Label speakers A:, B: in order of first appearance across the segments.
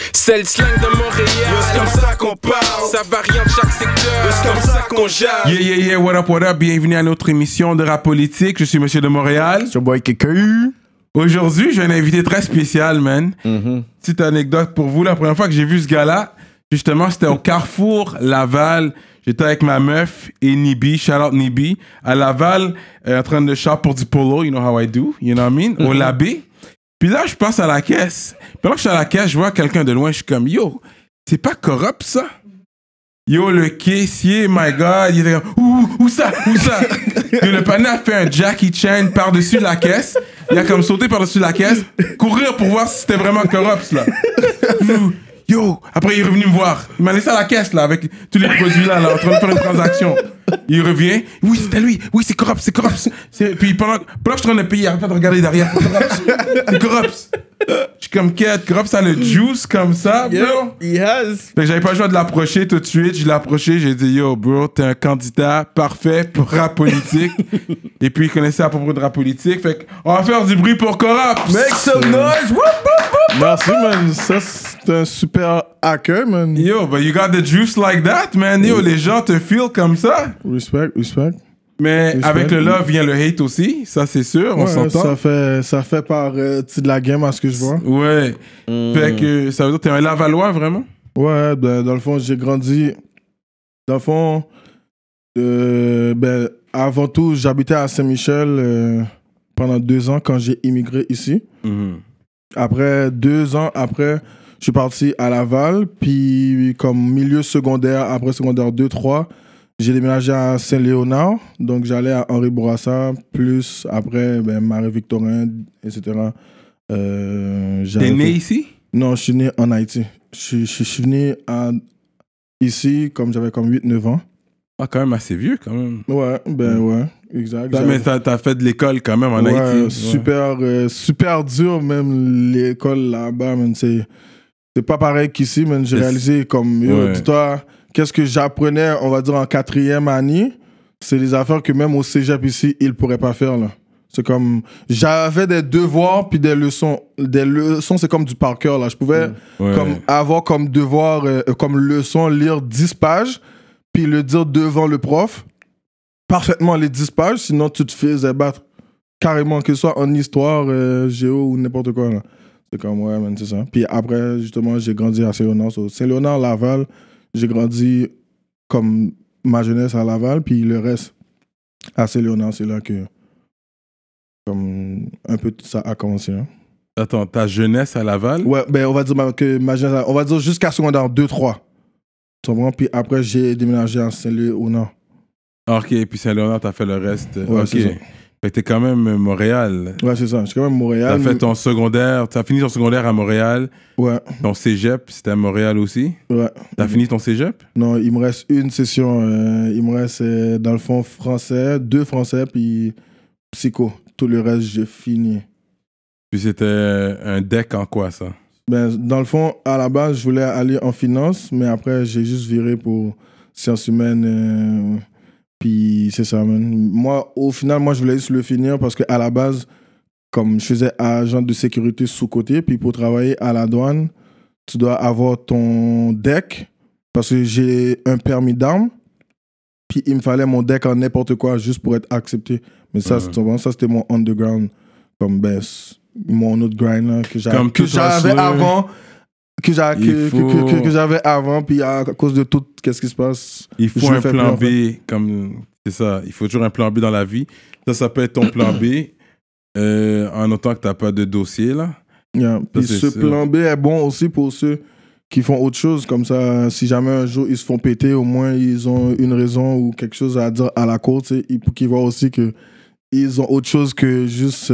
A: C'est le slang de Montréal.
B: C'est comme ça qu'on parle.
A: Ça varie en chaque secteur.
B: C'est comme ça qu'on jase.
C: Yeah, what up, bienvenue à notre émission de rap politique. Je suis Monsieur de Montréal.
D: C'est your boy Keke.
C: Aujourd'hui, j'ai un invité très spécial, man. Petite anecdote pour vous, la première fois que j'ai vu ce gars-là, justement, c'était au Carrefour Laval. J'étais avec ma meuf et Nibi, shout out Nibi, à Laval, en train de shop pour du polo, you know how I do, you know what I mean, au Labé. Puis là, je passe à la caisse. Pendant que je suis à la caisse, je vois quelqu'un de loin, je suis comme, yo, c'est pas corrupt ça? Yo, le caissier, my God, il était comme, où ça? Puis le panneau a fait un Jackie Chan par-dessus la caisse. Il a comme sauté par-dessus la caisse, courir pour voir si c'était vraiment corrupt, là. Yo, après il est revenu me voir. Il m'a laissé à la caisse, là, avec tous les produits, là, en train de faire une transaction. Il revient. Oui, c'était lui. Oui, c'est corrupt. Puis pendant que je suis en train de payer, il arrête pas de regarder derrière. C'est corrupt. Je suis comme, quête, corrupt, ça a le juice comme ça, bro.
D: Yeah, he has.
C: Fait que j'avais pas le choix de l'approcher tout de suite. Je l'ai approché, j'ai dit, yo, bro, t'es un candidat parfait pour rap politique. Et puis, il connaissait à propos de rap politique. Fait qu'on va faire du bruit pour Corrupt.
D: Make some noise. Whoop, whoop, whoop. Merci, man. Ça, c'est un super hacker, man.
C: Yo, but you got the juice like that, man. Yo, les gens te feel comme ça.
D: Respect.
C: Mais avec le love vient le hate aussi, ça c'est sûr, on s'entend.
D: Ça fait partie de la game à ce que je vois.
C: Ouais. Fait que ça veut dire que t'es un Lavallois, vraiment?
D: Ouais, dans le fond, j'ai grandi. Dans le fond, avant tout, j'habitais à Saint-Michel pendant 2 ans quand j'ai immigré ici. Après 2 ans, je suis parti à Laval. Puis comme milieu secondaire, après secondaire 2-3, j'ai déménagé à Saint-Léonard. Donc j'allais à Henri Bourassa, plus après Marie-Victorin, etc.
C: T'es né ici?
D: Non, je suis né en Haïti. Je suis venu ici comme j'avais comme 8-9 ans.
C: Ah, quand même assez vieux, quand même.
D: Ouais, exact.
C: Mais t'as fait de l'école quand même en Haïti.
D: Super dur, même l'école là-bas, man. C'est pas pareil qu'ici, man. J'ai réalisé comme, dis-toi, qu'est-ce que j'apprenais, on va dire, en 4e année, c'est des affaires que même au cégep ici, ils pourraient pas faire, là. C'est comme, j'avais des devoirs puis des leçons. Des leçons, c'est comme du par cœur, là. Je pouvais comme avoir comme devoir, comme leçon, lire 10 pages, puis le dire devant le prof, parfaitement les 10 pages, sinon tu te faisais battre carrément, que ce soit en histoire, géo ou n'importe quoi, là. C'est comme, ouais, man, c'est ça. Puis après, justement, j'ai grandi à Saint-Léonard. Saint-Léonard, Laval, j'ai grandi comme ma jeunesse à Laval, puis le reste à Saint-Léonard, c'est là que comme un peu tout ça a commencé. Hein.
C: Attends, ta jeunesse à Laval?
D: Ouais, on va dire que ma jeunesse, on va dire jusqu'à secondaire 2-3. Tu comprends? Puis après, j'ai déménagé à Saint-Léonard.
C: Ok, puis Saint-Léonard, t'as fait le reste.
D: Ouais,
C: ok.
D: c'est ça.
C: Fait que t'es quand même Montréal.
D: Ouais, c'est ça. Je suis quand même Montréal.
C: T'as fait ton secondaire, t'as fini ton secondaire à Montréal.
D: Ouais.
C: Ton cégep, c'était à Montréal aussi.
D: Ouais.
C: T'as fini ton cégep?
D: Non, il me reste une session. Il me reste, dans le fond, français, 2 français, puis psycho. Tout le reste, j'ai fini.
C: Puis c'était un deck en quoi, ça?
D: Dans le fond, à la base, je voulais aller en finance, mais après, j'ai juste viré pour sciences humaines. Puis c'est ça, man. Moi, au final, je voulais juste le finir parce qu'à la base, comme je faisais agent de sécurité sous-côté, puis pour travailler à la douane, tu dois avoir ton deck parce que j'ai un permis d'armes. Puis il me fallait mon deck en n'importe quoi juste pour être accepté. Mais ça, c'était mon underground. Comme mon autre grind là, que j'avais avant. Que j'avais avant, puis à cause de tout, qu'est-ce qui se passe?
C: Il faut un plan B, comme c'est ça. Il faut toujours un plan B dans la vie. Ça peut être ton plan B, en autant que tu n'as pas de dossier, là.
D: Yeah. Puis ce plan B est bon aussi pour ceux qui font autre chose. Comme ça, si jamais un jour ils se font péter, au moins ils ont une raison ou quelque chose à dire à la cour, pour qu'ils voient aussi que ils ont autre chose que juste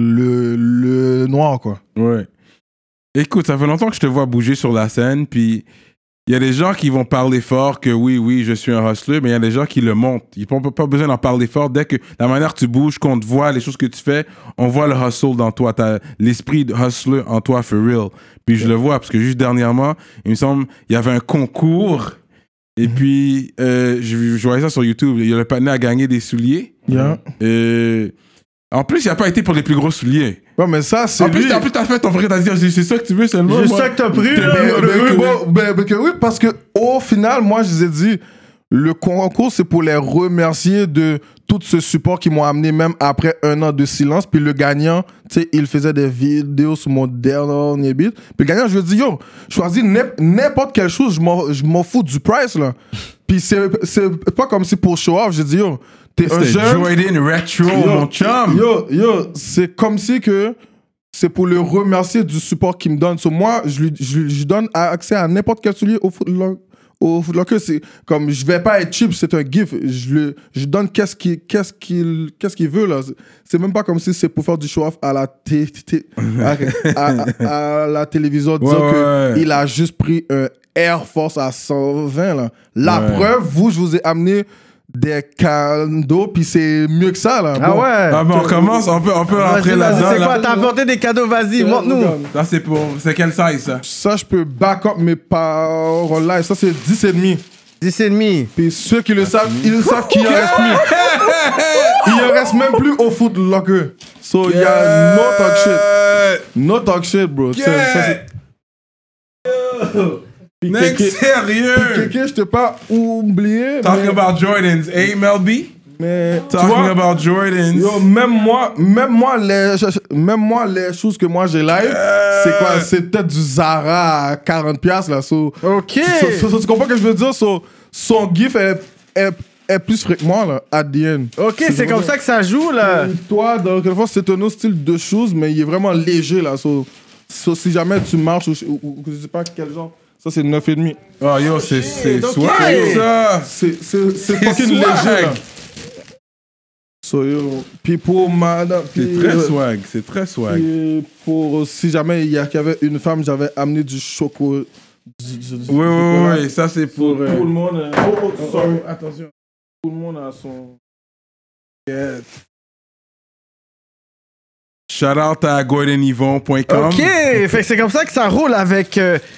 D: le noir, quoi.
C: Ouais. Écoute, ça fait longtemps que je te vois bouger sur la scène, puis il y a des gens qui vont parler fort que oui, je suis un hustler, mais il y a des gens qui le montrent. Ils n'ont pas besoin d'en parler fort. Dès que la manière que tu bouges, qu'on te voit, les choses que tu fais, on voit le hustle dans toi. Tu as l'esprit de hustler en toi, for real. Puis je le vois, parce que juste dernièrement, il me semble, il y avait un concours, et puis je voyais ça sur YouTube. Il y a le panier à gagner des souliers.
D: Yeah.
C: En plus, il n'a pas été pour les plus gros souliers.
D: Ouais, mais ça, c'est
C: En plus,
D: lui.
C: t'as fait ton frère, t'as dit, c'est ça que tu veux seulement.
E: C'est
C: moi.
E: ça que t'as pris, là.
D: Oui, parce que au final, moi, je vous ai dit, le concours, c'est pour les remercier de tout ce support qu'ils m'ont amené, même après 1 an de silence. Puis le gagnant, tu sais, il faisait des vidéos sur mon dernier beat. Puis le gagnant, je lui ai dit, yo, choisis n'importe quelle chose, je m'en fous du price, là. Puis c'est pas comme si pour show off, j'ai dit, yo, t'es un
C: C'était
D: jeune.
C: Jordan Retro, mon chum.
D: C'est comme si que c'est pour le remercier du support qu'il me donne. So, moi, je lui donne accès à n'importe quel soulier au Foot Locker. C'est comme, je vais pas être cheap, c'est un gift. Je donne qu'est-ce qu'il veut, là. C'est même pas comme si c'est pour faire du show-off à la à la télévision, dire qu'il a juste pris un Air Force à 120, là. La preuve, je vous ai amené des cadeaux, puis c'est mieux que ça, là.
E: Ah ouais?
C: Ah bon, on commence, on peut rentrer là-dedans.
E: C'est quoi?
C: Là.
E: T'as apporté des cadeaux, vas-y, montre-nous.
C: Ça, c'est quel size, ça?
D: Ça, je peux back up mes paroles live. Ça, c'est 10,5.
E: 10,5.
D: Puis ceux qui le savent, ils savent qu'il en reste plus. Il en reste même plus au Foot Locker. So, il y a no talk shit. No talk shit, bro. Ça, c'est...
C: Mec, sérieux!
D: Kéké, je t'ai pas oublié.
C: Talking about Jordans, hey MLB?
D: Mais
C: Talking about Jordans.
D: Yo, même moi, les choses que moi j'ai live, c'est quoi? C'est peut-être du Zara à 40$, là. So,
E: OK.
D: Tu comprends ce que je veux dire? Son gif est plus frais que moi, là, at the end.
E: OK, c'est comme ça que ça joue, là.
D: Toi, dans quelque fois, c'est un autre style de choses, mais il est vraiment léger, là. So, si jamais tu marches ou je sais pas quel genre, ça c'est 9,5.
C: Oh yo, c'est swag, ça!
D: C'est fucking léger, là. So, yo, puis pour madame...
C: C'est très swag.
D: Puis pour, si jamais il y avait une femme, j'avais amené du chocolat.
C: Oui, ça c'est pour...
D: Tout le monde... sorry, attention. Tout le monde a son...
C: Yeah. Shout out à GordonYvon.com.
E: OK, fait que c'est comme ça que ça roule avec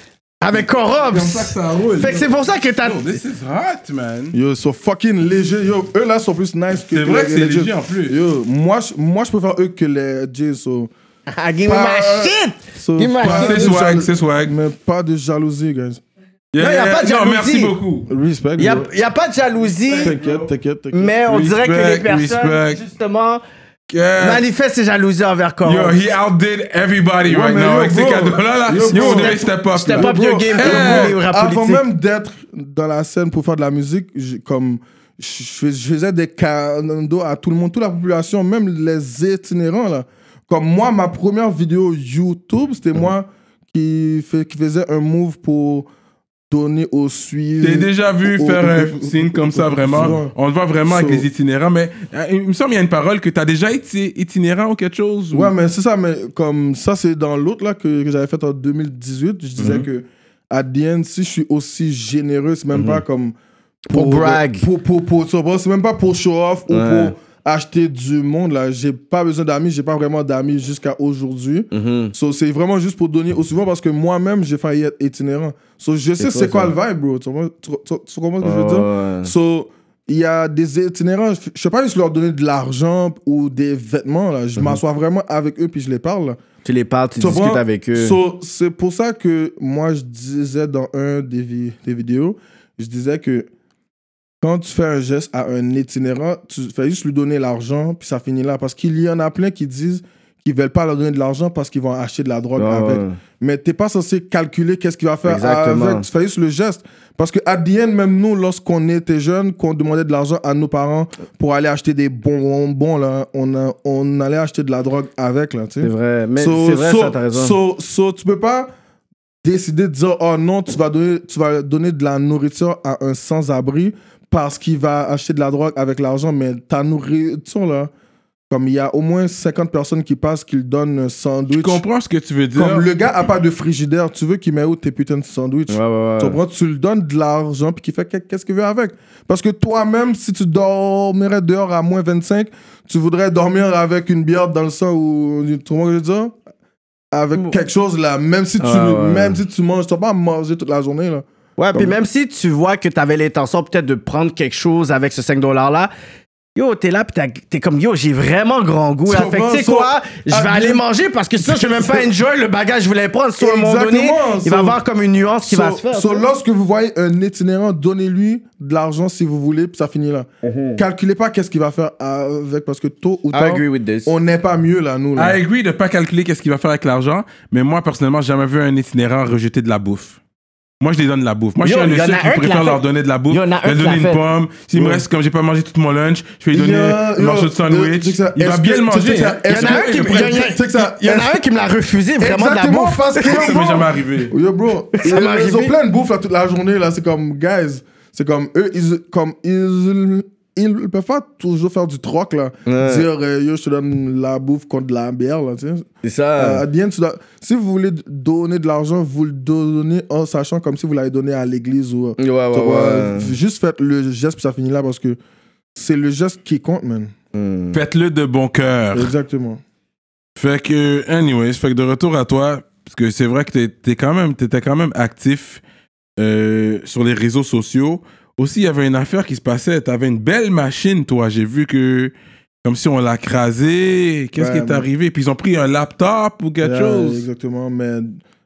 E: Corobs.
C: C'est comme ça que ça roule.
E: Fait que c'est pour ça que t'as...
C: Yo, this is hot, man.
D: Yo, ils sont fucking légers. Yo, eux là sont plus nice que
C: C'est vrai que c'est
D: les
C: léger
D: Jays.
C: en plus.
D: Yo, moi je préfère eux que les Jays. So,
E: Give me my shit!
D: so,
E: Give me my
D: pas
E: shit.
C: C'est
D: de
C: swag,
D: jalo-
C: c'est swag.
D: Mais pas de jalousie, guys.
E: Non, y a pas de
C: Non,
E: jalousie.
C: merci beaucoup.
D: Respect.
E: Il
D: bro.
E: y a pas de jalousie,
D: T'inquiète.
E: mais on dirait que les personnes,
C: respect.
E: justement,
C: Yeah.
E: manifestent ces jalousies envers Corobs.
C: Yo, he outdid everybody
D: Ouais,
C: right
D: mais
C: now.
D: yo,
C: Avec ces
D: bro.
C: cadeaux-là,
D: Yo,
C: yo, on
D: bro.
C: devait step up.
E: Step
C: là.
E: up your game pour vous, les rap
D: Avant
E: politiques.
D: même d'être dans la scène pour faire de la musique, comme je faisais des cadeaux à tout le monde, toute la population, même les itinérants là. Comme moi, ma première vidéo YouTube, c'était moi qui faisais un move pour donner aux suivants.
C: T'es déjà vu faire un signe comme ça, vraiment. On le voit vraiment avec les itinérants, mais il me semble qu'il y a une parole que t'as déjà été itinérant ou quelque chose.
D: Ouais, mais c'est ça, mais comme ça, c'est dans l'autre là que j'avais fait en 2018. Je disais que, à the end, si je suis aussi généreux, c'est même pas comme.
E: Pour brag.
D: C'est même pas pour show off ou pour acheter du monde là. J'ai pas besoin d'amis, j'ai pas vraiment d'amis jusqu'à aujourd'hui. So, c'est vraiment juste pour donner au suivant parce que moi-même, j'ai failli être itinérant. So, je sais c'est quoi le vibe, bro. Tu comprends ce que je veux dire? So, il y a des itinérants, je sais pas juste leur donner de l'argent ou des vêtements là. Je m'assois vraiment avec eux puis je les parle là.
E: Tu les parles, tu
D: Tu
E: discutes
D: comprends?
E: avec eux.
D: So, c'est pour ça que moi, je disais dans un des vidéos, je disais que quand tu fais un geste à un itinérant, tu fais juste lui donner l'argent, puis ça finit là. Parce qu'il y en a plein qui disent qu'ils veulent pas leur donner de l'argent parce qu'ils vont acheter de la drogue avec. Mais t'es pas censé calculer qu'est-ce qu'il va faire
E: Exactement.
D: avec. Tu fais juste le geste. Parce que à the end, même nous, lorsqu'on était jeunes, qu'on demandait de l'argent à nos parents pour aller acheter des bonbons, là, on allait acheter de la drogue avec, là, tu sais.
E: C'est vrai, mais c'est vrai, ça, t'as raison.
D: So, tu peux pas décider de dire, oh non, tu vas donner de la nourriture à un sans-abri parce qu'il va acheter de la drogue avec l'argent, mais ta nourriture, là, comme il y a au moins 50 personnes qui passent, qu'ils donnent un sandwich.
C: Je comprends ce que tu veux dire.
D: Comme le gars a pas de frigidaire, tu veux qu'il mette où tes putains de sandwich?
E: Ouais.
D: Tu comprends? Tu lui donnes de l'argent puis qu'il fait qu'est-ce qu'il veut avec. Parce que toi-même, si tu dormirais dehors à moins 25, tu voudrais dormir avec une bière dans le sang ou... Tu comprends ce que je veux dire? Avec quelque chose, là, même si tu manges, tu vas pas manger toute la journée, là.
E: Ouais, puis même si tu vois que tu avais l'intention peut-être de prendre quelque chose avec ce 5$-là, Yo, t'es là, pis t'es comme, yo, j'ai vraiment grand goût. Là. Fait que, tu sais quoi, je vais aller manger parce que sinon, je vais même pas enjoy le bagage que je voulais prendre. Soit à un moment donné, il va y avoir comme une nuance qui va se faire.
D: Lorsque vous voyez un itinérant, donnez-lui de l'argent si vous voulez, puis ça finit là. Calculez pas qu'est-ce qu'il va faire avec, parce que tôt ou tard, on n'est pas mieux là, nous. Là.
C: I agree de pas calculer qu'est-ce qu'il va faire avec l'argent, mais moi, personnellement, j'ai jamais vu un itinérant rejeter de la bouffe. Moi, je les donne de la bouffe. Moi, je suis un de ceux qui préfère leur donner de la bouffe. Je vais donner une pomme. S'il me reste, comme j'ai pas mangé tout mon lunch, je vais lui donner un morceau de sandwich. Il va bien le manger.
E: Il y en a un qui me l'a refusé vraiment de la bouffe.
D: Parce que,
C: ça m'est jamais arrivé.
D: Yo, bro, ils ont plein de bouffe là, toute la journée. Là, c'est comme, guys, c'est comme eux, ils peuvent pas toujours faire du troc, là. Dire, yo, je te donne la bouffe contre de la bière, là, tu sais.
F: C'est ça.
D: À the end, si vous voulez donner de l'argent, vous le donnez en sachant comme si vous l'avez donné à l'église ou... Juste faites le geste, puis ça finit là, parce que c'est le geste qui compte, man.
C: Faites-le de bon cœur.
D: Exactement.
C: Fait que, anyways, fait que de retour à toi, parce que c'est vrai que t'étais quand même actif sur les réseaux sociaux. Aussi, il y avait une affaire qui se passait. T'avais une belle machine, toi. J'ai vu que, comme si on l'a crasé. Qu'est-ce qui est arrivé? Puis ils ont pris un laptop ou quelque chose.
D: Exactement, mais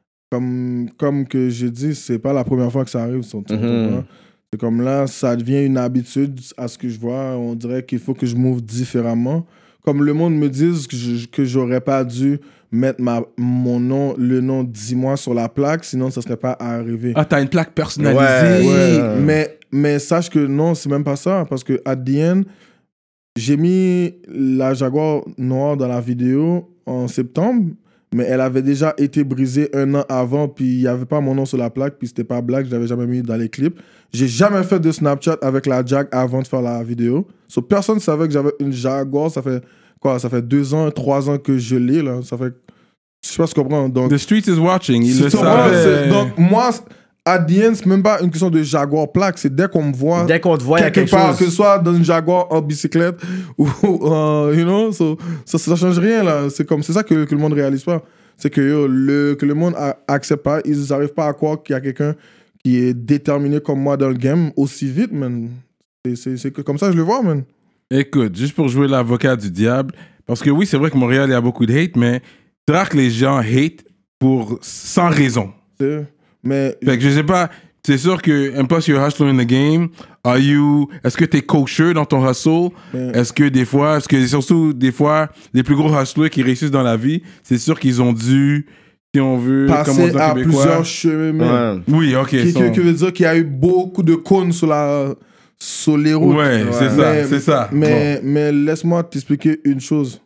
D: comme que j'ai dit, c'est pas la première fois que ça arrive. C'est comme là, ça devient une habitude à ce que je vois. On dirait qu'il faut que je m'ouvre différemment. Comme le monde me dise que j'aurais pas dû mettre mon nom, le nom 10 mois sur la plaque, sinon ça serait pas arrivé.
C: Ah, t'as une plaque personnalisée.
D: Mais sache que non, c'est même pas ça, parce que at the end, j'ai mis la Jaguar noire dans la vidéo en septembre, mais elle avait déjà été brisée 1 an avant, puis il y avait pas mon nom sur la plaque, puis c'était pas blague, je l'avais jamais mis dans les clips. J'ai jamais fait de Snapchat avec la Jag avant de faire la vidéo. So, personne savait que j'avais une Jaguar, ça fait quoi? Ça fait 2 ans, 3 ans que je l'ai, là. Ça fait... Je sais pas si tu comprends. Donc,
C: The street is watching, il le savait.
D: Donc, moi... À the end, c'est même pas une question de Jaguar plaque, c'est dès qu'on me voit.
E: Dès qu'on te voit, il y a quelque chose.
D: Que ce soit dans une Jaguar en bicyclette ou, you know, ça change rien, là. C'est ça que le monde réalise pas. C'est que le monde accepte pas, ils n'arrivent pas à croire qu'il y a quelqu'un qui est déterminé comme moi dans le game aussi vite, man. C'est comme ça que je le vois, man.
C: Écoute, juste pour jouer l'avocat du diable, parce que oui, c'est vrai que Montréal, il y a beaucoup de hate, mais c'est rare que les gens hate sans raison.
D: Mais
C: fait que je sais pas, c'est sûr que, and plus you're hustler in the game, est-ce que t'es kosher dans ton hustle? Est-ce que surtout des fois, les plus gros hustlers qui réussissent dans la vie, c'est sûr qu'ils ont dû, si on veut,
D: passer à plusieurs chemins.
C: Oui, ok.
D: Qui veut dire qu'il y a eu beaucoup de cônes sur les routes.
C: Ouais, c'est ça.
D: Mais laisse-moi t'expliquer une chose.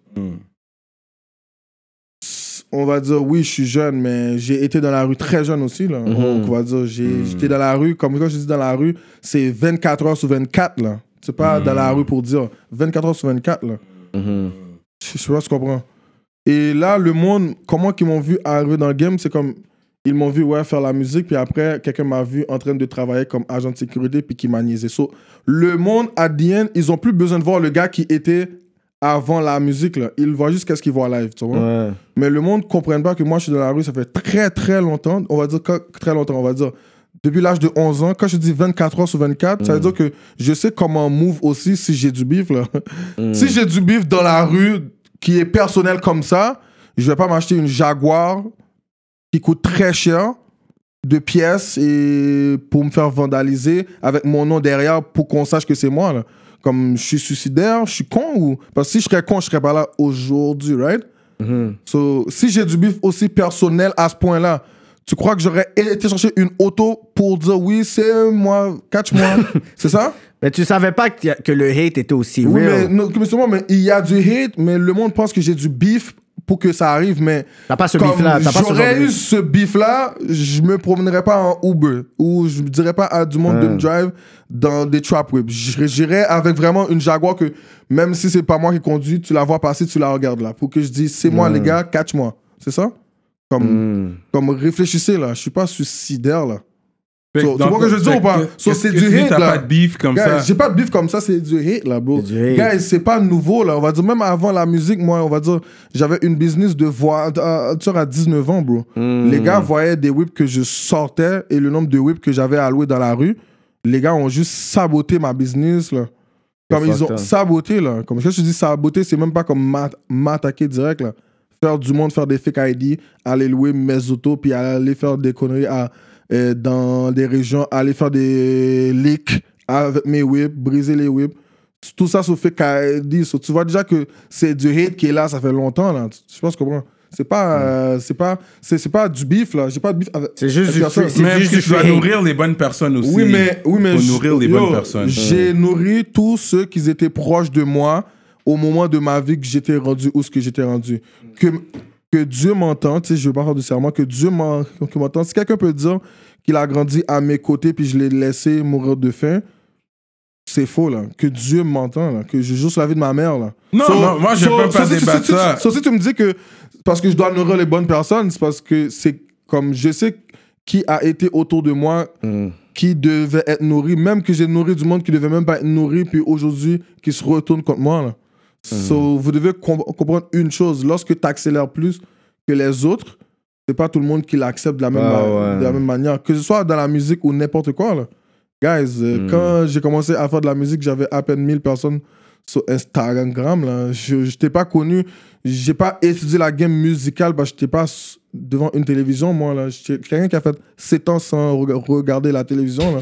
D: On va dire, oui, je suis jeune, mais j'ai été dans la rue très jeune aussi, là. On va dire, j'étais dans la rue, comme quand je dis dans la rue, c'est 24 heures sur 24, là. C'est pas dans la rue pour dire 24 heures sur 24, là. Je sais pas si tu comprends. Et là, le monde, comment ils m'ont vu arriver dans le game, c'est comme, ils m'ont vu, faire la musique, puis après, quelqu'un m'a vu en train de travailler comme agent de sécurité, puis qui m'a niaisé. So, le monde, à the end, ils ont plus besoin de voir le gars qui était avant la musique, là. Ils voient juste qu'est-ce qu'ils voient live, tu vois. Mais le monde ne comprenne pas que moi, je suis dans la rue, ça fait très, très longtemps. On va dire très longtemps, on va dire depuis l'âge de 11 ans. Quand je dis 24 heures sur 24, ça veut dire que je sais comment move aussi si j'ai du beef, là. Si j'ai du beef dans la rue qui est personnel comme ça, je vais pas m'acheter une Jaguar qui coûte très cher de pièces et pour me faire vandaliser avec mon nom derrière pour qu'on sache que c'est moi, là. Comme je suis suicidaire, je suis con ou... Parce que si je serais con, je serais pas là aujourd'hui, right? So, si j'ai du bif aussi personnel à ce point-là, tu crois que j'aurais été chercher une auto pour dire oui, c'est moi, catch-moi, c'est ça?
E: Mais tu savais pas que le hate était aussi
D: oui,
E: real.
D: Mais il y a du hate, mais le monde pense que j'ai du bif pour que ça arrive, mais
E: t'as pas ce bif-là.
D: J'aurais eu ce bif-là, je me promènerais pas en Uber ou je dirais pas à du monde de me drive dans des trap whips. J'irais avec vraiment une Jaguar que même si c'est pas moi qui conduis, tu la vois passer, tu la regardes là, pour que je dise c'est moi les gars, catch-moi. C'est ça? Comme réfléchissez là, je suis pas suicidaire là. Tu vois ce que je veux dire ou pas? C'est du hate là.
C: T'as pas de beef comme ça?
D: J'ai pas de beef comme ça, c'est du hate là, bro. Guys, c'est pas nouveau là. On va dire, même avant la musique, moi, on va dire, j'avais une business de voiture à 19 ans, bro. Les gars voyaient des whips que je sortais et le nombre de whips que j'avais alloué dans la rue. Les gars ont juste saboté ma business là. Comme ils ont saboté, là. Comme je te dis, saboté, c'est même pas comme m'attaquer direct, là. Faire du monde, faire des fake ID, aller louer mes autos, puis aller faire des conneries dans des régions, aller faire des leaks avec mes whips, briser les whips. Tout ça sur fake ID. Tu vois déjà que c'est du hate qui est là, ça fait longtemps, là. Je pense que tu comprends. C'est pas du bif, là. J'ai pas de bif avec. C'est juste du
C: free. Mais tu dois nourrir les bonnes personnes aussi.
D: Oui, mais
C: faut nourrir les bonnes personnes.
D: J'ai nourri tous ceux qui étaient proches de moi au moment de ma vie que j'étais rendu où ce que j'étais rendu. Que Dieu m'entend, tu sais, je veux pas faire de serment, que Dieu m'entend. Si quelqu'un peut dire qu'il a grandi à mes côtés puis je l'ai laissé mourir de faim, c'est faux, là. Que Dieu m'entend, là. Que je joue sur la vie de ma mère, là.
C: Non, moi, je peux pas débattre ça.
D: Si tu me dis que parce que je dois nourrir les bonnes personnes, c'est parce que c'est comme je sais qui a été autour de moi, qui devait être nourri, même que j'ai nourri du monde qui devait même pas être nourri, puis aujourd'hui, qui se retourne contre moi, là. Vous devez comprendre une chose. Lorsque tu accélères plus que les autres, c'est pas tout le monde qui l'accepte de la même manière. Que ce soit dans la musique ou n'importe quoi, là. Guys, quand j'ai commencé à faire de la musique, j'avais à peine 1000 personnes sur Instagram, là. Je t'ai pas connu. J'ai pas étudié la game musicale parce que j'étais pas devant une télévision, moi, là. J'étais quelqu'un qui a fait 7 ans sans regarder la télévision, là.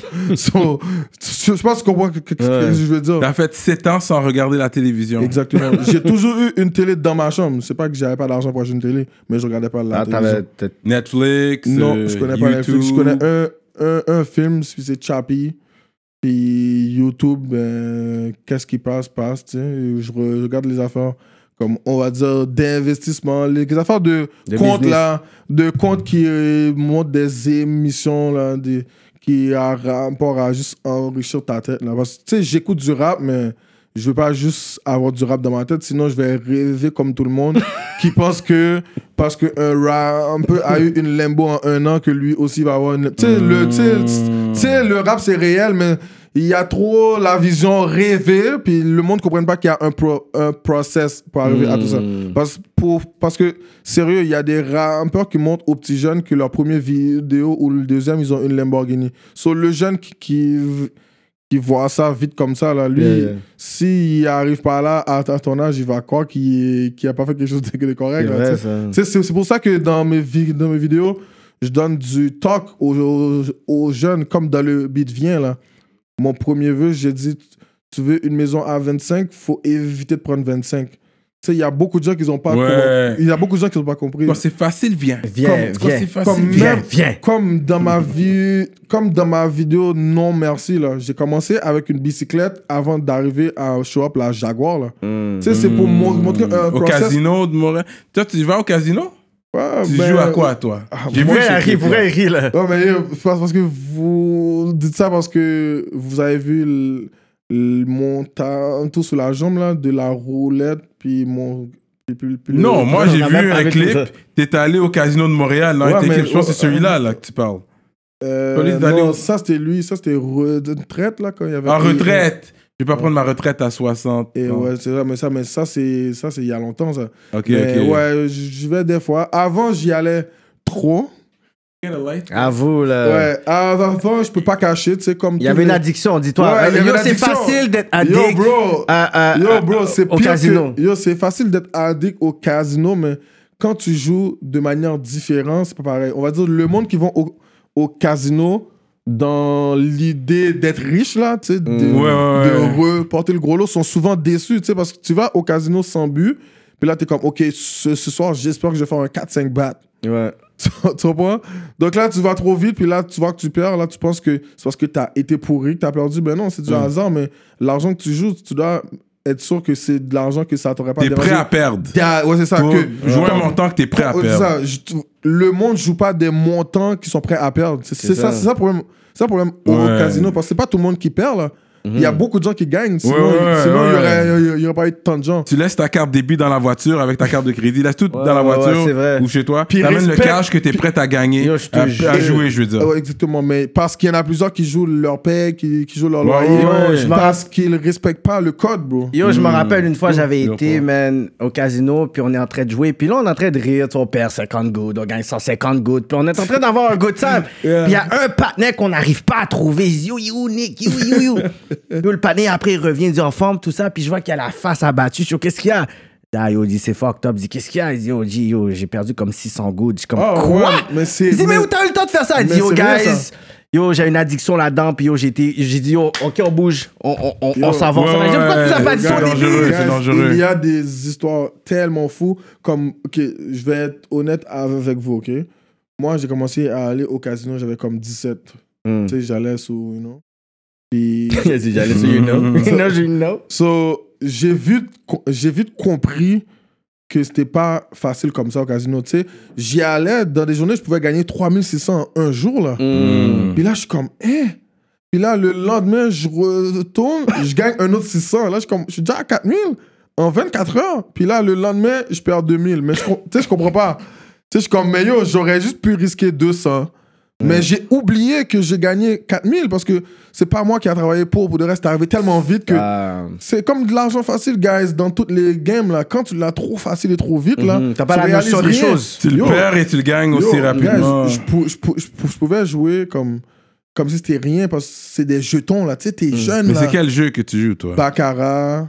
D: Je pense que tu comprends ce que je veux dire.
C: T'as fait 7 ans sans regarder la télévision.
D: Exactement. J'ai toujours eu une télé dans ma chambre. C'est pas que j'avais pas d'argent pour acheter une télé, mais je regardais pas la télévision.
C: Netflix,
D: non, je connais pas Netflix. Je connais un film, c'est Chappie. Puis YouTube, qu'est-ce qui passe, tu sais. Je regarde les affaires, comme on va dire, d'investissement, les affaires de comptes, là, de comptes qui montrent des émissions, là, qui a rapport à juste enrichir ta tête, là. Parce que, tu sais, j'écoute du rap, mais je veux pas juste avoir du rap dans ma tête, sinon je vais rêver comme tout le monde qui pense que parce qu'un rappeur a eu une Lambo en 1 an, que lui aussi va avoir une... Tu sais, le rap c'est réel, mais il y a trop la vision rêvée, puis le monde ne comprenne pas qu'il y a un process pour arriver à tout ça. Parce que, sérieux, il y a des rappeurs qui montrent aux petits jeunes que leur première vidéo ou le deuxième, ils ont une Lamborghini. Le jeune qui voit ça vite comme ça, là, lui, s'il n'arrive pas là, à ton âge, il va croire qu'il n'a pas fait quelque chose de correct. C'est pour ça que dans mes vidéos, je donne du talk aux jeunes, comme dans le beat vient, là. Mon premier vœu, j'ai dit, tu veux une maison à 25, il faut éviter de prendre 25. Tu sais, il y a beaucoup de gens qui n'ont pas compris. Il y a beaucoup de gens qui n'ont pas compris.
C: Quand c'est facile, viens.
E: Viens.
D: Comme dans ma vidéo Non Merci, là, j'ai commencé avec une bicyclette avant d'arriver à show up la Jaguar, là. Tu sais, c'est pour montrer un process.
C: Au casino de Montréal. Toi, tu vas au casino?
D: Ouais,
C: tu joues à quoi, toi?
E: J'ai vu pourrait rire, là.
D: Non, mais parce que vous dites ça parce que vous avez vu mon tout sous la jambe, là, de la roulette, puis mon...
C: Non, moi, j'ai vu un clip. T'es allé au casino de Montréal. Non, je pense que c'est celui-là là, que tu parles.
D: Non, ça, c'était lui. Ça, c'était retraite, là, quand il y avait...
C: En retraite! Je vais pas prendre ma retraite à 60.
D: Et ouais, c'est ça, mais ça, c'est il y a longtemps, ça.
C: Ok.
D: Ouais, j'y vais des fois. Avant, j'y allais trop.
E: À vous, là.
D: Ouais, avant, je peux pas cacher, tu sais, comme...
E: Il y avait une addiction, dis-toi.
D: Ouais,
E: c'est facile d'être addict
D: c'est
E: au casino.
D: C'est facile d'être addict au casino, mais quand tu joues de manière différente, c'est pas pareil. On va dire, le monde qui va au casino... dans l'idée d'être riche, là, tu sais, de reporter le gros lot, sont souvent déçus, tu sais, parce que tu vas au casino sans but, puis là, t'es comme, OK, ce soir, j'espère que je vais faire un 4-5 bat.
E: Ouais.
D: Tu comprends? Donc là, tu vas trop vite, puis là, tu vois que tu perds, là, tu penses que c'est parce que t'as été pourri, que t'as perdu. Ben non, c'est du hasard, mais l'argent que tu joues, tu dois être sûr que c'est de l'argent que ça t'aurait pas dérangé.
C: T'es prêt à perdre.
D: Ouais, c'est ça.
C: Jouer un montant que t'es prêt à perdre.
D: Ça, le monde joue pas des montants qui sont prêts à perdre. C'est ça le problème. C'est ça le problème au casino, parce que c'est pas tout le monde qui perd, là. Il y a beaucoup de gens qui gagnent, sinon il n'y aurait pas eu tant de gens.
C: Tu laisses ta carte débit dans la voiture avec ta carte de crédit, laisse tout dans la voiture ou chez toi, puis t'amènes le cash que t'es prêt à gagner, à jouer, je veux dire.
D: Ouais, exactement, mais parce qu'il y en a plusieurs qui jouent leur paie, qui jouent leur loyer, parce qu'ils respectent pas le code, bro.
E: Yo, je me rappelle une fois, j'avais été, man, au casino, puis on est en train de jouer, puis là, on est en train de rire, on perd 50 gouttes, on gagne 150 gouttes, puis on est en train d'avoir un good time. Puis il y a un partenaire qu'on n'arrive pas à trouver, yo, Nick, yo. Yo, le panier, après, il revient, il dit en forme, tout ça. Puis je vois qu'il a la face abattue. Je dis, qu'est-ce qu'il y a? Yo, il dit, c'est fucked up. Il dit, qu'est-ce qu'il y a? Il dit, yo, j'ai perdu comme 600 gouttes. Je suis comme, quoi?
D: Ouais, mais
E: il dit, mais où t'as eu le temps de faire ça? Il dit, yo, guys, yo, j'ai une addiction là-dedans. Puis yo, j'ai dit, yo, OK, on bouge. On s'avance.
C: Ouais,
E: pourquoi tu n'as pas dit ça au début?
C: C'est dangereux.
D: Il y a des histoires tellement fous. Comme, OK, je vais être honnête avec vous, OK? Moi, j'ai commencé à aller au casino, j'avais comme 17. Tu sais, j'allais sous, Puis...
E: j'allais sur you know.
D: So, j'ai vite compris que c'était pas facile comme ça au casino, tu sais. J'y allais, dans des journées, je pouvais gagner 3600 en un jour, là. Puis là, je suis comme, Puis là, le lendemain, je retourne, je gagne un autre 600. Là, je suis déjà à 4000 en 24 heures. Puis là, le lendemain, je perds 2000. Mais tu sais, je comprends pas. Tu sais, je suis comme, mais yo, j'aurais juste pu risquer 200. Mais j'ai oublié que j'ai gagné 4000 parce que c'est pas moi qui a travaillé pour de reste, c'est arrivé tellement vite que c'est comme de l'argent facile, guys, dans toutes les games, là. Quand tu l'as trop facile et trop vite, là,
E: t'as pas la notion des choses.
C: Tu le perds et tu le gagnes aussi rapidement.
D: Guys, je pouvais jouer comme si c'était rien parce que c'est des jetons, là. Tu sais, t'es jeune,
C: Mais
D: là.
C: c'est quel jeu que tu joues, toi?
D: Baccarat.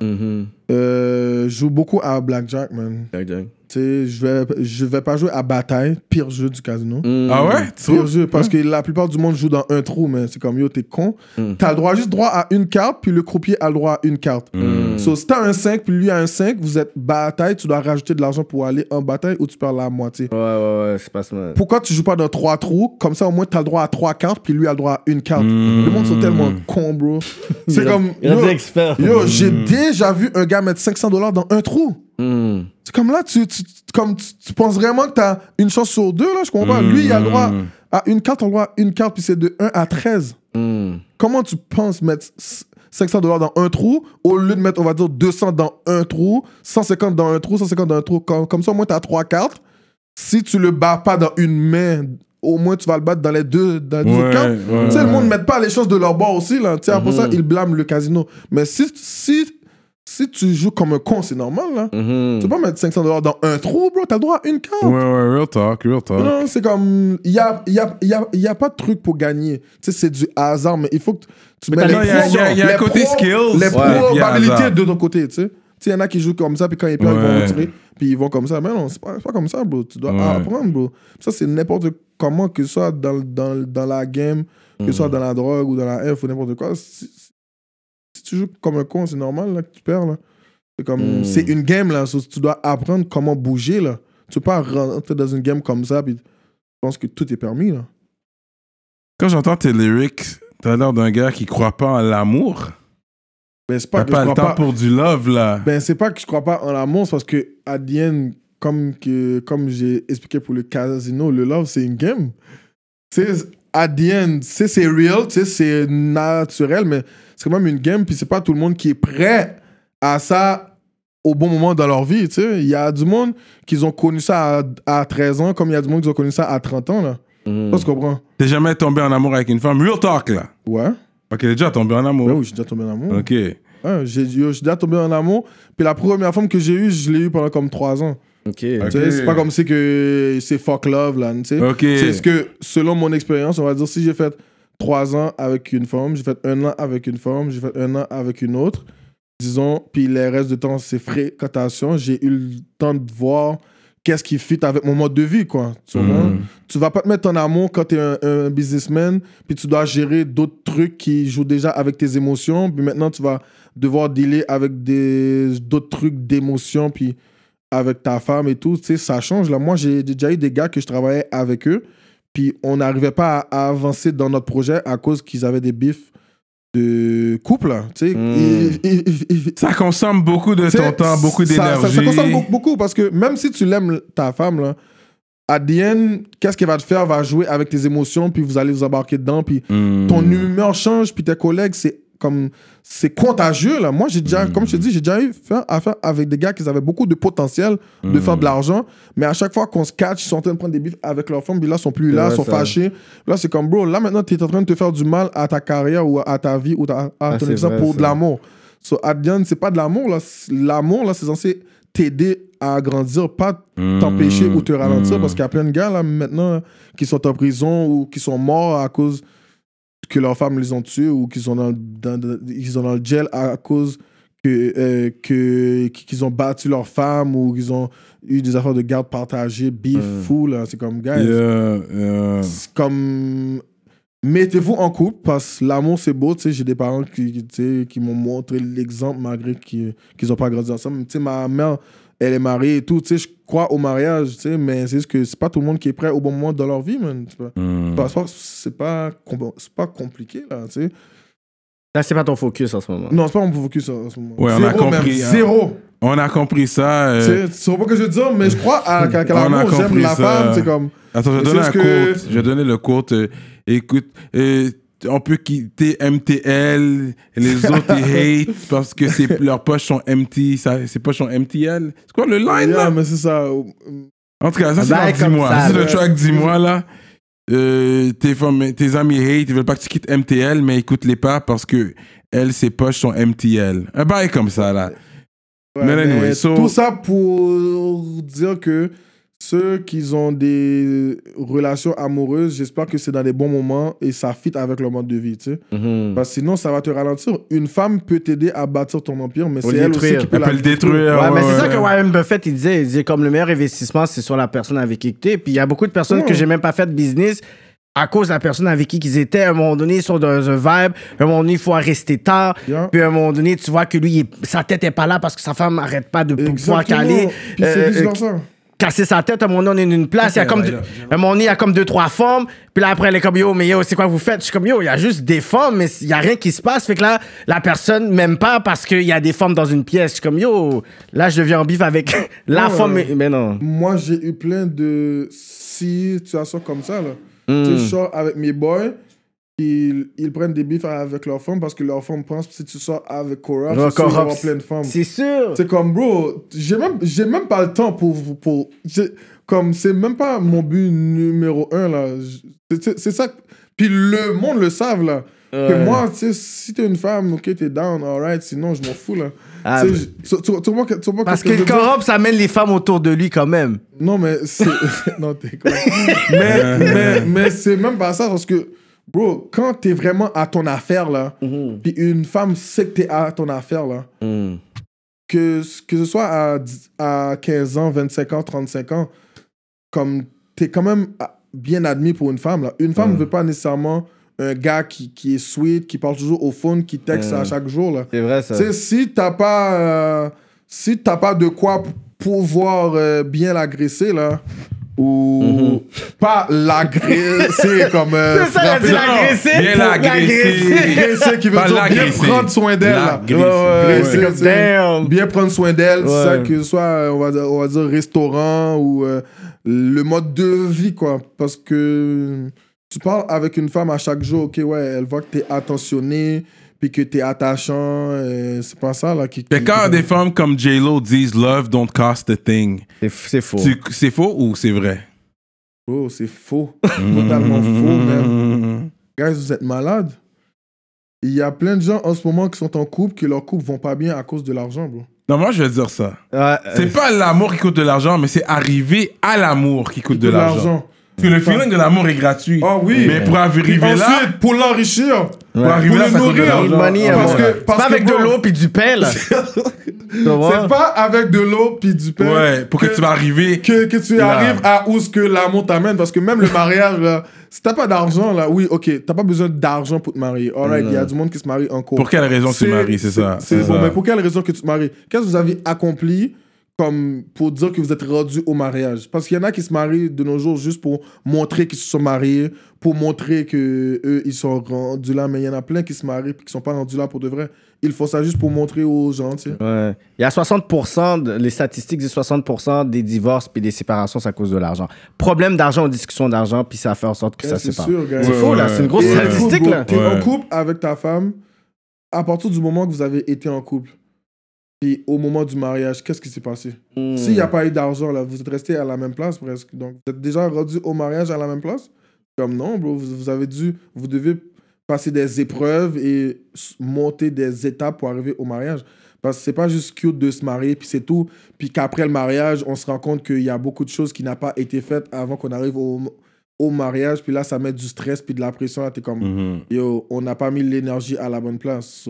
D: Je joue beaucoup à Blackjack, man. Tu sais, je vais pas jouer à Bataille, pire jeu du casino.
C: Ah ouais?
D: Pire jeu, parce que la plupart du monde joue dans un trou, mais c'est comme, yo, t'es con. T'as juste droit à une carte, puis le croupier a le droit à une carte. So, si t'as un 5, puis lui a un 5, vous êtes bataille, tu dois rajouter de l'argent pour aller en bataille ou tu perds la moitié.
E: Ouais, c'est pas ça.
D: Pourquoi tu joues pas dans 3 trous? Comme ça, au moins, t'as le droit à 3 cartes, puis lui a le droit à une carte. Le monde sont tellement cons, bro. C'est comme, yo, j'ai déjà vu un gars mettre $500 dans un trou. C'est comme là, tu penses vraiment que t'as une chance sur 2, là, je comprends pas. Lui, il a le droit à une carte, on a le droit à une carte, puis c'est de 1 à 13. Comment tu penses mettre $500 dans un trou au lieu de mettre, on va dire, 200 dans un trou, 150 dans un trou, 150 dans un trou? Comme ça, au moins, t'as 3 cartes. Si tu le bats pas dans une main, au moins, tu vas le battre dans les deux cartes. Tu sais, le monde ne met pas les choses de leur bord aussi, là. Tu sais, pour ça, ils blâment le casino. Mais si tu joues comme un con, c'est normal, là. Tu peux pas mettre $500 dans un trou, bro. T'as le droit à une carte.
C: Ouais, real talk.
D: Non, c'est comme... Il y a pas de truc pour gagner. Tu sais, c'est du hasard, mais il faut que tu mets
C: il y a un côté skills.
D: Les probabilités de ton côté, tu sais. Tu sais, il y en a qui jouent comme ça, puis quand ils perdent, ils vont retirer, puis ils vont comme ça. Mais non, c'est pas comme ça, bro. Tu dois apprendre, bro. Ça, c'est n'importe comment, que ce soit dans la game, que ce soit dans la drogue ou dans la F ou n'importe quoi. Si tu joues comme un con, c'est normal là, que tu perds. Là. C'est comme, c'est une game, là. Tu dois apprendre comment bouger, là. Tu peux pas rentrer dans une game comme ça, puis tu penses que tout est permis, là.
C: Quand j'entends tes lyrics, t'as l'air d'un gars qui croit pas en l'amour.
D: Ben, c'est pas
C: t'as pas le temps pour du love, là.
D: Ben, c'est pas que je crois pas en l'amour, c'est parce que, at the end, comme j'ai expliqué pour le casino, le love, c'est une game. C'est at the end, c'est real, c'est naturel, mais c'est quand même une game, puis c'est pas tout le monde qui est prêt à ça au bon moment dans leur vie, tu sais. Il y a du monde qui ont connu ça à 13 ans, comme il y a du monde qui ont connu ça à 30 ans, là. Ça, tu comprends?
C: T'es jamais tombé en amour avec une femme? Real talk, là.
D: Ouais.
C: Ok, t'es déjà tombé en amour.
D: Ouais, oui, j'ai déjà tombé en amour.
C: Ok.
D: Ouais, j'ai déjà tombé en amour, puis la première femme que j'ai eue, je l'ai eue pendant comme 3 ans.
E: Okay.
D: C'est pas comme si que c'est fuck love, là, tu sais. C'est ce que, selon mon expérience, on va dire, si j'ai fait 3 ans avec une femme, j'ai fait 1 an avec une femme, j'ai fait 1 an avec une autre, disons, puis les restes de temps, c'est fréquentation, j'ai eu le temps de voir qu'est-ce qui fit avec mon mode de vie, quoi. Tu vas pas te mettre en amour quand t'es un businessman, puis tu dois gérer d'autres trucs qui jouent déjà avec tes émotions, puis maintenant, tu vas devoir dealer avec d'autres trucs d'émotions, puis avec ta femme et tout, tu sais, ça change. Là, moi, j'ai déjà eu des gars que je travaillais avec eux, puis on n'arrivait pas à avancer dans notre projet à cause qu'ils avaient des bifs de couple, là, tu sais.
C: Ça consomme beaucoup de ton temps, beaucoup d'énergie.
D: Ça consomme beaucoup, parce que même si tu l'aimes, ta femme, là, at the end, qu'est-ce qu'elle va te faire? Va jouer avec tes émotions, puis vous allez vous embarquer dedans, puis ton humeur change, puis tes collègues, c'est contagieux, là. Moi, j'ai déjà, comme je te dis, j'ai déjà eu affaire avec des gars qui avaient beaucoup de potentiel de faire de l'argent, mais à chaque fois qu'on se catch, ils sont en train de prendre des bifs avec leur femme, puis là, ils sont plus là, ils sont fâchés. Là, c'est comme, bro, là, maintenant, tu es en train de te faire du mal à ta carrière ou à ta vie ou à ton exemple pour de l'amour. So, at the end, c'est pas de l'amour, là. L'amour, là, c'est censé t'aider à grandir, pas t'empêcher ou te ralentir, parce qu'il y a plein de gars, là, maintenant, qui sont en prison ou qui sont morts à cause que leurs femmes les ont tués ou qu'ils sont dans le jail à cause qu'ils ont battu leurs femmes ou qu'ils ont eu des affaires de garde partagée, beef, fou, là. C'est comme, guys. C'est comme... Mettez-vous en couple parce que l'amour, c'est beau. Tu sais, j'ai des parents qui m'ont montré l'exemple malgré qu'ils n'ont pas grandi ensemble. Tu sais, ma mère, elle est mariée et tout. Tu sais, je crois au mariage, tu sais, mais c'est juste que c'est pas tout le monde qui est prêt au bon moment dans leur vie, man. C'est pas compliqué, là, tu sais.
E: Là, c'est pas ton focus en ce moment.
D: Non, c'est pas mon focus en ce moment.
C: Ouais, on a compris.
D: Zéro.
C: On a compris ça.
D: Tu vois pas que je veux dire, mais je crois à l'amour, j'aime la femme, c'est comme...
C: Attends, je vais donner un quote. Je vais donner le quote. Écoute, on peut quitter MTL, les autres ils hate parce que leurs poches sont empty, ses poches sont MTL. C'est quoi le line là?
D: Mais c'est ça.
C: En tout cas, ça c'est dans 10 mois. C'est le track 10 mois là. Tes amis hate, ils veulent pas que tu quittes MTL, mais écoute-les pas parce que ses poches sont MTL. Un bail comme ça là.
D: Ouais, mais anyway, tout ça pour dire que ceux qui ont des relations amoureuses, j'espère que c'est dans les bons moments et ça fit avec leur mode de vie, tu sais. Parce que sinon, ça va te ralentir. Une femme peut t'aider à bâtir ton empire, mais c'est elle aussi qui peut le détruire.
E: Ouais, mais c'est ça que Warren Buffett, il disait comme le meilleur investissement, c'est sur la personne avec qui tu es. Puis il y a beaucoup de personnes que j'ai même pas fait de business à cause de la personne avec qui ils étaient. À un moment donné, ils sont dans un vibe. À un moment donné, il faut rester tard. Puis à un moment donné, tu vois que lui, sa tête est pas là parce que sa femme n'arrête pas de pouvoir caler.
D: Puis c'est vice-versa.
E: Casser sa tête, à un moment donné, on est dans une place, il y a comme à un moment donné, il y a comme 2-3 femmes, puis là après elle est comme yo, mais yo, c'est quoi vous faites? Je suis comme yo, il y a juste des femmes, mais il y a rien qui se passe, fait que là, la personne m'aime pas parce qu'il y a des femmes dans une pièce. Je suis comme yo, là je deviens en bif avec la femme, mais non.
D: Moi j'ai eu plein de situations comme ça là. Tu sais, je sors avec mes boys, ils prennent des bifs avec leurs femmes parce que leurs femmes pensent que si tu sors avec Cora, tu vas avoir plein de femmes.
E: C'est sûr.
D: C'est comme, bro, j'ai même pas le temps pour comme, c'est même pas mon but numéro 1, là. C'est ça. Puis le monde le savent, là. Que moi, tu sais, si t'es une femme, ok, t'es down, alright, sinon je m'en fous, là.
E: Parce que le corrupt, ça mène les femmes autour de lui quand même.
D: Non, mais c'est... non, t'es quoi. mais c'est même pas ça, parce que bro, quand t'es vraiment à ton affaire, là, puis une femme sait que t'es à ton affaire, là, que ce soit à 15 ans, 25 ans, 35 ans, comme t'es quand même bien admis pour une femme, là. Une femme ne veut pas nécessairement un gars qui est sweet, qui parle toujours au phone, qui texte à chaque jour, là.
E: C'est vrai, ça.
D: Tu sais, si t'as pas de quoi pouvoir bien l'agresser, là, ou pas l'agresser comme
E: c'est ça, il a dit l'agresser.
C: Bien l'agresser
D: qui veut dire bien prendre soin d'elle. Bien prendre soin d'elle, c'est ça, que ce soit on va dire restaurant ou le mode de vie, quoi. Parce que tu parles avec une femme à chaque jour, ok, ouais, elle voit que t'es attentionné, puis que t'es attachant, c'est pas ça, là.
C: Mais quand des femmes comme J-Lo disent « Love don't cost a thing »,
E: c'est faux.
C: C'est faux ou c'est vrai?
D: Oh, c'est faux. Totalement faux, même. Guys, vous êtes malades. Il y a plein de gens en ce moment qui sont en couple, que leur couple vont pas bien à cause de l'argent, bro.
C: Non, moi, je vais dire ça. C'est pas l'amour qui coûte de l'argent, mais c'est arriver à l'amour qui coûte de l'argent. Parce que le feeling de l'amour est gratuit.
D: Ah oui.
C: Mais pour arriver là...
D: Ensuite, pour l'enrichir.
C: Pour arriver là, ça coûte de l'argent.
E: C'est pas avec de l'eau puis du pain, là.
D: C'est pas avec de l'eau puis du pain.
C: Ouais, pour que tu vas arriver...
D: Que tu arrives à où ce que l'amour t'amène. Parce que même le mariage, là, si t'as pas d'argent, là, oui, ok, t'as pas besoin d'argent pour te marier. Alright, il y a du monde qui se marie en couple.
C: Pour quelle raison tu te maries, c'est ça.
D: Mais pour quelle raison que tu te maries? Qu'est-ce que vous avez accompli comme pour dire que vous êtes rendu au mariage? Parce qu'il y en a qui se marient de nos jours juste pour montrer qu'ils se sont mariés, pour montrer qu'eux, ils sont rendus là, mais il y en a plein qui se marient et qui sont pas rendus là pour de vrai. Ils font ça juste pour montrer aux gens, tu sais.
E: Ouais. Il y a 60%, les statistiques disent 60% des divorces puis des séparations, c'est à cause de l'argent. Problème d'argent, discussion d'argent, puis ça fait en sorte que ça sépare. C'est faux, là. C'est une grosse statistique, là.
D: T'es en couple avec ta femme à partir du moment que vous avez été en couple. Puis au moment du mariage, qu'est-ce qui s'est passé? S'il n'y a pas eu d'argent, là, vous êtes resté à la même place presque. Donc, vous êtes déjà rendu au mariage à la même place? Comme non, bro. Vous devez passer des épreuves et monter des étapes pour arriver au mariage. Parce que c'est pas juste cute de se marier, puis c'est tout. Puis qu'après le mariage, on se rend compte qu'il y a beaucoup de choses qui n'ont pas été faites avant qu'on arrive au au mariage, puis là, ça met du stress, puis de la pression. Là, t'es comme, yo, on n'a pas mis l'énergie à la bonne place.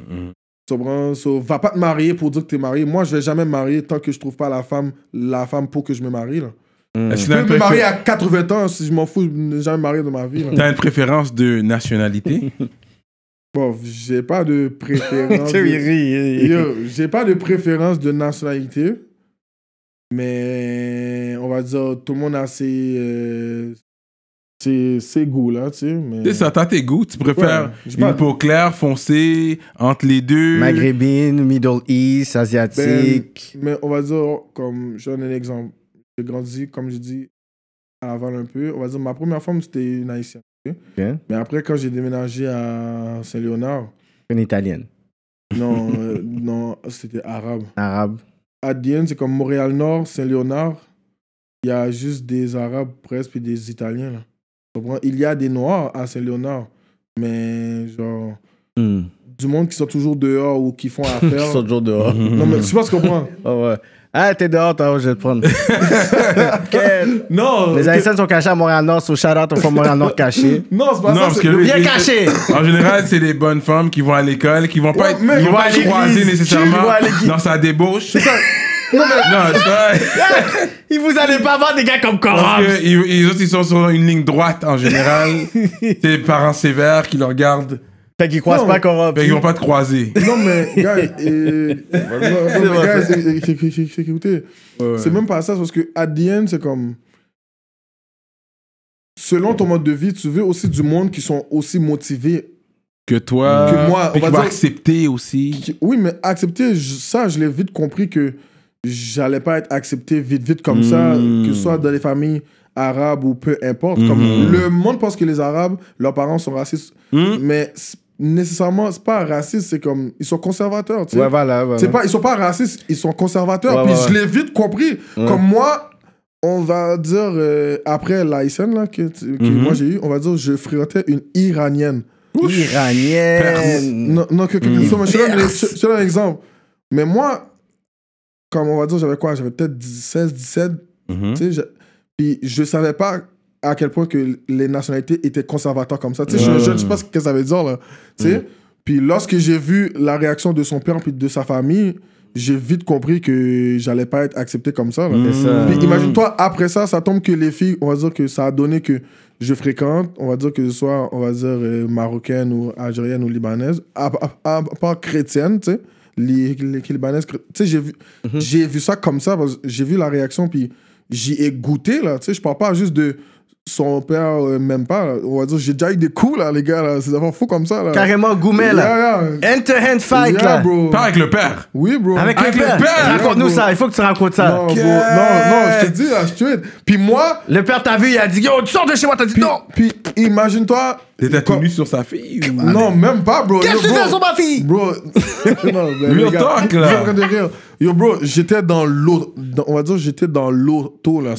D: Va pas te marier pour dire que t'es marié. Moi, je vais jamais me marier tant que je trouve pas la femme pour que je me marie, là. Je peux me marier à 80 ans, si je m'en fous, je n'ai jamais marié de ma vie.
C: T'as une préférence de nationalité?
D: Bon, j'ai pas de préférence. J'ai pas de préférence de nationalité, mais on va dire tout le monde a ses goûts là, tu sais. Mais...
C: C'est ça, t'as tes goûts. Tu préfères une peau claire, foncée, entre les deux?
E: Maghrébine, Middle East, asiatique.
D: Mais on va dire, comme je donne un exemple, j'ai grandi, comme je dis, à Laval un peu. On va dire, ma première femme, c'était une haïtienne. Okay. Mais après, quand j'ai déménagé à Saint-Léonard...
E: Une italienne.
D: Non, non, c'était arabe.
E: Arabe.
D: À Dienne, c'est comme Montréal-Nord, Saint-Léonard. Il y a juste des Arabes presque, puis des Italiens, là. Il y a des Noirs à Saint-Léonard, mais genre... Du monde qui sont toujours dehors ou qui font affaire.
E: Qui sont toujours dehors.
D: Non, mais tu vois ce que je comprends?
E: Oh, ouais. Ah, t'es dehors, toi, je vais te prendre.
D: Non.
E: Les Haïtiens sont cachés à Montréal-Nord, so shout-out aux femmes Montréal-Nord cachées.
D: Non, c'est pas
C: non,
D: ça.
C: Parce que
E: bien caché.
C: En général, c'est les bonnes femmes qui vont à l'école, qui vont pas être, ils vont pas être croisées nécessairement dans sa débauche.
D: C'est ça.
C: Non, c'est vrai.
E: Ils vous allez pas voir des gars comme
C: Parce
E: Coram.
C: que les autres, ils sont sur une ligne droite en général. C'est les parents sévères qui le regardent.
E: Fait qu'ils croisent pas Coram.
C: Ils vont pas te croiser.
D: Non, mais, gars, écoutez, c'est même pas ça, parce que at the end, c'est comme. Selon ton mode de vie, tu veux aussi du monde qui sont aussi motivés
C: que toi.
D: Que moi.
C: On va dire accepter aussi.
D: Oui, mais accepter, ça, je l'ai vite compris que j'allais pas être accepté vite comme ça, que ce soit dans les familles arabes ou peu importe. Comme le monde pense que les Arabes, leurs parents sont racistes, mais nécessairement, c'est pas raciste, c'est comme, ils sont conservateurs, tu sais.
E: Ouais, voilà.
D: C'est pas, ils sont pas racistes, ils sont conservateurs.
E: Ouais,
D: puis
E: ouais.
D: je l'ai vite compris. Comme moi, on va dire, après l'Aïsène, là, que moi j'ai eu, on va dire, je fréquentais une Iranienne.
E: Iranienne.
D: Non, je te donne un exemple. Mais moi, comme on va dire, j'avais quoi? J'avais peut-être 16, 17. Tu sais, puis je savais pas à quel point que les nationalités étaient conservateurs comme ça. Tu sais, je sais pas ce que ça veut dire, là. Tu sais? Puis lorsque j'ai vu la réaction de son père puis de sa famille, j'ai vite compris que j'allais pas être accepté comme ça, là. Puis imagine-toi, après ça, ça tombe que les filles, on va dire que ça a donné que je fréquente, on va dire que ce soit, on va dire, marocaine ou algérienne ou libanaise, à part chrétienne, tu sais. Les libanaises, tu sais, j'ai vu ça comme ça, parce que j'ai vu la réaction, puis j'y ai goûté, là, tu sais, je parle pas juste de son père, même pas, là. On va dire, j'ai déjà eu des coups, là, les gars, là, c'est vraiment fou comme ça, là.
E: Carrément gourmet, là. Hand-to-hand fight, là.
D: Bro.
C: Pas avec le père.
D: Oui, bro.
E: Avec le père. Raconte-nous ça, il faut que tu racontes ça.
D: Non, bro. non, je te dis, là, je te dis. Puis moi...
E: Le père t'a vu, il a dit, yo, tu sors de chez moi, t'as dit non.
D: Puis imagine-toi...
C: T'étais tout nu sur sa fille ou...
D: Non, même pas, bro.
E: Qu'est-ce que tu fais sur ma fille?
D: Bro. Non,
C: Real talk, là.
D: Je suis en train de rire. Yo, bro, j'étais dans l'auto... On va dire, j'étais dans l'auto, là,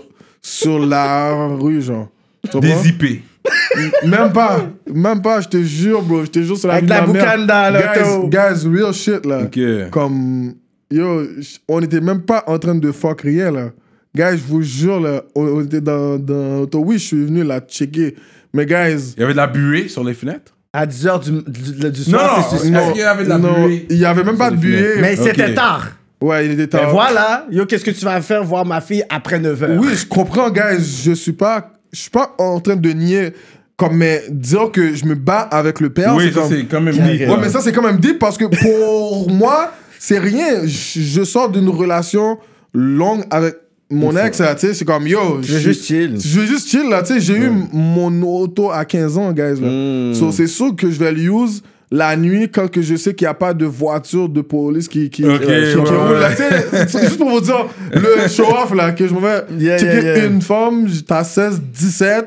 D: sur la rue, genre.
C: Des IP.
D: Même pas, je te jure, bro. Je te jure sur la
E: Avec la boucanda, là.
D: Guys, real shit, là.
C: Ok.
D: Comme, yo, on était même pas en train de fuck rien, là. Guys, je vous jure, là, on était dans l'auto. Oui, je suis venu la checker. Mais, guys...
C: Il y avait de la buée sur les fenêtres?
E: À 10h du soir, c'est
C: Est-ce qu'il y avait de la buée?
D: Il y avait même pas de buée.
E: Mais c'était tard.
D: Ouais, il était tard.
E: Et voilà, yo, qu'est-ce que tu vas faire voir ma fille après 9h?
D: Oui, je comprends, guys. Je suis pas en train de nier, comme, mais dire que je me bats avec le père.
C: Oui, c'est quand même dit.
D: Ouais, mais ça, c'est quand même dit parce que pour moi, c'est rien. Je sors d'une relation longue avec mon ex, là, tu sais, c'est comme, yo.
E: Je veux juste chill.
D: Je veux juste chill, là, tu sais. J'ai eu mon auto à 15 ans, guys, là. So, c'est sûr que je vais l'use la nuit quand que je sais qu'il n'y a pas de voiture de police qui roule, là, tu sais. C'est juste pour vous dire, le show-off, là, que je me vais checker une femme, t'as 16, 17,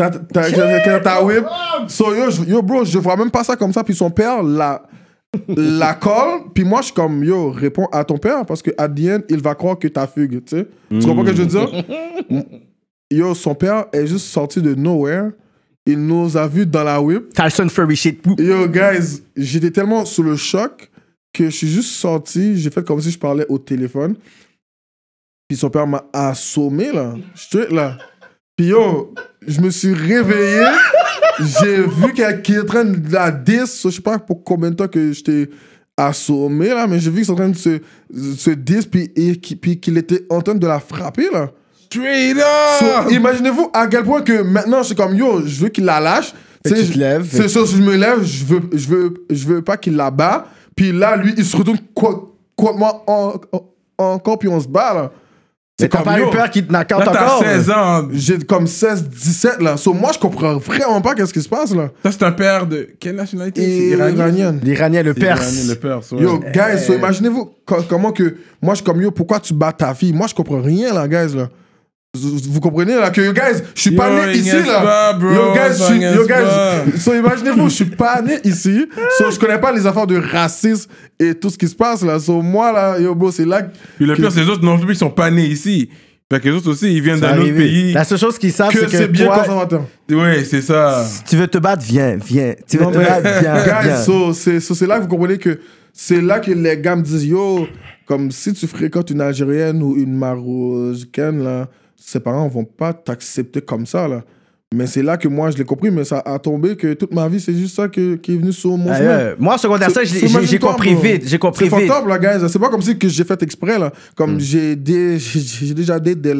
D: t'as whip. So, yo, bro, je vois même pas ça comme ça. Puis son père la colle, puis moi je suis comme, yo, réponds à ton père parce que at the end, il va croire que t'as fugue, tu sais. Tu comprends ce que je veux dire? Yo, son père est juste sorti de nowhere. Il nous a vus dans la whip.
E: Tyson Fury shit.
D: Yo, guys, j'étais tellement sous le choc que je suis juste sorti, j'ai fait comme si je parlais au téléphone. Puis son père m'a assommé, là. Straight, là. Puis yo, je me suis réveillé, j'ai vu qu'il est en train de la 10, je sais pas pour combien de temps que j'étais assommé là, mais j'ai vu qu'il est en train de se 10 puis qu'il était en train de la frapper là.
C: Straight up!
D: So, imaginez-vous à quel point que maintenant je suis comme yo, je veux qu'il la lâche.
E: Tu te lèves.
D: C'est ça, si je me lève, je veux pas qu'il la bat. Puis là, lui, il se retourne contre moi encore, puis on se bat là.
E: Mais t'as pas eu peur qu'il te knock out
C: là,
E: encore?
C: T'as 16 ans.
D: J'ai comme 16, 17 là. So, moi, je comprends vraiment pas qu'est-ce qui se passe là.
C: Ça, c'est un père de quelle nationalité? C'est
D: Iranienne.
E: L'Iranien, le Perse.
C: Le Perse, ouais.
D: Yo, guys, so, imaginez-vous comment que. Moi, je suis comme yo, pourquoi tu bats ta fille? Moi, je comprends rien là, guys là. Vous comprenez là que yo guys, je suis pas né ici là. Yo guys, so imaginez-vous, je suis pas né ici, so je connais pas les affaires de racisme et tout ce qui se passe là. So moi là, yo bro, c'est là.
C: Puis le pire, c'est les autres non plus, ils sont pas nés ici. Fait que les autres aussi, ils viennent d'un autre pays.
E: La seule chose qu'ils savent, c'est que
D: c'est bien
E: toi,
D: conservateur.
C: Ouais, c'est ça.
E: si tu veux te battre, viens. Tu veux
D: Non,
E: te
D: mais,
E: battre, viens.
D: guys, c'est là que vous comprenez que c'est là que les gars me disent yo, comme si tu fréquentes une Algérienne ou une Marocaine là, ses parents vont pas t'accepter comme ça là. Mais c'est là que moi je l'ai compris, mais ça a tombé que toute ma vie c'est juste ça qui est venu sur mon chemin.
E: Moi, en secondaire, ça, j'ai compris vite. J'ai compris
D: c'est
E: vite.
D: C'est là, guys. C'est pas comme si que j'ai fait exprès là. Comme j'ai déjà des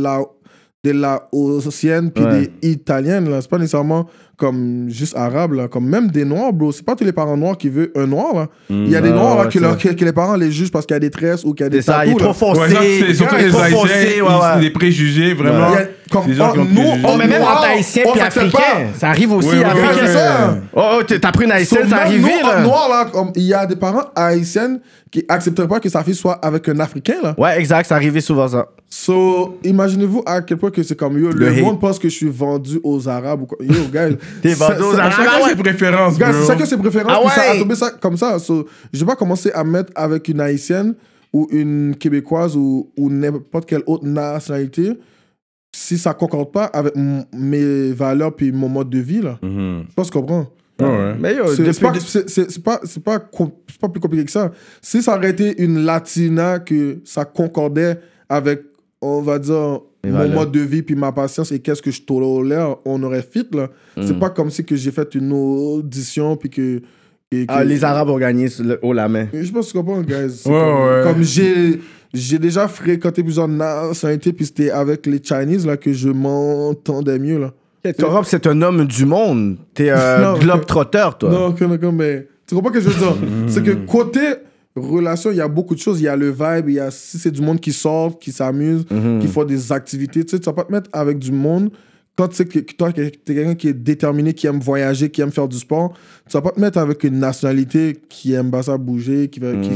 D: Laotiennes puis des Italiennes là. C'est pas nécessairement comme juste arabes là. Comme même des noirs, bro. C'est pas tous les parents noirs qui veulent un noir là. Il y a des noirs là que les parents les jugent parce qu'il y a des tresses ou qu'il y a des tatous.
E: Il est trop foncé.
C: Ouais, surtout les Haïtiens, des préjugés, vraiment.
D: Comme
E: mais même entre Haïtiens et Africains, ça arrive aussi. Africains. Oh, t'as pris une Haïtienne, ça arrive là.
D: Noir là, il y a des parents haïtiennes qui accepteraient pas que sa fille soit avec un Africain là.
E: Ouais, exact, ça arrivait souvent ça.
D: So, imaginez-vous à quel point que c'est comme yo, le monde pense que je suis vendu aux Arabes ou quoi. Yo, guys.
E: T'es vendu aux Arabes.
C: Chacun ses préférences, bro.
D: Chacun ses préférences. Puis ça a tombé ça comme ça. So, je vais pas commencer à mettre avec une Haïtienne ou une Québécoise ou n'importe quelle autre nationalité si ça concorde pas avec mes valeurs puis mon mode de vie là. Je pense qu'on comprend.
C: Ouais.
E: Mais yo,
D: c'est pas plus compliqué que ça. Si ça aurait été une Latina que ça concordait avec, on va dire, mon mode de vie puis ma patience et qu'est-ce que je tolère, on aurait fit là. C'est pas comme si que j'ai fait une audition puis que
E: les Arabes ont gagné haut la main.
D: Je pense que tu comprends, guys.
C: Ouais.
D: Comme j'ai déjà fréquenté plusieurs nationalités puis c'était avec les Chinese là que je m'entendais mieux là.
E: Europe, c'est un homme du monde. T'es un globe-trotteur, toi.
D: Non, mais tu comprends ce que je veux dire? C'est que côté relation, il y a beaucoup de choses. Il y a le vibe, si c'est du monde qui sort, qui s'amuse, qui font des activités. Tu sais, tu vas pas te mettre avec du monde. Quand tu sais que toi, t'es quelqu'un qui est déterminé, qui aime voyager, qui aime faire du sport, tu vas pas te mettre avec une nationalité qui aime pas ça bouger,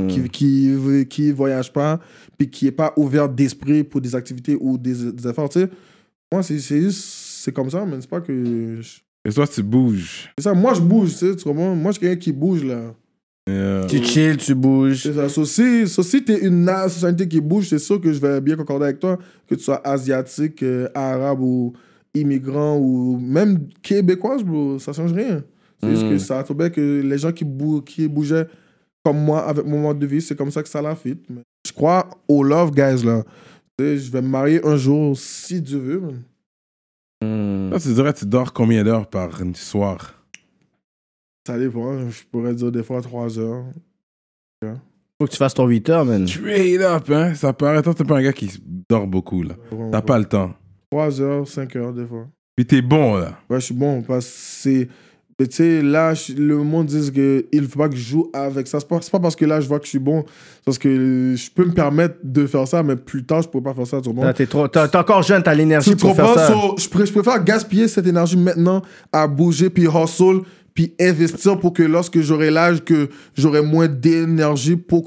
D: qui voyage pas, puis qui est pas ouvert d'esprit pour des activités ou des efforts. Tu sais, moi, c'est juste... C'est comme ça, mais c'est pas que...
C: Et toi, tu bouges.
D: C'est ça, moi je bouge, tu sais, tu comprends? Moi je suis quelqu'un qui bouge, là.
E: Tu chill, tu bouges.
D: C'est ça. Si t'es une nationalité qui bouge, c'est sûr que je vais bien concorder avec toi, que tu sois asiatique, arabe ou immigrant ou même québécoise, bro, ça change rien. C'est juste que ça a trouvé que les gens qui bougeaient comme moi avec mon mode de vie, c'est comme ça que ça l'a fait. Mais je crois au love, guys, là. Tu sais, je vais me marier un jour, si Dieu veut, man.
C: Là, tu dirais, tu dors combien d'heures par soir?
D: Ça dépend. Je pourrais dire des fois 3 heures.
E: Faut que tu fasses ton 8 heures, man.
C: Straight up, hein? Ça paraît. Toi, t'es pas un gars qui dort beaucoup, là. T'as pas le temps.
D: 3 heures, 5 heures, des fois.
C: Puis t'es bon, là.
D: Ouais, je suis bon. Parce que c'est... Mais tu sais, là, le monde dit qu'il ne faut pas que je joue avec ça. C'est pas parce que là, je vois que je suis bon. C'est parce que je peux me permettre de faire ça, mais plus tard, je ne pourrais pas faire ça.
E: T'es encore jeune, t'as l'énergie pour faire ça.
D: Je préfère gaspiller cette énergie maintenant à bouger, puis hustle, puis investir pour que lorsque j'aurai l'âge, que j'aurai moins d'énergie pour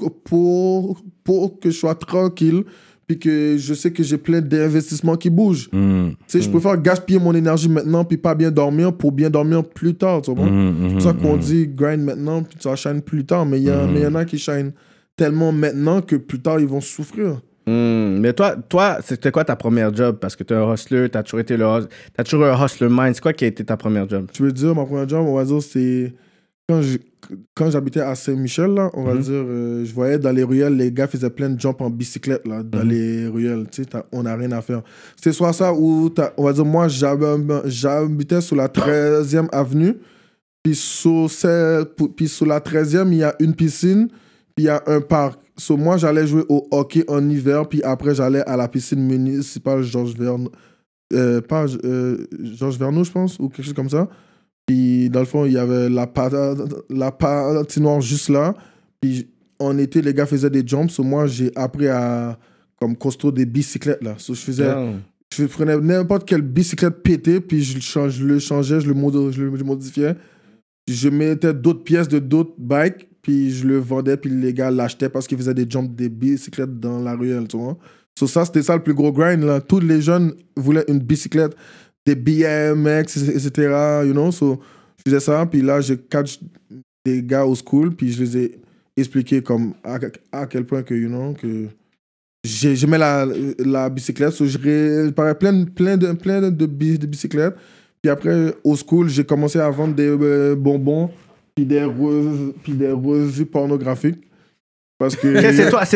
D: que je sois tranquille, puis que je sais que j'ai plein d'investissements qui bougent. Tu sais, je préfère gaspiller mon énergie maintenant puis pas bien dormir pour bien dormir plus tard, tu vois. C'est pour ça qu'on dit grind maintenant puis tu vas shine plus tard. Mais il y en a qui shine tellement maintenant que plus tard, ils vont souffrir.
E: Mais toi, c'était quoi ta première job? Parce que t'es un hustler, t'as toujours été t'as toujours un hustler mind. C'est quoi qui a été ta première job?
D: Tu veux dire, ma première job, on va dire, c'est quand j'habitais à Saint-Michel, là, on va dire, je voyais dans les ruelles, les gars faisaient plein de jumps en bicyclette là, dans les ruelles. Tu sais, on n'a rien à faire. C'était soit ça ou, on va dire, moi, j'habitais sur la 13e avenue. Puis sur la 13e, il y a une piscine, puis il y a un parc. Moi, j'allais jouer au hockey en hiver, puis après, j'allais à la piscine municipale Georges Verneau. Georges Verneau, je pense, ou quelque chose comme ça. Puis dans le fond, il y avait la patinoire juste là. Puis en été, les gars faisaient des jumps. Moi, j'ai appris à comme construire des bicyclettes là. Je prenais n'importe quelle bicyclette pétée, puis je le changeais, je le modifiais. Je mettais d'autres pièces de d'autres bikes, puis je le vendais, puis les gars l'achetaient parce qu'ils faisaient des jumps, des bicyclettes dans la ruelle, tu vois. Ça, c'était ça le plus gros grind là. Tous les jeunes voulaient une bicyclette, des BMX, etc. You know, je faisais ça, puis là, je catch des gars au school, puis je les ai expliqué comme à quel point que, you know, que j'aimais la bicyclette. Je réparais plein de bicyclettes. Puis après, au school, j'ai commencé à vendre des bonbons, puis des revues pornographiques. Parce que
E: c'est toi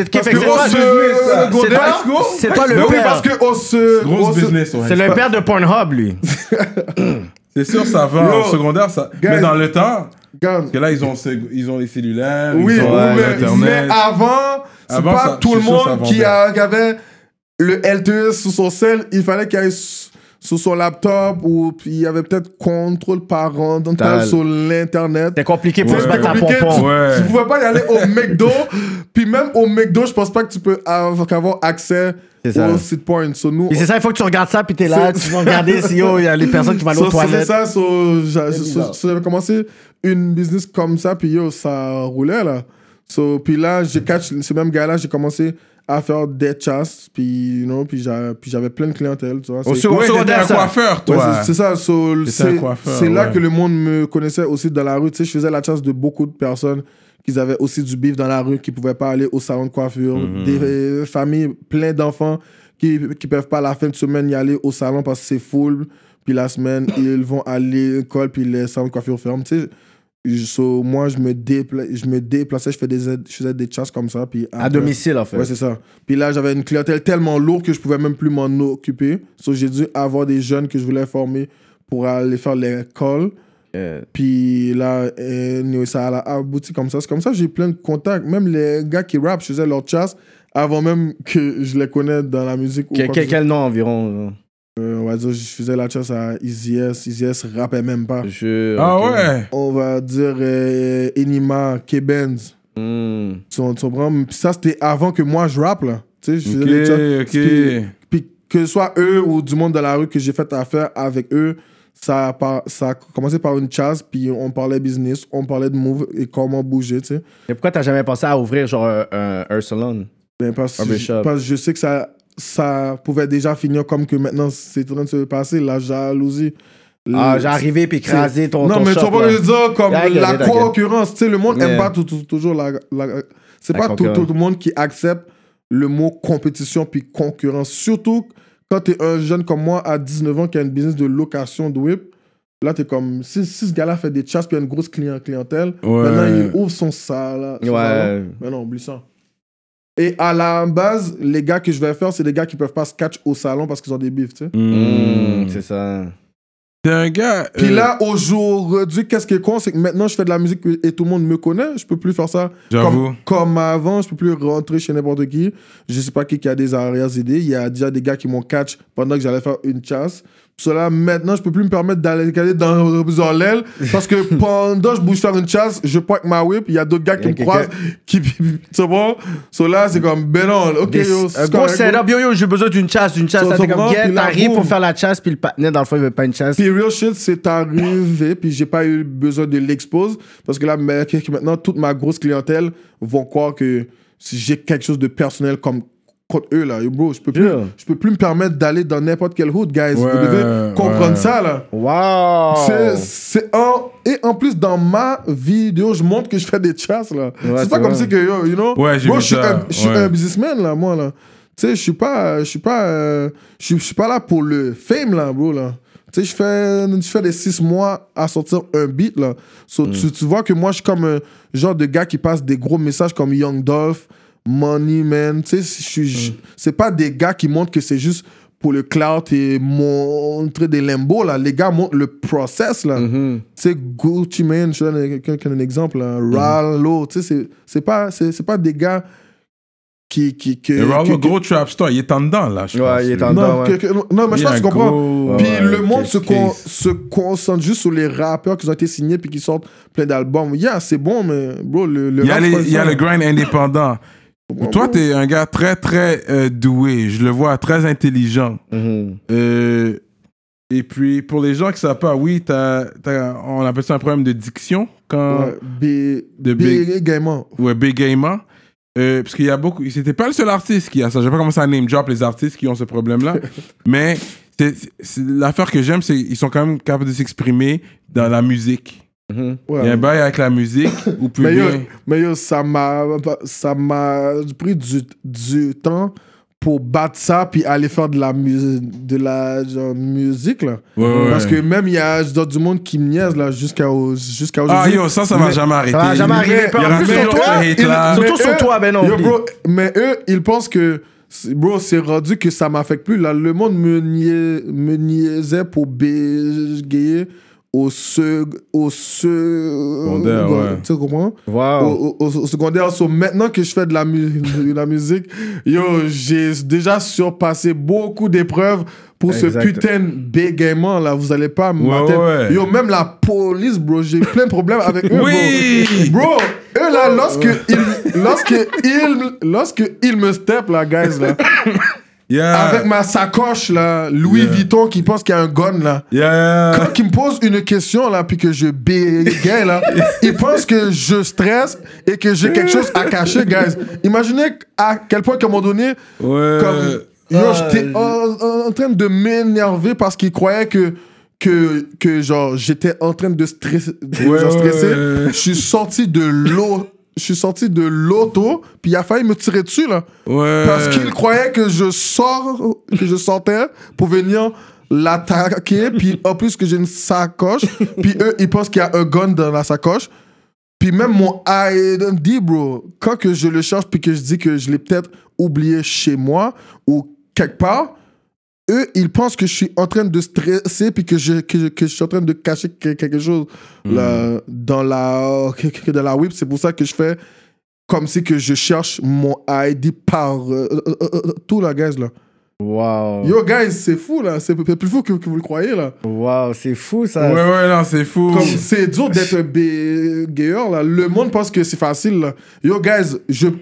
E: le père.
D: Parce que
C: grosse business, ouais.
E: C'est le père de Pornhub, lui.
C: C'est sûr, ça va en secondaire, ça.
D: Guys,
C: mais dans le temps,
D: parce
C: que là, ils ont les cellulaires,
D: oui,
C: ils ont Internet.
D: mais avant, c'est pas
C: ça,
D: tout le monde qui avait le LTE sur son cell. Il fallait qu'il aille sur son laptop, ou puis il y avait peut-être contrôle parental sur l'internet.
E: C'était compliqué pour se mettre à pompon.
D: Tu pouvais pas y aller au McDo. Puis même au McDo, je pense pas que tu peux avoir accès au site porn.
E: Et c'est ça, il faut que tu regardes ça, puis t'es là, tu vas regarder si il y a les personnes qui vont aller aux toilettes.
D: C'est ça, j'avais commencé une business comme ça, puis ça roulait là. Puis là, j'ai catch ce même gars-là, j'ai commencé à faire des chasses, puis j'avais plein de clientèle, tu vois.
C: T'étais un coiffeur, toi.
D: Ouais, c'est ça. C'est là que le monde me connaissait aussi dans la rue. Tu sais, je faisais la chasse de beaucoup de personnes qui avaient aussi du bif dans la rue, qui pouvaient pas aller au salon de coiffure, des familles, plein d'enfants qui peuvent pas la fin de semaine y aller au salon parce que c'est full, puis la semaine ils vont à l'école, puis les salons de coiffure ferment, tu sais. Moi, je me déplaçais, je faisais des chasses comme ça. Puis après,
E: à domicile, en fait.
D: Ouais, c'est ça. Puis là, j'avais une clientèle tellement lourde que je pouvais même plus m'en occuper. J'ai dû avoir des jeunes que je voulais former pour aller faire l'école. Puis là, ça a abouti comme ça. C'est comme ça que j'ai plein de contacts. Même les gars qui rappent, je faisais leur chasse avant même que je les connaisse dans la musique.
E: Quel nom environ?
D: On va dire, je faisais la chasse à Easy S. Easy S rappait même pas.
C: Ouais.
D: On va dire Enima, K-Benz. Puis ça, c'était avant que moi je rappe, là. Tu sais, je faisais les chats. Puis que ce soit eux ou du monde de la rue que j'ai fait affaire avec eux, ça a commencé par une chasse, puis on parlait business, on parlait de move et comment bouger, tu sais.
E: Et pourquoi t'as jamais pensé à ouvrir genre un salon?
D: Parce que je sais que ça pouvait déjà finir comme que maintenant c'est en train de se passer, la jalousie.
E: J'ai arrivé puis écrasé ton
D: Non, mais
E: shop,
D: tu vas pas dire comme la concurrence. Tu sais, le monde n'aime pas toujours c'est pas tout le monde qui accepte le mot compétition puis concurrence. Surtout quand t'es un jeune comme moi à 19 ans qui a une business de location de whip. Là, t'es comme, si ce gars-là fait des chasses puis il y a une grosse clientèle, maintenant il ouvre son salon. Mais non, oublie ça. Et à la base, les gars que je vais faire, c'est des gars qui peuvent pas se catch au salon parce qu'ils ont des bifs, tu sais.
E: C'est ça.
C: T'es un gars...
D: Puis là, aujourd'hui, qu'est-ce qui est con, c'est que maintenant, je fais de la musique et tout le monde me connaît. Je peux plus faire ça comme avant. Je peux plus rentrer chez n'importe qui. Je sais pas qui a des arrière-idées. Il y a déjà des gars qui m'ont catch pendant que j'allais faire une chasse. Cela, maintenant, je peux plus me permettre d'aller dans l'aile parce que pendant que je bouge faire une chasse, je pointe ma whip, il y a d'autres gars qui me croisent, tu sais bon? Là, c'est comme, ben non, ok, yo,
E: c'est gros setup, yo, j'ai besoin d'une chasse, là, t'es comme, t'arrives pour faire la chasse, puis le patinet, dans le fond, il veut pas une chasse.
D: Puis real shit, c'est arrivé, puis j'ai pas eu besoin de l'expose, parce que là, maintenant, toute ma grosse clientèle vont croire que si j'ai quelque chose de personnel comme contre eux là, bro, je peux plus me permettre d'aller dans n'importe quel hood, guys. Vous devez comprendre ça là.
E: Wow.
D: Et en plus dans ma vidéo, je montre que je fais des chasses là. C'est pas comme si que yo, you know.
C: Ouais,
D: bro, je suis un businessman là, moi là. Tu sais, je suis pas là pour le fame là, bro là. Tu sais, je fais des 6 mois à sortir un beat, là. So, tu vois que moi, je suis comme un genre de gars qui passe des gros messages comme Young Dolph, Money Man. Tu sais, c'est pas des gars qui montrent que c'est juste pour le clout et montrer des limbos, là. Les gars montrent le process, là. Tu sais, Gucci Mane, je donne un exemple, là. Rallo, tu sais, c'est pas des gars qui
C: gros trap star, il est en dedans, là, je pense.
E: Ouais, il est en dedans,
D: non, mais je pense que tu comprends. Puis
C: ouais,
D: le monde
C: case.
D: se concentre juste sur les rappeurs qui ont été signés puis qui sortent plein d'albums. Yeah, c'est bon, mais bro,
C: il y a le grind indépendant. Toi, t'es un gars très, très doué. Je le vois, très intelligent. Et puis, pour les qui savent pas, oui, on appelle ça un problème de diction.
D: Bégaiement.
C: Ouais, bégaiement. Parce qu'il y a beaucoup... C'était pas le seul artiste qui a ça. Je vais pas commencer à name drop les artistes qui ont ce problème-là. Mais l'affaire que j'aime, c'est qu'ils sont quand même capables de s'exprimer dans la musique.
D: Ouais.
C: Il y a un bail avec la musique ou plus bien.
D: Mais yo, ça m'a pris du temps pour battre ça puis aller faire de la musique là. Parce que même il y a du monde qui me niaise là jusqu'à aujourd'hui.
C: Ah yo, ça va jamais arrêter.
E: Ça va jamais arriver. Surtout sur toi, ben non.
D: Yo, bro, mais eux, ils pensent que bro, c'est rendu que ça m'affecte plus là. Le monde me niaisait pour bégayer au secondaire,
C: ouais.
D: Tu comprends?
E: Wow.
D: Au secondaire. So, maintenant que je fais de la musique, yo, j'ai déjà surpassé beaucoup d'épreuves pour ce putain de bégaiement là. Vous allez pas m'attendre.
C: Ouais.
D: Yo, même la police, bro, j'ai plein de problèmes avec eux,
C: oui!
D: bro. Eux là, lorsque ils me step là, guys là.
C: Yeah.
D: Avec ma sacoche là, Louis Vuitton qui pense qu'il y a un gun là. Quand il me pose une question là, puis que je bégaye là, il pense que je stresse et que j'ai quelque chose à cacher, guys. Imaginez à quel point qu'à un moment donné, comme j'étais en train de m'énerver parce qu'il croyait que genre j'étais en train de stresser. Je suis sorti de l'eau. Je suis sorti de l'auto, puis il a failli me tirer dessus, là. Parce qu'il croyait que je sortais pour venir l'attaquer, puis en plus que j'ai une sacoche, puis eux, ils pensent qu'il y a un gun dans la sacoche. Puis même mon ID, bro, quand que je le cherche, puis que je dis que je l'ai peut-être oublié chez moi, ou quelque part, eux, ils pensent que je suis en train de stresser puis que je suis en train de cacher quelque chose là, dans la whip. C'est pour ça que je fais comme si que je cherche mon ID par tout, là, guys, là.
E: Wow.
D: Yo, guys, c'est fou, là. C'est plus fou que vous le croyez, là.
E: Wow, c'est fou, ça.
C: Ouais, non, c'est fou.
D: Comme c'est dur d'être un bégayeur, là. Le monde pense que c'est facile, là. Yo, guys,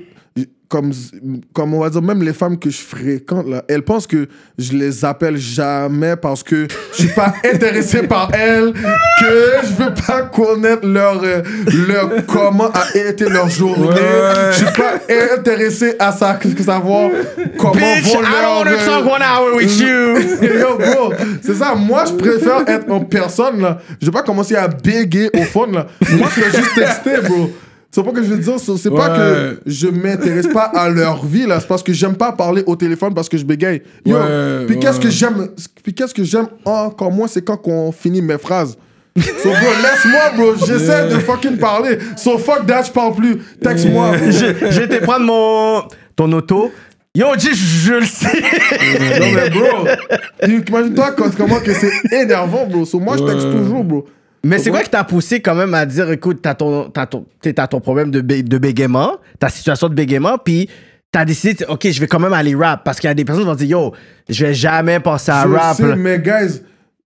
D: comme on va dire, même les femmes que je fréquente, là, elles pensent que je les appelle jamais parce que je suis pas intéressé par elles, que je veux pas connaître leur comment a été leur journée. Je suis pas intéressé à savoir comment vont leur...
E: I don't want to talk 1 hour with you.
D: Yo, bro, c'est ça. Moi, je préfère être en personne, là. Je vais pas commencer à bégayer au phone, là. Moi, je vais juste texter, bro. C'est pas que je veux dire, c'est pas que je m'intéresse pas à leur vie, là. C'est parce que j'aime pas parler au téléphone parce que je bégaye. Yo, puis qu'est-ce que j'aime encore moins, c'est quand on finit mes phrases. So, bro, laisse-moi, bro. J'essaie de fucking parler. So, fuck that, je parle plus. Texte-moi, bro.
E: J'ai été prendre ton auto. Yo, G, je le sais.
D: Non, mais bro, imagine-toi comment que c'est énervant, bro. So, moi, je texte toujours, bro.
E: Mais c'est quoi qui t'a poussé quand même à dire, écoute, t'as ton problème de bégaiement, ta situation de bégaiement, puis t'as décidé, ok, je vais quand même aller rap, parce qu'il y a des personnes qui vont dire, yo, je vais jamais passer à rap.
D: Je sais, mais guys,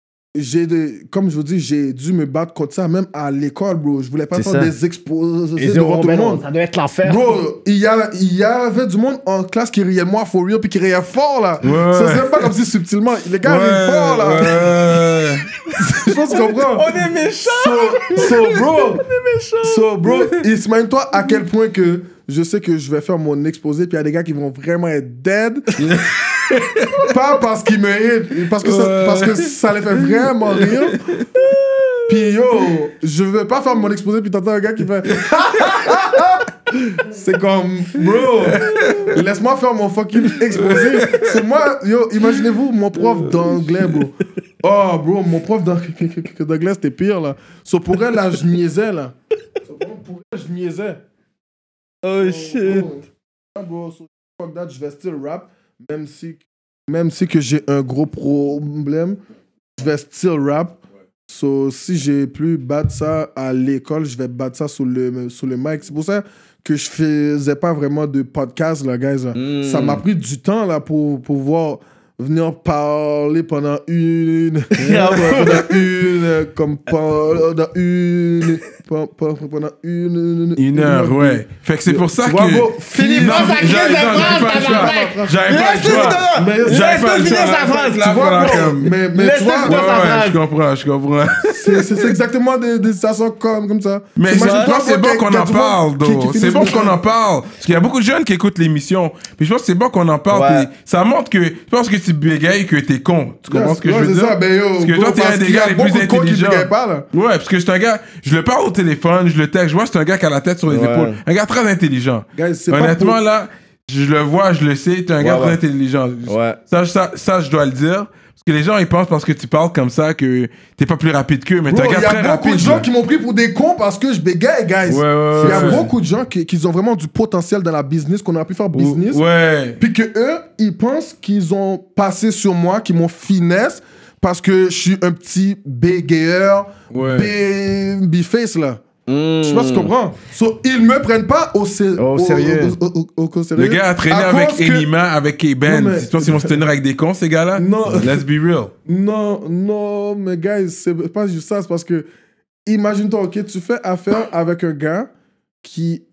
D: comme je vous dis, j'ai dû me battre contre ça, même à l'école, bro. Je voulais pas faire des exposés devant tout le monde.
E: Ça doit être l'enfer.
D: Bro, il y avait du monde en classe qui riait de moi, for real, puis qui riait fort, là. Ça c'est même pas comme si subtilement. Les gars rient fort, là. Je pense que tu comprends.
E: On est méchants.
D: Bro. On est méchants. Bro, imagine-toi à quel point que je sais que je vais faire mon exposé, puis il y a des gars qui vont vraiment être dead. Pas parce qu'ils me hit, parce que ça les fait vraiment rire. Puis yo, je veux pas faire mon exposé, puis t'entends un gars qui fait... C'est comme, bro, laisse-moi faire mon fucking exposé. C'est moi, yo, imaginez-vous mon prof d'anglais, bro. Oh, bro, mon prof d'anglais, c'était pire, là. So, pour elle, là, je niaisais, là. Pour elle, je niaisais.
E: Oh, shit.
D: Bro, so, fuck that, je vais still rap, même si que j'ai un gros problème, je vais still rap. So, si j'ai plus battre ça à l'école, je vais battre ça sur le mic. C'est pour ça que je faisais pas vraiment de podcast, là, guys. Là. Ça m'a pris du temps, là, pour pouvoir venir parler pendant une
C: heure, ouais. Fait que c'est pour ça que...
E: Philippe, j'avais pas le choix.
D: Mais tu vois,
C: je comprends.
D: C'est exactement des situations comme ça.
C: Mais c'est bon qu'on en parle, c'est bon qu'on en parle. Parce qu'il y a beaucoup de jeunes qui écoutent l'émission. Puis je pense que c'est bon qu'on en parle. Ça montre que... Je pense que tu bégayes que t'es con. Tu comprends ce que je veux dire? Parce que toi, t'es un des gars les plus intelligents. Ouais, parce que c'est un gars... Je le parle au téléphone, je le texte. Je vois c'est un gars qui a la tête sur les épaules. Un gars très intelligent. Honnêtement, là, je le vois, je le sais. T'es un gars très intelligent. Ça, je dois le dire. Parce que les gens, ils pensent parce que tu parles comme ça que t'es pas plus rapide qu'eux, mais t'es un gars très rapide.
D: Il y a beaucoup de gens qui m'ont pris pour des cons parce que je bégaye, guys. Il y a beaucoup de gens qui ont vraiment du potentiel dans la business, qu'on a pu faire business. Puis que eux, ils pensent qu'ils ont passé sur moi, qu'ils m'ont finesse parce que je suis un petit bégayeur, babyface, là. Je sais pas si tu comprends. So, ils me prennent pas au sérieux.
C: Le gars a traîné avec Enima, avec K-Ben. Tu penses qu'ils vont se tenir avec des cons, ces gars-là?
D: Non.
C: Let's be real.
D: Non, mais guys, c'est pas juste ça. C'est parce que, imagine-toi, ok, tu fais affaire avec un gars qui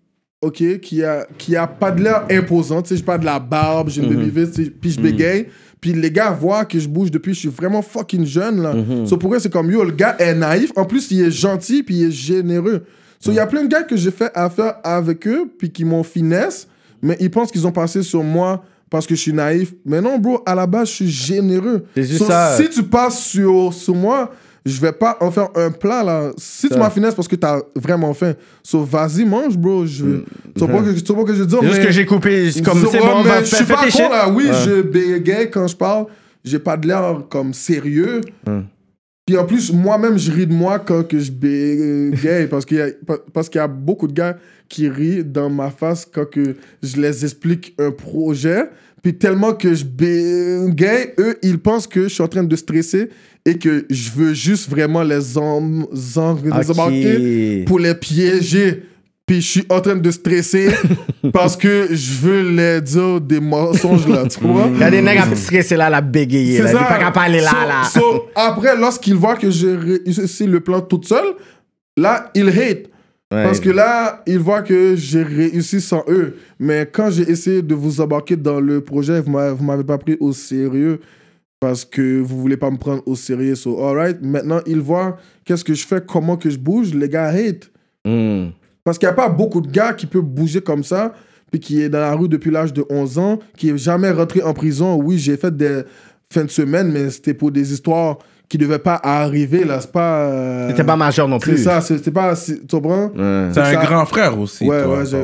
D: a pas de l'air imposant. Tu sais, j'ai pas de la barbe, j'ai une baby-face, puis je bégaye. Puis les gars voient que je bouge depuis, je suis vraiment fucking jeune, là. So pour eux, c'est comme, yo, le gars est naïf. En plus, il est gentil, puis il est généreux. So il y a plein de gars que j'ai fait affaire avec eux, puis qui m'ont finesse, mais ils pensent qu'ils ont passé sur moi parce que je suis naïf. Mais non, bro, à la base, je suis généreux.
E: C'est juste ça.
D: Si tu passes sur moi, je vais pas en faire un plat, là. Si tu m'as finesse parce que t'as vraiment faim, vas-y, mange, bro. Tu vois pas que je veux dire,
E: juste que j'ai coupé, comme c'est bon,
D: mais je suis pas con, là. Oui, je bégaye quand je parle. J'ai pas de l'air comme sérieux. Puis en plus, moi-même, je ris de moi quand que je bégaye parce qu'il y a beaucoup de gars qui rient dans ma face quand que je les explique un projet. Puis tellement que je bégaye, eux, ils pensent que je suis en train de stresser et que je veux juste vraiment les embarquer pour les piéger. Puis je suis en train de stresser parce que je veux les dire des mensonges, là, tu vois?
E: Il y a des nègres à stresser là, la bégayer. C'est ça. Il n'est pas capable d'aller là.
D: Après, lorsqu'ils voient que j'ai réussi le plan toute seule, là, ils hate. Parce que là, ils voient que j'ai réussi sans eux. Mais quand j'ai essayé de vous embarquer dans le projet, vous m'avez pas pris au sérieux parce que vous voulez pas me prendre au sérieux. So, alright, maintenant, ils voient qu'est-ce que je fais, comment que je bouge. Les gars hate. Parce qu'il n'y a pas beaucoup de gars qui peuvent bouger comme ça, puis qui est dans la rue depuis l'âge de 11 ans, qui n'est jamais rentré en prison. Oui, j'ai fait des fins de semaine, mais c'était pour des histoires qui ne devaient pas arriver, là. C'est pas...
E: T'étais pas majeur non plus.
D: C'est ça, c'était pas... Tu comprends?
C: C'est un grand frère aussi,
D: j'ai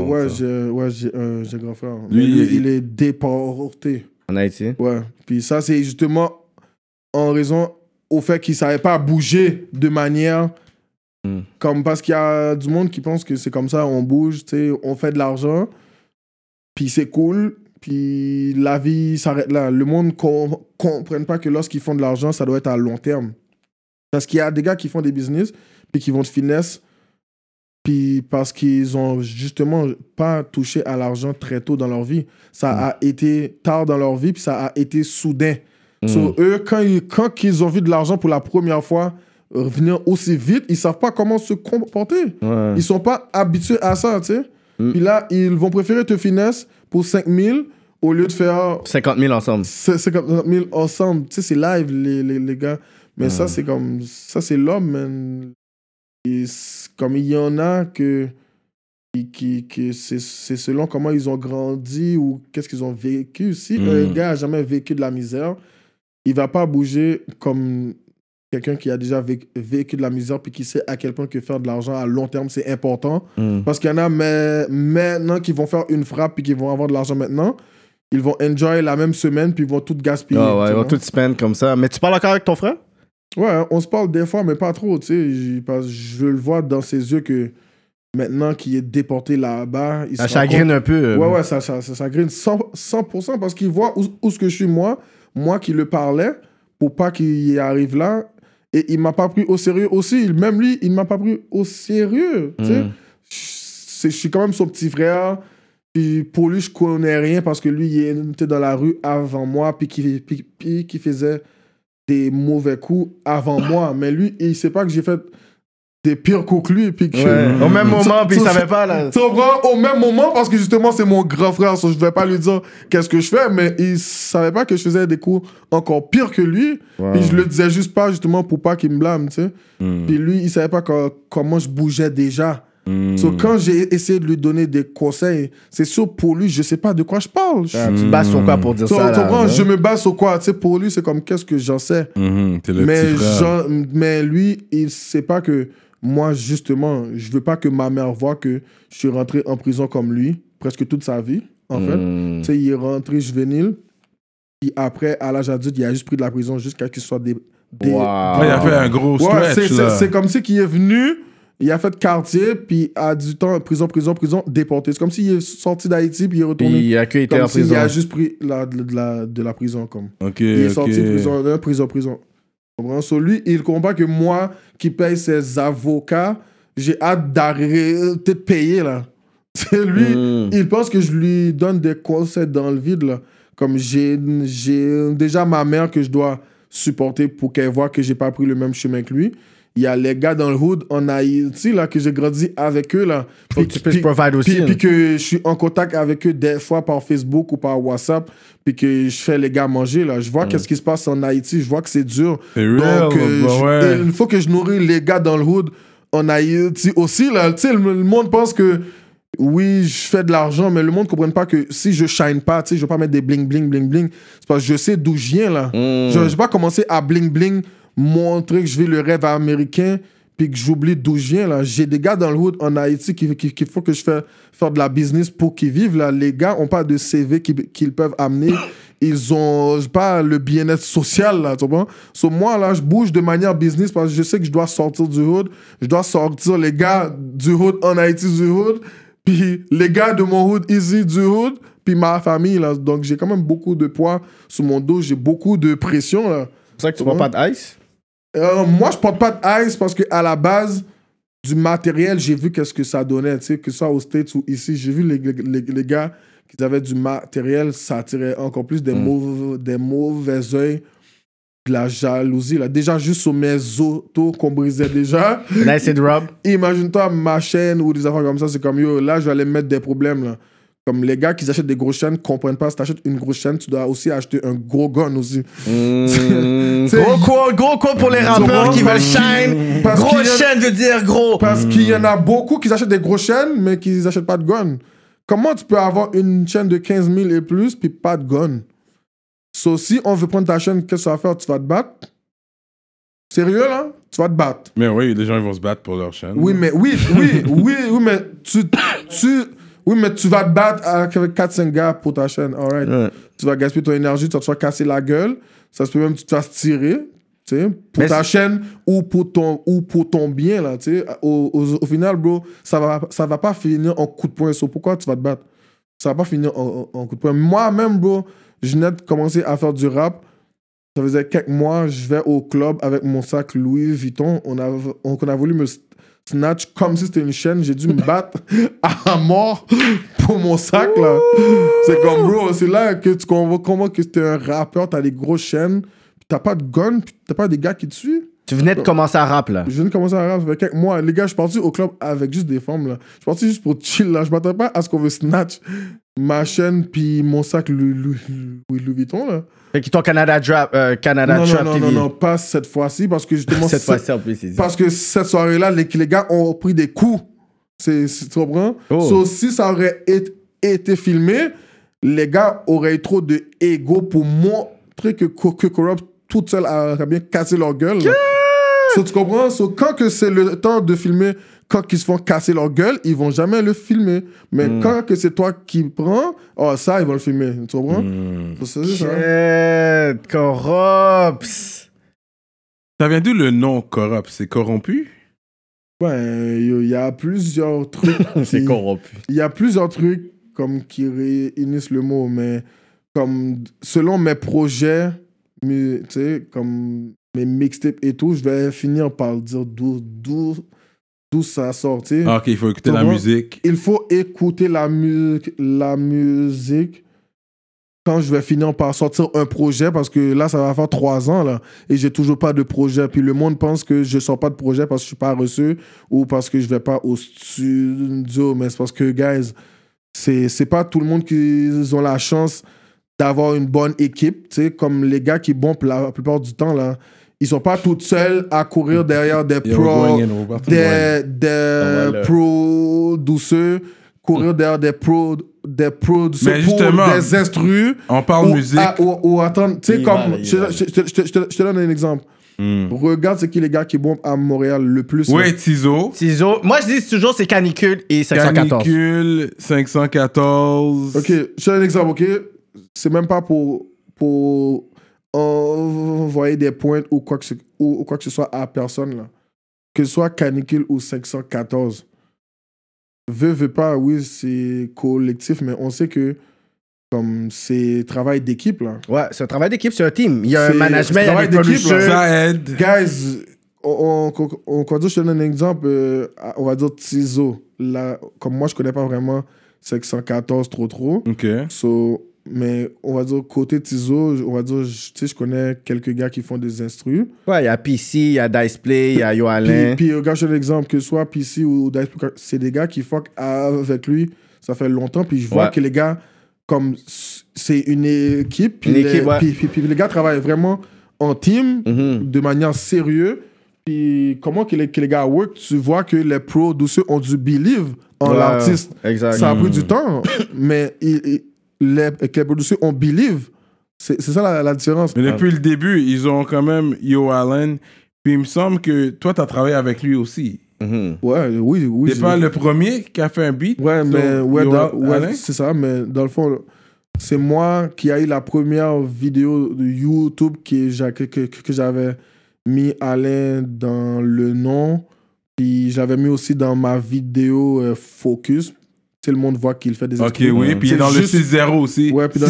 D: un grand frère. Lui, il est déporté.
E: En Haïti?
D: Ouais. Puis ça, c'est justement en raison au fait qu'il ne savait pas bouger de manière... Comme parce qu'il y a du monde qui pense que c'est comme ça, on bouge, on fait de l'argent, puis c'est cool, puis la vie s'arrête là. Le monde ne comprenne pas que lorsqu'ils font de l'argent, ça doit être à long terme. Parce qu'il y a des gars qui font des business, puis qui vont de finesse, puis parce qu'ils ont justement pas touché à l'argent très tôt dans leur vie. Ça a été tard dans leur vie, puis ça a été soudain. So, eux, quand ils ont vu de l'argent pour la première fois, revenir aussi vite, ils savent pas comment se comporter. Ils sont pas habitués à ça, tu sais. Puis là, ils vont préférer te finesse pour 5 000 au lieu de faire...
E: 50 000 ensemble.
D: 50 000 ensemble. Tu sais, c'est live, les gars. Mais ça, c'est comme... Ça, c'est l'homme, man. Et comme il y en a que c'est selon comment ils ont grandi ou qu'est-ce qu'ils ont vécu. Si un gars a jamais vécu de la misère, il va pas bouger comme... quelqu'un qui a déjà vécu de la misère puis qui sait à quel point que faire de l'argent à long terme, c'est important. Parce qu'il y en a maintenant qui vont faire une frappe puis qui vont avoir de l'argent maintenant. Ils vont enjoy la même semaine puis ils vont tout gaspiller.
E: Ils vont tout spend comme ça. Mais tu parles encore avec ton frère?
D: Ouais, on se parle des fois, mais pas trop, tu sais. Je le vois dans ses yeux que maintenant qu'il est déporté là-bas...
E: Ça chagrine un peu.
D: Ouais, ça chagrine 100% parce qu'il voit où ce que je suis, moi qui le parlais, pour pas qu'il y arrive là. Et il m'a pas pris au sérieux aussi. Même lui, il m'a pas pris au sérieux, tu sais. Je suis quand même son petit frère. Puis pour lui, je connais rien parce que lui, il était dans la rue avant moi, puis qui faisait des mauvais coups avant moi. Mais lui, il sait pas que j'ai fait des pires coups que lui. Puis que
E: au même moment, puis il savait pas. Là.
D: Tu comprends? Au même moment, parce que justement, c'est mon grand frère. So je vais pas lui dire qu'est-ce que je fais, mais il savait pas que je faisais des coups encore pires que lui. Puis je le disais juste pas, justement, pour pas qu'il me blâme, tu sais. Puis lui, il savait pas comment je bougeais déjà. So, quand j'ai essayé de lui donner des conseils, c'est sûr, pour lui, je sais pas de quoi je parle.
E: Tu te bases sur quoi pour dire ça? Là,
D: je me base sur quoi? Tu sais, pour lui, c'est comme qu'est-ce que j'en sais.
C: T'es le petit frère.
D: Mais lui, il sait pas que moi, justement, je veux pas que ma mère voie que je suis rentré en prison comme lui, presque toute sa vie, en fait. Tu sais, il est rentré juvénile. Puis après, à l'âge adulte, il a juste pris de la prison jusqu'à qu'il soit
C: il a fait un gros stretch,
D: c'est comme si qu'il est venu... Il a fait quartier, puis à 18 ans, prison, déporté. C'est comme s'il est sorti d'Haïti, puis il est retourné.
E: Puis il a été en prison.
D: Il a juste pris de la prison, comme.
C: Okay,
D: il est sorti de prison. So, lui, il comprend que moi, qui paye ses avocats, j'ai hâte d'arrêter de payer, là. Lui, il pense que je lui donne des conseils dans le vide, là. Comme j'ai déjà ma mère que je dois supporter pour qu'elle voit que j'ai pas pris le même chemin que lui. Il y a les gars dans le hood en Haïti, là, que j'ai grandi avec eux, là.
E: Faut que tu puisses provide aussi.
D: Puis que je suis en contact avec eux des fois par Facebook ou par WhatsApp, puis que je fais les gars manger, là. Je vois qu'est-ce qui se passe en Haïti, je vois que c'est dur.
C: C'est real,
D: donc, il faut que je nourris les gars dans le hood en Haïti aussi, là. Tu sais, le monde pense que, oui, je fais de l'argent, mais le monde ne comprenne pas que si je shine pas, tu sais, je vais pas mettre des bling, c'est parce que je sais d'où je viens, là. Je vais pas commencer à bling, montrer que je vis le rêve américain puis que j'oublie d'où je viens, là. J'ai des gars dans le hood en Haïti qu'il faut que je fasse faire de la business pour qu'ils vivent, là. Les gars ont pas de CV qu'ils peuvent amener. Ils ont pas le bien-être social, là, tu comprends? So, moi, là, je bouge de manière business parce que je sais que je dois sortir du hood. Je dois sortir les gars du hood en Haïti du hood, puis les gars de mon hood ici du hood, puis ma famille, là. Donc, j'ai quand même beaucoup de poids sur mon dos. J'ai beaucoup de pression, là.
E: C'est ça que tu prends pas d'ice?
D: Moi, je porte pas de ice parce qu'à la base du matériel, j'ai vu qu'est-ce que ça donnait. Tu sais, que ce soit aux States ou ici, j'ai vu les gars qui avaient du matériel, ça attirait encore plus des mauvais œils, de la jalousie. Là. Déjà, juste sur mes autos qu'on brisait déjà.
E: Nice and Rob.
D: Imagine-toi ma chaîne ou des affaires comme ça, c'est comme yo, là, je vais aller mettre des problèmes. Là. Comme les gars qui achètent des grosses chaînes comprennent pas, si tu achètes une grosse chaîne, tu dois aussi acheter un gros gun aussi.
E: Gros quoi pour les rappeurs qui veulent shine. Grosse chaîne veut dire gros.
D: Parce qu'il y en a beaucoup qui achètent des grosses chaînes, mais qui n'achètent pas de gun. Comment tu peux avoir une chaîne de 15 000 et plus, puis pas de gun? So, si on veut prendre ta chaîne, qu'est-ce que tu vas faire? Tu vas te battre? Sérieux, là? Tu vas te battre.
C: Mais oui, les gens ils vont se battre pour leur chaîne.
D: Oui, mais mais tu vas te battre avec 4-5 gars pour ta chaîne. All right. Ouais. Tu vas gaspiller ton énergie, tu vas te faire casser la gueule. Ça se peut même que tu te fasses tirer, tu sais, pour ta chaîne ou pour ton bien, là, tu sais. Au final, bro, ça va pas finir en coup de poing. So, pourquoi tu vas te battre? Ça va pas finir en coup de poing. Moi-même, bro, je venais de commencer à faire du rap. Ça faisait quelques mois, je vais au club avec mon sac Louis Vuitton. On a voulu me snatch comme si c'était une chaîne. J'ai dû me battre à mort pour mon sac, là. C'est comme, bro, c'est là que tu comprends que t'es un rappeur, t'as des grosses chaînes, pis t'as pas de gun, pis t'as pas des gars qui te suivent.
E: Tu venais de commencer à rap, là.
D: Je viens de commencer à rap, ça fait quelques mois. Les gars, je suis parti au club avec juste des femmes, là. Je suis parti juste pour chill, là. Je m'attendais pas à ce qu'on veut snatch ma chaîne puis mon sac Louis Vuitton, là.
E: Fait que ton Canada Trap TV.
D: Non, pas cette fois-ci, parce que justement...
E: cette fois-ci, en plus, c'est dit.
D: Parce que cette soirée-là, les gars ont pris des coups. Tu comprends?
E: Oh.
D: So, si ça aurait été filmé, les gars auraient eu trop de ego pour montrer que Corrupt toute seule aurait bien cassé leur gueule. So, tu comprends? So, quand que c'est le temps de filmer, quand ils se font casser leur gueule, ils vont jamais le filmer. Mais quand que c'est toi qui prends, ça, ils vont le filmer. Tu comprends? So, c'est ça.
E: Corrupt.
C: Ça vient d'où le nom corrupt? C'est corrompu?
D: Ouais, il y a plusieurs trucs.
E: C'est corrompu.
D: Il y a plusieurs trucs comme qui réunissent le mot, mais comme selon mes projets, tu sais, comme mes mixtapes et tout, je vais finir par dire d'où ça sort. Tu sais.
C: Ah, ok, il faut écouter la musique.
D: Il faut écouter la musique quand je vais finir par sortir un projet, parce que là, ça va faire 3 ans, là, et j'ai toujours pas de projet. Puis le monde pense que je sors pas de projet parce que je suis pas reçu ou parce que je vais pas au studio. Mais c'est parce que, guys, c'est pas tout le monde qui ont la chance d'avoir une bonne équipe. Tu sais, comme les gars qui bombent la plupart du temps, là, ils sont pas tous seuls à courir derrière des producers, courir derrière des producers pour des instrus.
C: On parle musique.
D: Ou attendre, tu sais, comme, je te donne un exemple. Regarde c'est qui les gars qui bombent à Montréal le plus.
C: Ouais, Tizo.
E: Moi, je dis toujours, c'est Canicule et 514.
C: Canicule, 514.
D: Ok, je te donne un exemple, ok? C'est même pas pour envoyer des pointes ou quoi que ce soit à personne, là. Que ce soit Canicule ou 514. Veut pas, oui, c'est collectif, mais on sait que comme c'est travail d'équipe, là.
E: Ouais, c'est un travail d'équipe, c'est un team. Il y a un management, il y a des producteurs.
C: Ça aide.
D: Guys, quand je te donne un exemple, on va dire Tizo. Là, comme moi, je connais pas vraiment 514 trop.
C: OK.
D: Mais on va dire côté Tizo, on va dire, tu sais, je connais quelques gars qui font des instrus.
E: Ouais, il y a PC, il y a Diceplay, il y a Yo Alain.
D: Puis regarde, je te donne l'exemple, que ce soit PC ou Diceplay, c'est des gars qui fuck avec lui, ça fait longtemps, puis je vois que les gars, comme c'est une équipe, puis les gars travaillent vraiment en team, de manière sérieuse. Puis comment que les gars work, tu vois que les producers ont du believe en l'artiste.
E: Exact.
D: Ça a pris du temps, mais les producers ont believe. C'est ça la différence.
C: Mais depuis le début, ils ont quand même Yo Allen. Puis il me semble que toi, tu as travaillé avec lui aussi.
D: Oui.
C: C'est pas le premier qui a fait un beat?
D: Ouais, c'est ça. Mais dans le fond, c'est moi qui a eu la première vidéo de YouTube que j'avais mis Alain dans le nom. Puis j'avais mis aussi dans ma vidéo Focus. Tout le monde voit qu'il fait des
C: Ok, oui. Puis il est dans le 6-0 aussi.
D: Ouais, puis dans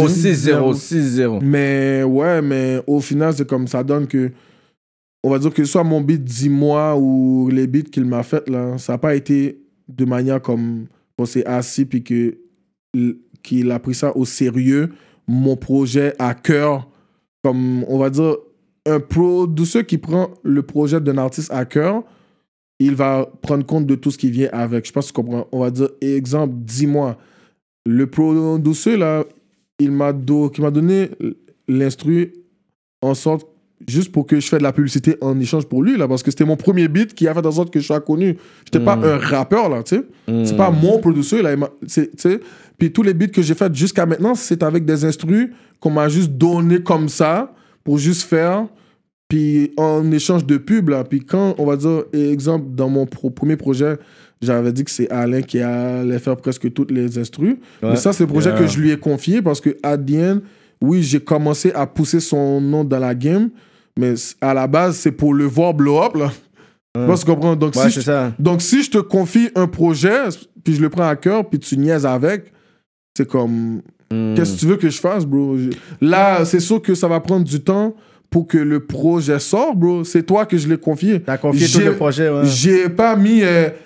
E: 6-0.
D: Mais au final, c'est comme ça donne que, on va dire que soit mon beat 10 mois ou les beats qu'il m'a fait, là, ça n'a pas été de manière comme on s'est assis puis qu'il a pris ça au sérieux, mon projet à cœur. Comme, on va dire, un producteur qui prend le projet d'un artiste à cœur, il va prendre compte de tout ce qui vient avec. Je pense que tu comprends. On va dire, exemple, 10 mois. Le producteur, là, qui m'a donné l'instru en sorte, juste pour que je fasse de la publicité en échange pour lui, là, parce que c'était mon premier beat qui a fait en sorte que je sois connu. J'étais pas un rappeur, là, tu sais. C'est pas mon producteur, là. Puis tous les beats que j'ai faits jusqu'à maintenant, c'est avec des instrus qu'on m'a juste donné comme ça, pour juste faire... Puis en échange de pub, là, puis quand, on va dire, exemple, dans mon premier projet, j'avais dit que c'est Alain qui allait faire presque toutes les instrus. Ouais. Mais ça, c'est le projet que je lui ai confié parce que, à the end, oui, j'ai commencé à pousser son nom dans la game, mais à la base, c'est pour le voir blow up, là. Tu comprends? Donc, si je te confie un projet, puis je le prends à cœur, puis tu niaises avec, c'est comme... Qu'est-ce que tu veux que je fasse, bro? Là, c'est sûr que ça va prendre du temps pour que le projet sorte, bro. C'est toi que je l'ai confié.
E: T'as confié tout le projet, ouais.
D: J'ai pas mis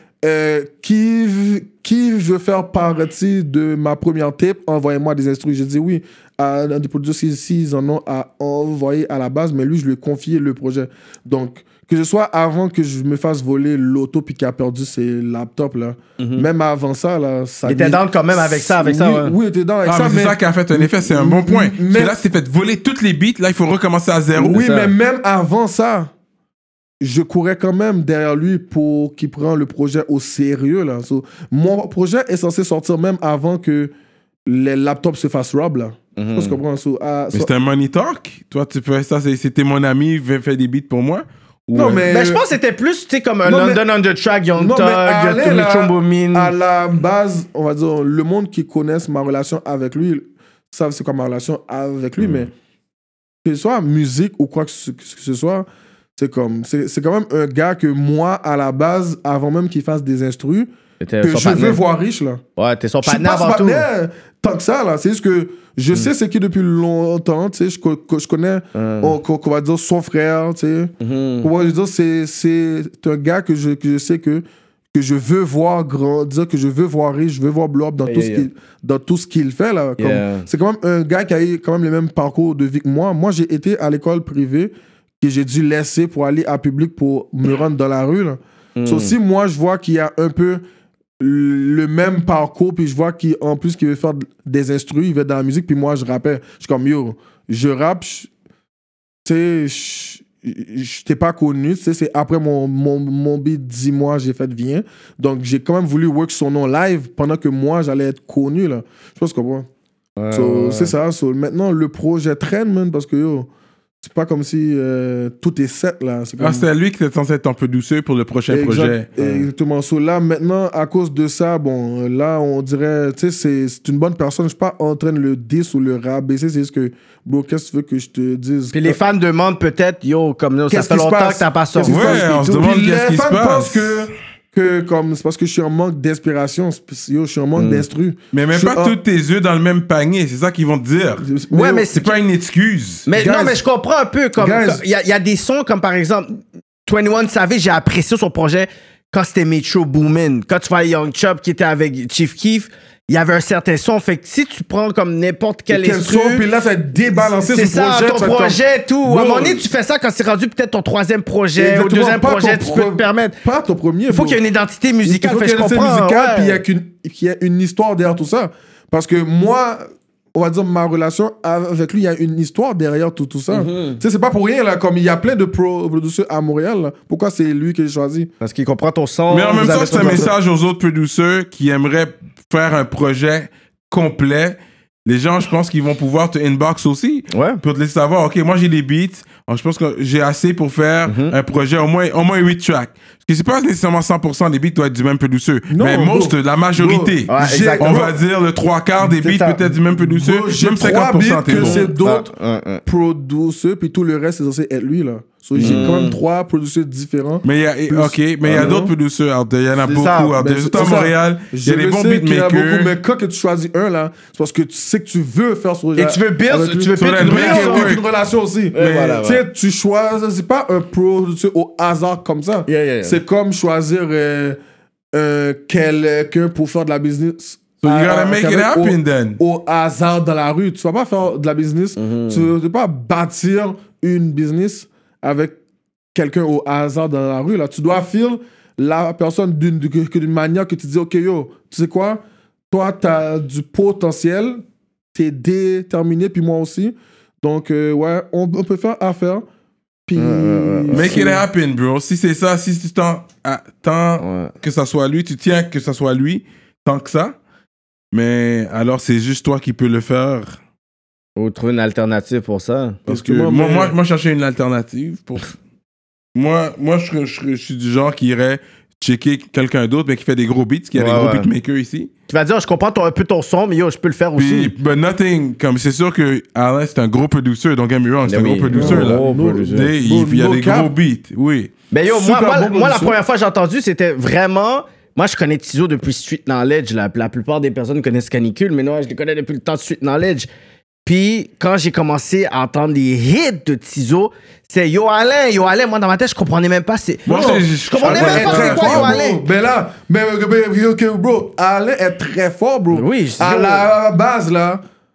D: qui veut faire partie de ma première tape, envoyez-moi des instrus. J'ai dit oui à des producteurs s'ils en ont à envoyer à la base, mais lui, je lui ai confié le projet. Donc, que ce soit avant que je me fasse voler l'auto puis qu'il a perdu ses laptops, là. Même avant ça, là...
E: Il était down quand même avec ça, ouais.
D: Oui, il était down avec ça,
C: mais c'est ça qui a fait un effet, c'est un bon point. Parce que là, c'est fait voler toutes les beats, là, il faut recommencer à zéro.
D: Oui, mais même avant ça, je courais quand même derrière lui pour qu'il prenne le projet au sérieux, là. Mon projet est censé sortir même avant que les laptops se fassent rob, là. Tu comprends?
C: Mais c'était un money talk? Toi, tu peux ça, c'était mon ami, il fait des beats pour moi?
D: Non, mais
E: je pense que c'était plus, tu sais, comme un London Under Track, Young Thug, Tommy.
D: À la base, on va dire, le monde qui connaisse ma relation avec lui, savent c'est quoi ma relation avec lui, mais que ce soit musique ou quoi que ce soit, C'est quand même un gars que moi, à la base, avant même qu'il fasse des instrus, que je veux voir riche, là.
E: Ouais, t'es son
D: Je suis
E: partenaire
D: pas
E: avant tout.
D: tant que ça, là. C'est juste que je sais c'est qui depuis longtemps, tu sais. Je connais, qu'on va dire, son frère, tu sais. Comment je veux dire, c'est un gars que je sais que je veux voir grandir, que je veux voir riche, je veux voir blow up dans tout ce qu'il fait, là. C'est quand même un gars qui a eu quand même le même parcours de vie que moi. Moi, j'ai été à l'école privée que j'ai dû laisser pour aller à public pour me rendre dans la rue, là. So, aussi, moi, je vois qu'il y a un peu le même parcours, puis je vois qu'en plus qu'il veut faire des instrus, il veut dans la musique, puis moi je rappais. Je suis comme yo, je rappe, tu sais, je t'ai pas connu, tu sais, c'est après mon beat 10 mois, j'ai fait Viens. Donc j'ai quand même voulu work son nom live pendant que moi j'allais être connu, là. Je pense que moi. C'est ça. So, maintenant le projet traîne, man, parce que yo, c'est pas comme si tout est set, là.
C: C'est lui qui était censé être un peu douceur pour le prochain projet.
D: Exactement. So, là, maintenant, à cause de ça, bon, là, on dirait, tu sais, c'est une bonne personne. Je suis pas en train de le diss ou le rabaisser. C'est juste que, bro, qu'est-ce que tu veux que je te dise?
E: Puis les fans demandent peut-être, yo, comme nous, ça fait longtemps que t'as pas sorti.
C: Ouais, on se demande qu'est-ce qui se passe.
D: Les fans pensent que comme c'est parce que je suis en manque d'inspiration, yo, je suis en manque d'instru.
C: Mais même pas tous tes œufs dans le même panier, c'est ça qu'ils vont te dire.
E: Ouais, mais
C: c'est pas une excuse.
E: Mais non, mais je comprends un peu comme il y a des sons comme par exemple 21 Savage, j'ai apprécié son projet quand c'était Metro Boomin. Quand tu vois Young Chop qui était avec Chief Keef, il y avait un certain son. Fait que si tu prends comme n'importe quel instru,
D: son, puis là, ça va débalancer
E: c'est
D: ce
E: ça,
D: projet.
E: ton projet, tout. À un moment donné, tu fais ça quand c'est rendu peut-être ton troisième projet ou deuxième projet, tu peux te permettre.
D: Pas ton premier.
E: Il faut qu'il y ait une identité musicale.
D: Il faut qu'il y ait une identité musicale, puis il y a une histoire derrière tout ça. Parce que moi, on va dire, ma relation avec lui, il y a une histoire derrière tout ça. Tu sais, c'est pas pour rien, là, comme il y a plein de producers à Montréal, là. Pourquoi c'est lui que j'ai choisi?
E: Parce qu'il comprend ton son.
C: Mais en même temps, c'est un message aux autres producers qui aimeraient faire un projet complet. Les gens, je pense qu'ils vont pouvoir te inbox aussi pour te laisser savoir, OK, moi j'ai des beats, alors je pense que j'ai assez pour faire un projet au moins 8 tracks. Parce que c'est pas nécessairement 100% des beats doivent être du même producer, mais la majorité, on va dire le 3/4 des beats peut-être du même producer, même 50%
D: que c'est d'autres producers, puis tout le reste c'est censé être lui, là. So, j'ai quand même 3 producers différents.
C: Mais il y a d'autres producers out there. Il y en a beaucoup out there. Surtout à Montréal, il y a des bons beatmakers.
D: Mais quand que tu choisis un, là, c'est parce que tu sais que tu veux faire ce projet.
E: Et tu veux build
D: une relation aussi. Tu sais, tu choisis, c'est pas un producer au hasard comme ça. C'est comme choisir quelqu'un pour faire de la business.
C: So you gotta make it happen then.
D: Au hasard dans la rue. Tu vas pas faire de la business. Tu vas pas bâtir une business avec quelqu'un au hasard dans la rue, là. Tu dois feel la personne d'une manière que tu dis, OK, yo, tu sais quoi? Toi, t'as du potentiel, t'es déterminé, puis moi aussi. Donc, ouais, on peut faire affaire. Puis...
C: Make it happen, bro. Si c'est ça, si tu attends que ça soit lui, tu tiens que ça soit lui, tant que ça. Mais alors, c'est juste toi qui peux le faire.
E: Ou trouver une alternative pour ça.
C: Parce que moi, je cherchais une alternative. Moi, je suis du genre qui irait checker quelqu'un d'autre, mais qui fait des gros beats, qui a des gros beatmakers ici.
E: Tu vas dire, je comprends un peu ton son, mais yo, je peux le faire aussi.
C: But nothing, comme c'est sûr que Alain, c'est un gros producer, donc get me wrong, c'est un gros producer, là. Il y a des gros beats, oui.
E: Mais yo, moi la première fois que j'ai entendu, c'était vraiment... Moi, je connais Tizo depuis Street Knowledge. La plupart des personnes connaissent Canicule, mais non, je les connais depuis le temps de Street Knowledge. Puis, quand j'ai commencé à entendre les hits de Tizo, c'est Yo Alain. Moi, dans ma tête, je comprenais même pas.
C: Moi,
E: je comprenais même pas c'est quoi Yo Alain.
D: Mais là, bro, Alain est très fort, bro.
E: Oui,
D: à la base, là,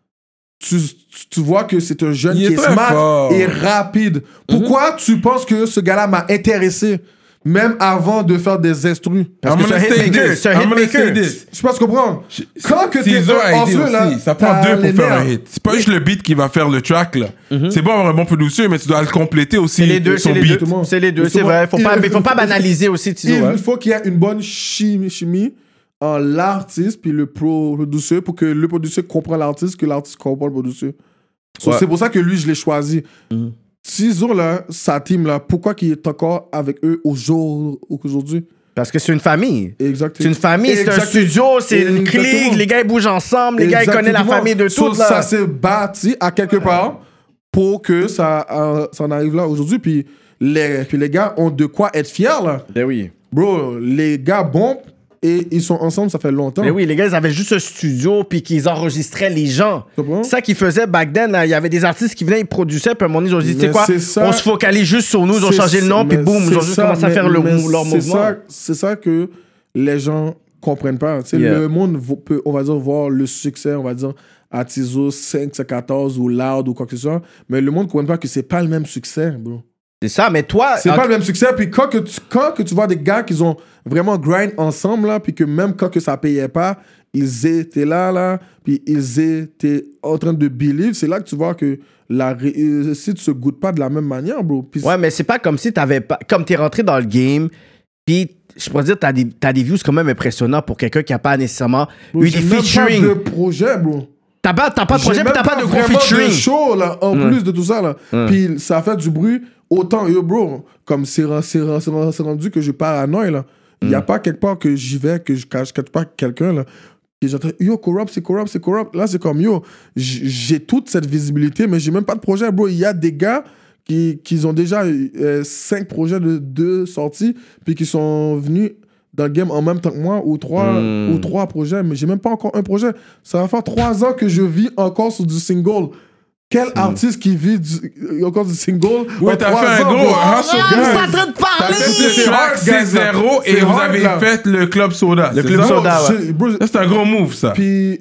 D: tu vois que c'est un jeune qui est smart fort et rapide. Pourquoi tu penses que ce gars-là m'a intéressé? Même avant de faire des instrus.
E: Parce que c'est un hitmaker.
D: Je sais pas ce que comprendre. Quand que t'es
C: en là, ça prend 2 pour faire un hit. C'est pas juste le beat qui va faire le track, là. C'est bon avoir un bon producer, mais tu dois le compléter aussi.
E: C'est les deux, c'est les deux, c'est vrai. Faut pas banaliser aussi, Tizo.
D: Il faut qu'il y ait une bonne chimie en l'artiste puis le producer pour que le producer comprenne l'artiste, que l'artiste comprenne le producer. C'est pour ça que lui, je l'ai choisi. Tizo, là, sa team, là, pourquoi il est encore avec eux aujourd'hui?
E: Parce que c'est une famille.
D: Exactement.
E: C'est une famille, c'est un studio, c'est une clique, les gars, ils bougent ensemble, les gars, ils connaissent la famille de tout.
D: Ça s'est bâti à quelque part pour que ça en arrive là aujourd'hui. Puis puis les gars ont de quoi être fiers, là.
E: Ben oui.
D: Bro, les gars bombent et ils sont ensemble, ça fait longtemps.
E: Mais oui, les gars, ils avaient juste un studio puis qu'ils enregistraient les gens.
D: Tu comprends?
E: C'est ça qu'ils faisaient back then. Là. Il y avait des artistes qui venaient, ils produisaient, puis à un moment donné, ils ont dit, tu sais
D: Mais
E: quoi,
D: c'est ça.
E: on se focalise juste sur nous, ils ont
D: C'est-
E: changé le nom, puis
D: mais
E: boum, ils ont
D: c'est
E: juste
D: ça,
E: commencé à faire leur
D: mais
E: mouvement.
D: C'est ça que les gens comprennent pas. Tu sais,
E: Yeah.
D: le monde peut, on va dire, voir le succès, on va dire, à Tizo 514 ou Loud ou quoi que ce soit, mais le monde ne comprend pas que c'est pas le même succès, bro.
E: C'est ça, mais toi...
D: C'est pas le même succès. Puis quand tu vois des gars qui ont vraiment grind ensemble, là, puis que même quand que ça payait pas, ils étaient là, puis ils étaient en train de believe, c'est là que tu vois que la réussite se goûte pas de la même manière, bro. Puis
E: Ouais, mais c'est pas comme si t'avais pas... Comme t'es rentré dans le game, puis je pourrais dire, t'as des views quand même impressionnants pour quelqu'un qui a pas nécessairement
D: bro,
E: eu
D: j'ai
E: des
D: même
E: featuring.
D: pas de projet, bro.
E: T'as pas de projet, puis t'as pas de gros
D: vraiment
E: featuring.
D: de show, là, en plus de tout ça, là. Puis ça fait du bruit autant, yo, bro, comme c'est rendu que je paranoïe, là. Il n'y a pas quelque part que j'y vais, que je cache pas quelqu'un, là. Et j'entends, yo, corrupt, c'est corrupt. Là, c'est comme, yo, j'ai toute cette visibilité, mais j'ai même pas de projet, bro. Il y a des gars qui ont déjà 5 projets de 2 sorties, puis qui sont venus dans le game en même temps que moi, ou 3 projets, mais j'ai même pas encore un projet. Ça va faire 3 ans que je vis encore sur du single. Quel artiste qui vit encore du single?
C: Ouais,
D: en
C: t'as
D: 3
C: fait un
D: ans,
C: gros
D: bro?
C: hustle,
E: Ah,
C: guys.
E: vous êtes en train de
C: T'as
E: parler!
C: fait le
D: C'est
C: track
D: hard, guys,
C: 6-0
D: là.
C: et
D: C'est
C: vous
D: hard,
C: avez
D: là.
C: fait le Club Soda.
E: Le
C: c'est
E: Club
C: ça?
E: Soda, ouais.
D: Bro,
C: Ça, c'est un gros move, ça.
D: puis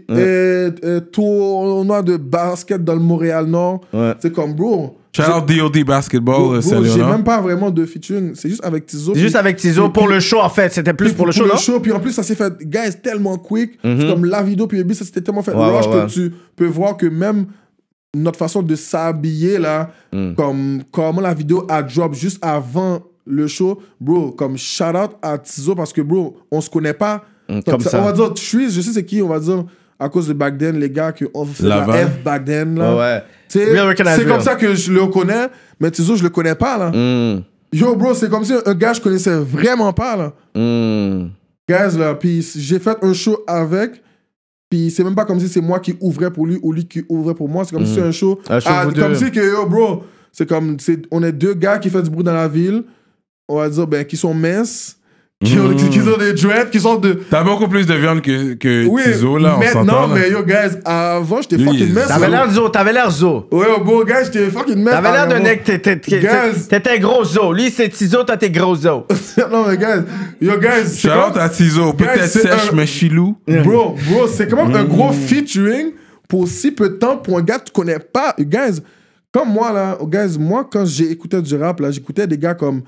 D: tournoi de basket dans le Montréal-Nord.
E: Ouais.
D: C'est comme, bro...
C: Shout out DOD Basketball,
D: Bro,
C: salut,
D: j'ai
C: non?
D: même pas vraiment de featuring. C'est juste avec Tizo.
E: C'est juste avec Tizo pour le show, en fait. C'était plus pour le show, non?
D: Puis en plus, ça s'est fait, guys, tellement quick. C'est comme la vidéo, puis le beat, ça s'était tellement fait
E: Ouais,
D: rush
E: ouais, ouais.
D: que tu peux voir que même notre façon de s'habiller, là, comme comment la vidéo a drop juste avant le show, bro, comme shout out à Tizo parce que, bro, on se connaît pas.
E: Comme ça.
D: On va dire, Trees, je sais c'est qui, on va dire, à cause de back then, les gars qui ont fait la
C: Laval.
D: F back then, là.
E: Ouais.
D: Tu sais,
E: Real recognize
D: c'est
E: real.
D: comme ça que je le connais, mais Tizo, je le connais pas, là. Yo, bro, c'est comme si un gars je connaissais vraiment pas, là. Guys, là, puis j'ai fait un show avec, puis c'est même pas comme si c'est moi qui ouvrais pour lui ou lui qui ouvrait pour moi. C'est comme si c'est un show.
E: Un show vous
D: comme
E: deux.
D: si que, yo, bro, c'est comme, on est 2 gars qui font du bruit dans la ville, on va dire, ben, qui sont minces, qui ont des dreads, qui sont de.
C: T'as beaucoup plus de viande que
D: Oui,
C: Tizo, là, on
D: maintenant,
C: s'entend. là.
D: mais yo, guys, avant, j'étais
C: Lui,
D: fucking mince.
E: T'avais
D: là.
E: l'air Zo.
D: Ouais, yo, bro, guys, j'étais fucking mince.
E: T'avais l'air d'un
D: avant.
E: mec,
D: Guys.
E: t'étais gros Zo. Lui, c'est Tizo, toi, t'es gros Zo.
D: Non, mais guys, yo, guys, c'est
C: Shout out
D: comme-
C: à Tizo. Peut-être
D: c'est
C: sèche,
D: un-
C: mais chilou.
D: Bro, c'est quand même un gros featuring pour si peu de temps pour un gars que tu connais pas. Guys, comme moi, là, guys, moi, quand j'écoutais du rap, là, j'écoutais des gars comme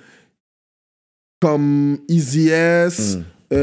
D: Easy S,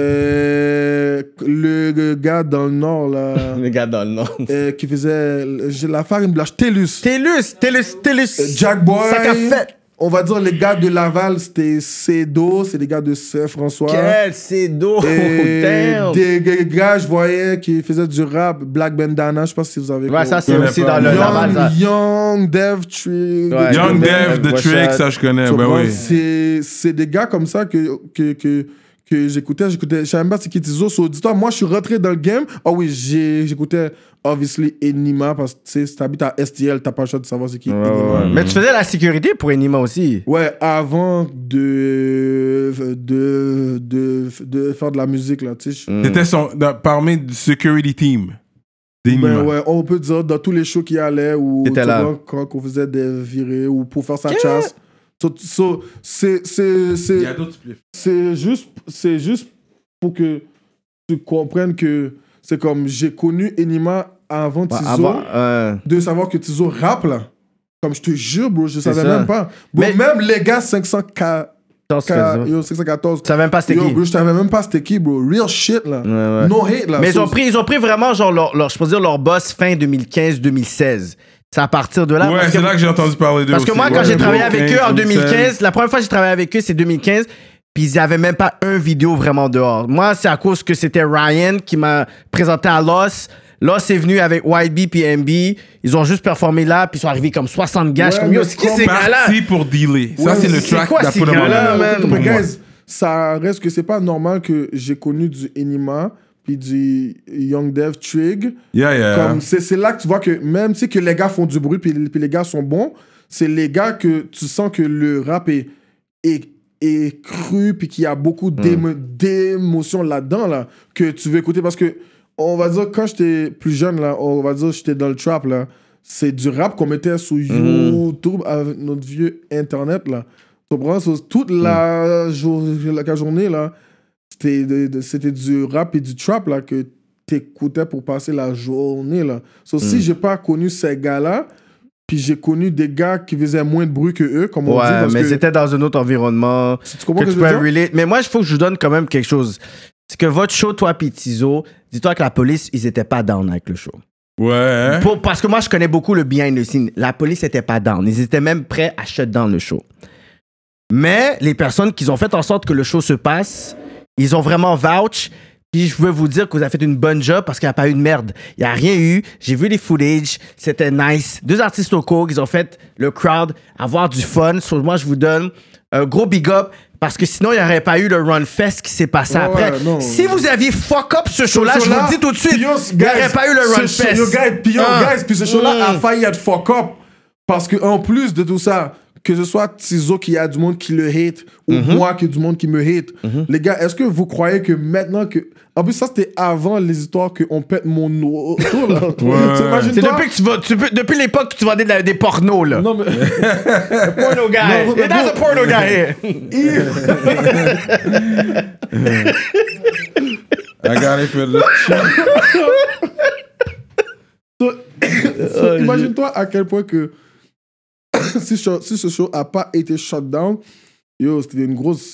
D: le gars dans le Nord, là,
E: Les gars dans le nom.
D: qui faisait la farine blanche, Télus.
E: Télus.
D: Jack Boy.
E: Ça qu'a fait.
D: On va dire les gars de Laval, c'était Cédo, c'est des gars de Saint-François.
E: Quel c'est d'eau.
D: Et
E: Damn.
D: des gars, je voyais, qui faisaient du rap, Black Bandana, je sais pas si vous avez
E: Ouais, ça, c'est
C: connais
E: aussi
C: pas.
E: dans le Laval. ça.
D: Young Dev Tree.
E: Ouais.
C: Young
E: Dev,
C: Dev, The
E: Washat.
C: Trick, ça je connais. Ben oui.
D: C'est des gars comme ça que j'écoutais. Je savais même pas c'est qui Tizo. So, dis-toi, moi, je suis rentré dans le game. Ah oui, j'écoutais, obviously, Enima, parce que, tu sais, si t'habites à STL, t'as pas le choix de savoir c'est qui Enima.
E: Mais tu faisais la sécurité pour Enima aussi.
D: Ouais, avant de faire de la musique, là, tu sais.
C: T'étais parmi du security team. d'Enima.
D: Ben ouais, on peut dire dans tous les shows qui allaient ou
E: T'étais là.
D: quand on faisait des virées ou pour faire sa chasse. C'est
C: Il y a d'autres spliffs.
D: c'est juste pour que tu comprennes que c'est comme j'ai connu Enima avant Tizo, de savoir que Tizo rappe là. Comme je te jure, bro, je savais
E: ça.
D: même pas. Bro,
E: Mais-
D: même les gars 514, 514.
E: Tu savais même pas c'était
D: Yo,
E: qui.
D: bro, je savais même pas c'était qui, bro. Real shit là.
E: Ouais.
D: No hate là.
E: Mais
D: So,
E: ils ont pris vraiment genre je peux dire leur boss fin 2015-2016. C'est à partir de là.
C: Ouais,
E: parce
C: c'est
E: que-
C: là que j'ai entendu parler d'eux.
E: Parce que
C: aussi.
E: moi, quand
C: Ouais,
E: j'ai travaillé
C: 2015,
E: avec eux en 2015,
C: 2016.
E: la première fois que j'ai travaillé avec eux, c'est 2015, puis ils avaient même pas un vidéo vraiment dehors. Moi, c'est à cause que c'était Ryan qui m'a présenté à Loss. Loss est venu avec YB puis MB. Ils ont juste performé là, puis ils sont arrivés comme 60 gars. Je suis comme, yo,
D: mais
E: c'est qui ces gars-là?
C: Parti pour dealer. Ça,
D: Ouais,
C: c'est le
D: c'est
C: track
E: quoi
C: d'A
E: ces
C: Put 'em On
E: gars-là,
C: Up.
E: man?
D: Mais
C: Pour moi.
D: guys, ça reste que c'est pas normal que j'ai connu du Enima puis du Young Dev Trig.
C: Yeah.
D: Comme c'est là que tu vois que même si que les gars font du bruit puis les gars sont bons, c'est les gars que tu sens que le rap est cru, puis qu'il y a beaucoup d'émotions là-dedans, là, que tu veux écouter. Parce que, on va dire, quand j'étais plus jeune, là, on va dire, j'étais dans le trap, là, c'est du rap qu'on mettait sur YouTube avec notre vieux Internet, là. Tu comprends? Toute la journée, là, c'était du rap et du trap, là, que t'écoutais pour passer la journée, là. Si j'ai pas connu ces gars-là, puis j'ai connu des gars qui faisaient moins de bruit que eux, comme on dit.
E: Ouais, mais c'était dans un autre environnement.
D: Tu comprends
E: que tu peux relate. Mais moi, il faut que je vous donne quand même quelque chose. C'est que votre show, toi pis Tizo, dis-toi que la police, ils étaient pas down avec le show.
C: Ouais.
E: Parce que moi, je connais beaucoup le behind the scene. La police était pas down. Ils étaient même prêts à shut down le show. Mais les personnes qui ont fait en sorte que le show se passe, ils ont vraiment vouch. Puis je veux vous dire que vous avez fait une bonne job parce qu'il n'y a pas eu de merde. Il n'y a rien eu. J'ai vu les footage. C'était nice. 2 artistes locaux qui ont fait le crowd avoir du fun. Moi, je vous donne un gros big up parce que sinon, il n'y aurait pas eu le Run Fest qui s'est passé après. Si vous aviez fuck up ce show-là, je vous le dis tout de suite, il n'y aurait pas eu le Run Fest.
D: Puis ce show-là a failli être fuck up parce qu'en plus de tout ça, que ce soit Tizo qui a du monde qui le hate ou moi qui a du monde qui me hate. Les gars, est-ce que vous croyez que maintenant que... En plus, ça, c'était avant les histoires qu'on pète mon auto, là.
E: C'est depuis l'époque que tu vendais des pornos, là.
D: Non, mais...
E: porno guy. Et that's a porno guy.
C: I got it for the
D: imagine-toi à quel point que si ce show a pas été shut down, c'était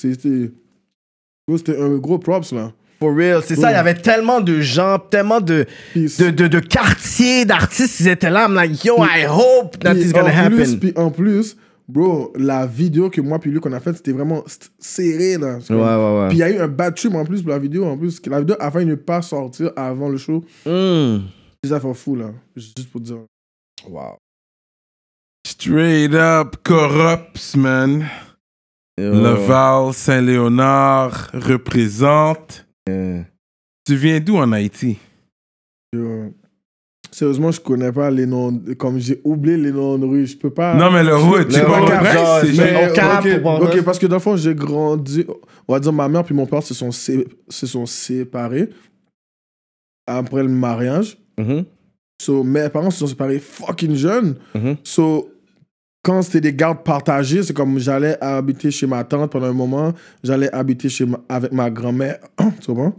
D: un gros props, là.
E: For real, c'est ça, il y avait tellement de gens, tellement de quartiers, d'artistes, ils étaient là, I'm like, yo, I hope that it's gonna happen.
D: Puis en plus, bro, la vidéo que moi puis lui qu'on a faite, c'était vraiment serré, là.
E: Ouais.
D: Puis il y a eu un bad trip en plus pour la vidéo, la vidéo a failli ne pas sortir avant le show. C'est ça fait fou, là. Juste pour dire.
E: Wow.
C: Straight up corrupts, man. Laval, Saint-Léonard représente. Tu viens d'où en Haïti?
D: Sérieusement, je connais pas les noms. Comme j'ai oublié les noms de rue, je peux pas.
C: Non, mais le route, tu vois,
D: Ok, parce que dans le fond, j'ai grandi. On va dire ma mère puis mon père se sont séparés après le mariage. Mes parents se sont séparés fucking jeunes. Quand c'était des gardes partagés, c'est comme j'allais habiter chez ma tante pendant un moment, j'allais habiter avec ma grand-mère, tu comprends?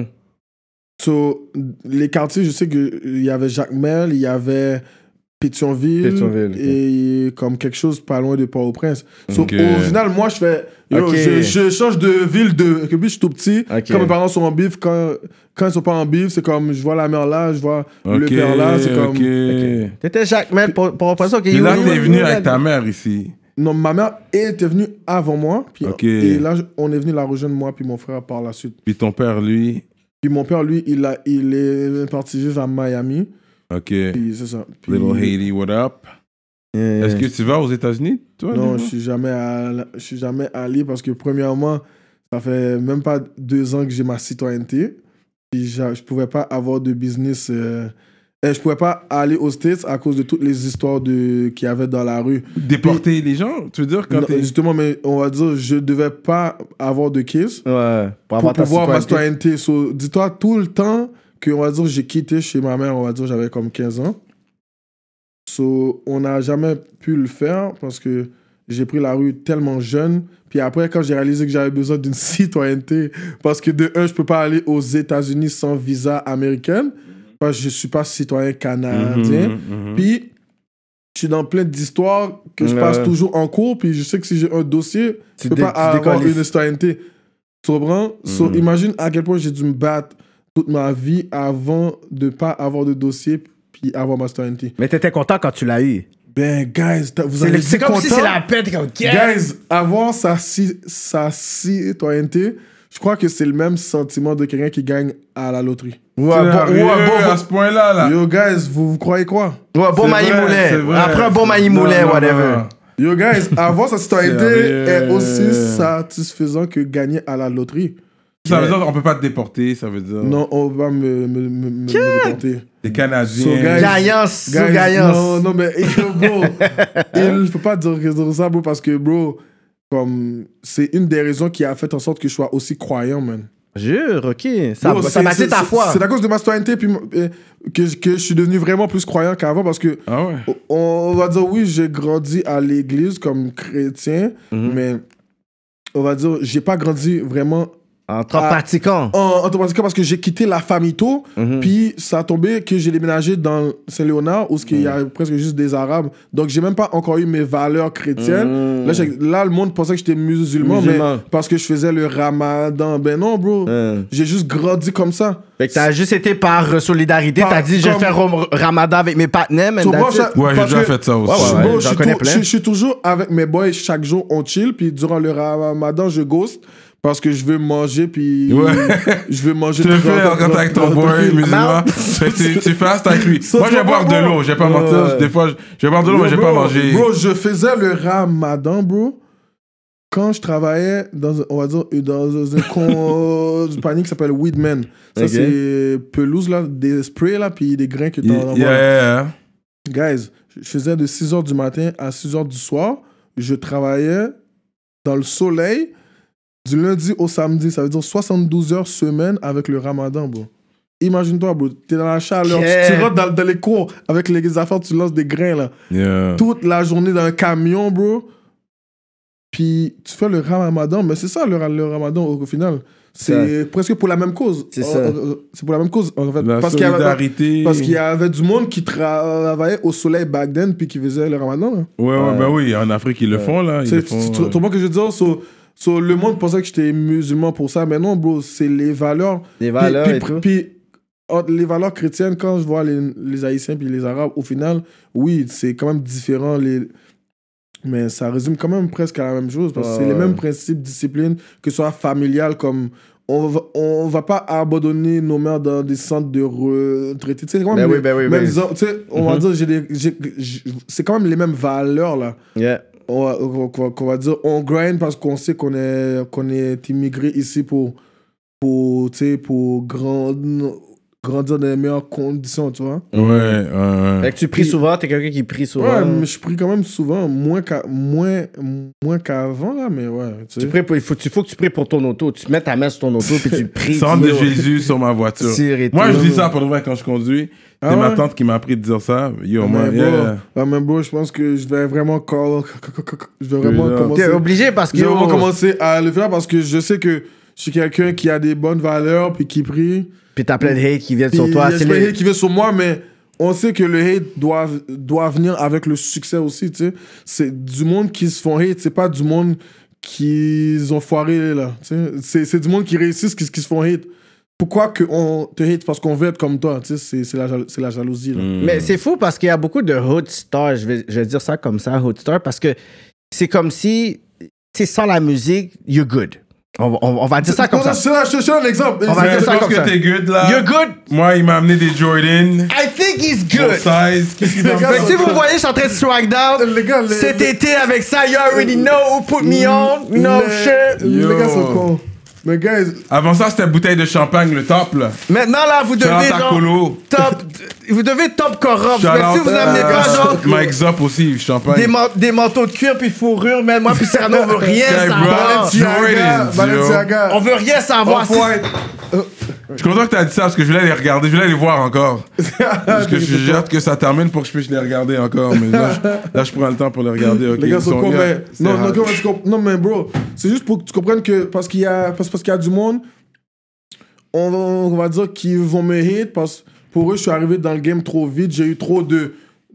D: Les quartiers, je sais qu'il y avait Jacmel, il y avait Pétionville et comme quelque chose pas loin de Port-au-Prince. Au final, moi, je fais... Je change de ville depuis que je suis tout petit. Quand mes parents sont en bif, quand ils sont pas en bif, c'est comme je vois la mère là, je vois le père là, c'est comme...
E: T'étais Jacmel pour représenter.
C: Et là, t'es venu avec ta mère ici.
D: Non, ma mère était venue avant moi. Puis, et là, on est venu la rejoindre, moi puis mon frère par la suite.
C: Puis ton père, lui...
D: Puis mon père, lui, il est parti vivre à Miami.
C: OK.
D: Puis c'est ça. Puis,
C: Little Haiti, what up? Est-ce que tu vas aux États-Unis, toi?
D: Non, je suis jamais allé parce que, premièrement, ça fait même pas 2 ans que j'ai ma citoyenneté. Puis je pouvais pas avoir de business... je pouvais pas aller aux States à cause de toutes les histoires qu'il y avait dans la rue.
C: Déporter les gens, tu veux dire? Quand
D: justement, mais on va dire, je devais pas avoir de kiss pour pouvoir ma citoyenneté. Dis-toi, tout le temps que, on va dire, j'ai quitté chez ma mère, on va dire, j'avais comme 15 ans. On n'a jamais pu le faire parce que j'ai pris la rue tellement jeune. Puis après, quand j'ai réalisé que j'avais besoin d'une citoyenneté, parce que de un, je peux pas aller aux États-Unis sans visa américain, parce que je suis pas citoyen canadien. Puis, je suis dans plein d'histoires que je passe toujours en cours, puis je sais que si j'ai un dossier, je peux pas avoir une citoyenneté. Tu comprends? Imagine à quel point j'ai dû me battre toute ma vie avant de pas avoir de dossier puis avoir ma citoyenneté.
E: Mais t'étais content quand tu l'as eu.
D: Ben, guys, vous avez
E: c'est comme si c'est la paix, t'es comme...
D: Guys, avoir sa citoyenneté, je crois que c'est le même sentiment de quelqu'un qui gagne à la loterie.
C: À ce point-là, là.
D: Yo, guys, vous croyez quoi?
E: Bon Maï Moulet. Après un bon Maï Moulet, whatever.
D: Yo, guys, avoir sa citoyenneté est aussi satisfaisant que gagner à la loterie.
C: Ça veut dire qu'on peut pas te déporter, ça veut dire.
D: Non, on va me déporter.
C: T'es Canadien.
D: So, guys,
E: Gaillance,
D: guys,
E: gaillance.
D: non, mais bro, il faut pas dire ça, bro, parce que, bro, comme, c'est une des raisons qui a fait en sorte que je sois aussi croyant, man.
E: Jure, ok.
D: Bro,
E: Ça m'a dit ta foi.
D: C'est à cause de ma citoyenneté puis, que je suis devenu vraiment plus croyant qu'avant, parce que,
C: Ah ouais.
D: on va dire, oui, j'ai grandi à l'église comme chrétien, mais on va dire, j'ai pas grandi vraiment
E: En tant que pratiquant.
D: en tant que parce que j'ai quitté la famille tôt, puis ça a tombé que j'ai déménagé dans Saint-Léonard où il y a presque juste des Arabes. Donc j'ai même pas encore eu mes valeurs chrétiennes. Là, le monde pensait que j'étais musulman, mais parce que je faisais le ramadan. Ben non, bro. J'ai juste grandi comme ça.
E: Fait que t'as juste été par solidarité, t'as dit je vais faire ramadan avec mes partenaires, mais
D: So, bro,
C: Ouais, j'ai déjà fait ça aussi.
E: Ouais, j'en connais plein.
D: Je suis toujours avec mes boys, chaque jour on chill, puis durant le ramadan je ghost. Parce que je veux manger, puis je veux manger.
C: Tu le fais en contact avec ton boy musulman. Fait que tu fastes avec lui. Moi, je vais boire de l'eau. Je vais pas mentir. Des fois, je vais boire de l'eau, mais je vais pas manger.
D: Bro, je faisais le ramadan, bro. Quand je travaillais dans, on va dire, dans un panier qui s'appelle Weedman. Ça, c'est pelouse, là, des sprays, là, puis des grains que tu envoies.
C: Yeah.
D: Guys, je faisais de 6h du matin à 6h du soir. Je travaillais dans le soleil. Du lundi au samedi, ça veut dire 72 heures semaine avec le ramadan, bro. Imagine-toi, bro, t'es dans la chaleur, tu rentres dans les cours avec les affaires, tu lances des grains, là.
C: Yeah.
D: Toute la journée dans un camion, bro. Puis tu fais le ramadan, mais c'est ça le ramadan au final. C'est presque pour la même cause.
E: C'est ça.
D: C'est pour la même cause, en fait.
C: La
D: parce
C: solidarité.
D: Parce qu'il y avait du monde qui travaillait au soleil back then, puis qui faisait le ramadan, là.
C: Ouais, ben oui, en Afrique, ils le font, là. Ils le font.
D: Tu comprends ce que je veux dire? So, le monde pensait que j'étais musulman pour ça, mais non, bro, c'est les valeurs.
E: Les valeurs et tout.
D: Puis, les valeurs chrétiennes, quand je vois les Haïtiens puis les Arabes, au final, oui, c'est quand même différent. Mais ça résume quand même presque à la même chose, parce que c'est les mêmes principes, disciplines, que ce soit familial, comme on va pas abandonner nos mères dans des centres de retraités. Tu sais, quand même, on va dire, c'est quand même les mêmes valeurs, là.
E: Yeah.
D: Qu'on va dire, on grind parce qu'on sait qu'on est immigré ici pour grandir dans les meilleures conditions, tu vois.
E: Ouais. Fait que tu pries souvent, t'es quelqu'un qui prie souvent.
D: Ouais, mais je prie quand même souvent, moins qu'avant, là, mais ouais.
E: Tu pries il faut que tu pries pour ton auto. Tu mets ta main sur ton auto puis tu pries.
C: Sang de Jésus sur ma voiture. Moi, je dis ça pour le vrai quand je conduis. C'est ma tante qui m'a appris de dire ça. Yo, moi,
D: mais bro, je pense que je vais vraiment commencer.
E: T'es obligé parce que.
D: Je vais vraiment commencer à le faire parce que je sais que je suis quelqu'un qui a des bonnes valeurs puis qui prie.
E: Puis t'as plein de hate qui viennent sur toi.
D: Il y a plein de hate qui viennent sur moi, mais on sait que le hate doit venir avec le succès aussi, tu sais. C'est du monde qui se font hate, c'est pas du monde qui ont foiré, là. C'est du monde qui réussissent qui se font hate. Pourquoi on te hate? Parce qu'on veut être comme toi, tu sais, c'est la jalousie, là.
E: Mais c'est fou parce qu'il y a beaucoup de hood stars, je vais dire ça comme ça, hood stars, parce que c'est comme si, tu sais, sans la musique, you're good. On va dire ça comme ça.
D: Je te donne un exemple.
E: On va dire ça comme ça.
C: T'es good, là.
E: You're good.
C: Moi, il m'a amené des Jordan.
E: I think he's good.
C: Size. Qu'est-ce qu'il en
E: Fait que si vous voyez, je suis en train de swag down. Cet été avec ça, you already know who put me on. No shit.
D: Les gars sont cons. Mais guys.
C: Avant ça, c'était bouteille de champagne, le top, là.
E: Maintenant, là, vous devez genre. Top. Vous devez top corrupt. Mais si vous amenez pas genre.
C: Mike Zop aussi, champagne.
E: Des manteaux de cuir puis de fourrure, mais moi puis Serrano, on veut rien savoir.
D: Balenciaga.
E: On veut rien savoir.
C: Je suis content que tu as dit ça parce que je voulais les regarder, je voulais les voir encore. Parce que j'ai hâte que ça termine pour que je puisse les regarder encore. Mais là, je prends le temps pour les regarder. Okay,
D: les gars sont cons, mais. Non, mais bro, c'est juste pour que tu comprennes que parce qu'il y a du monde, on va dire qu'ils vont me hate parce que pour eux, je suis arrivé dans le game trop vite, j'ai eu trop de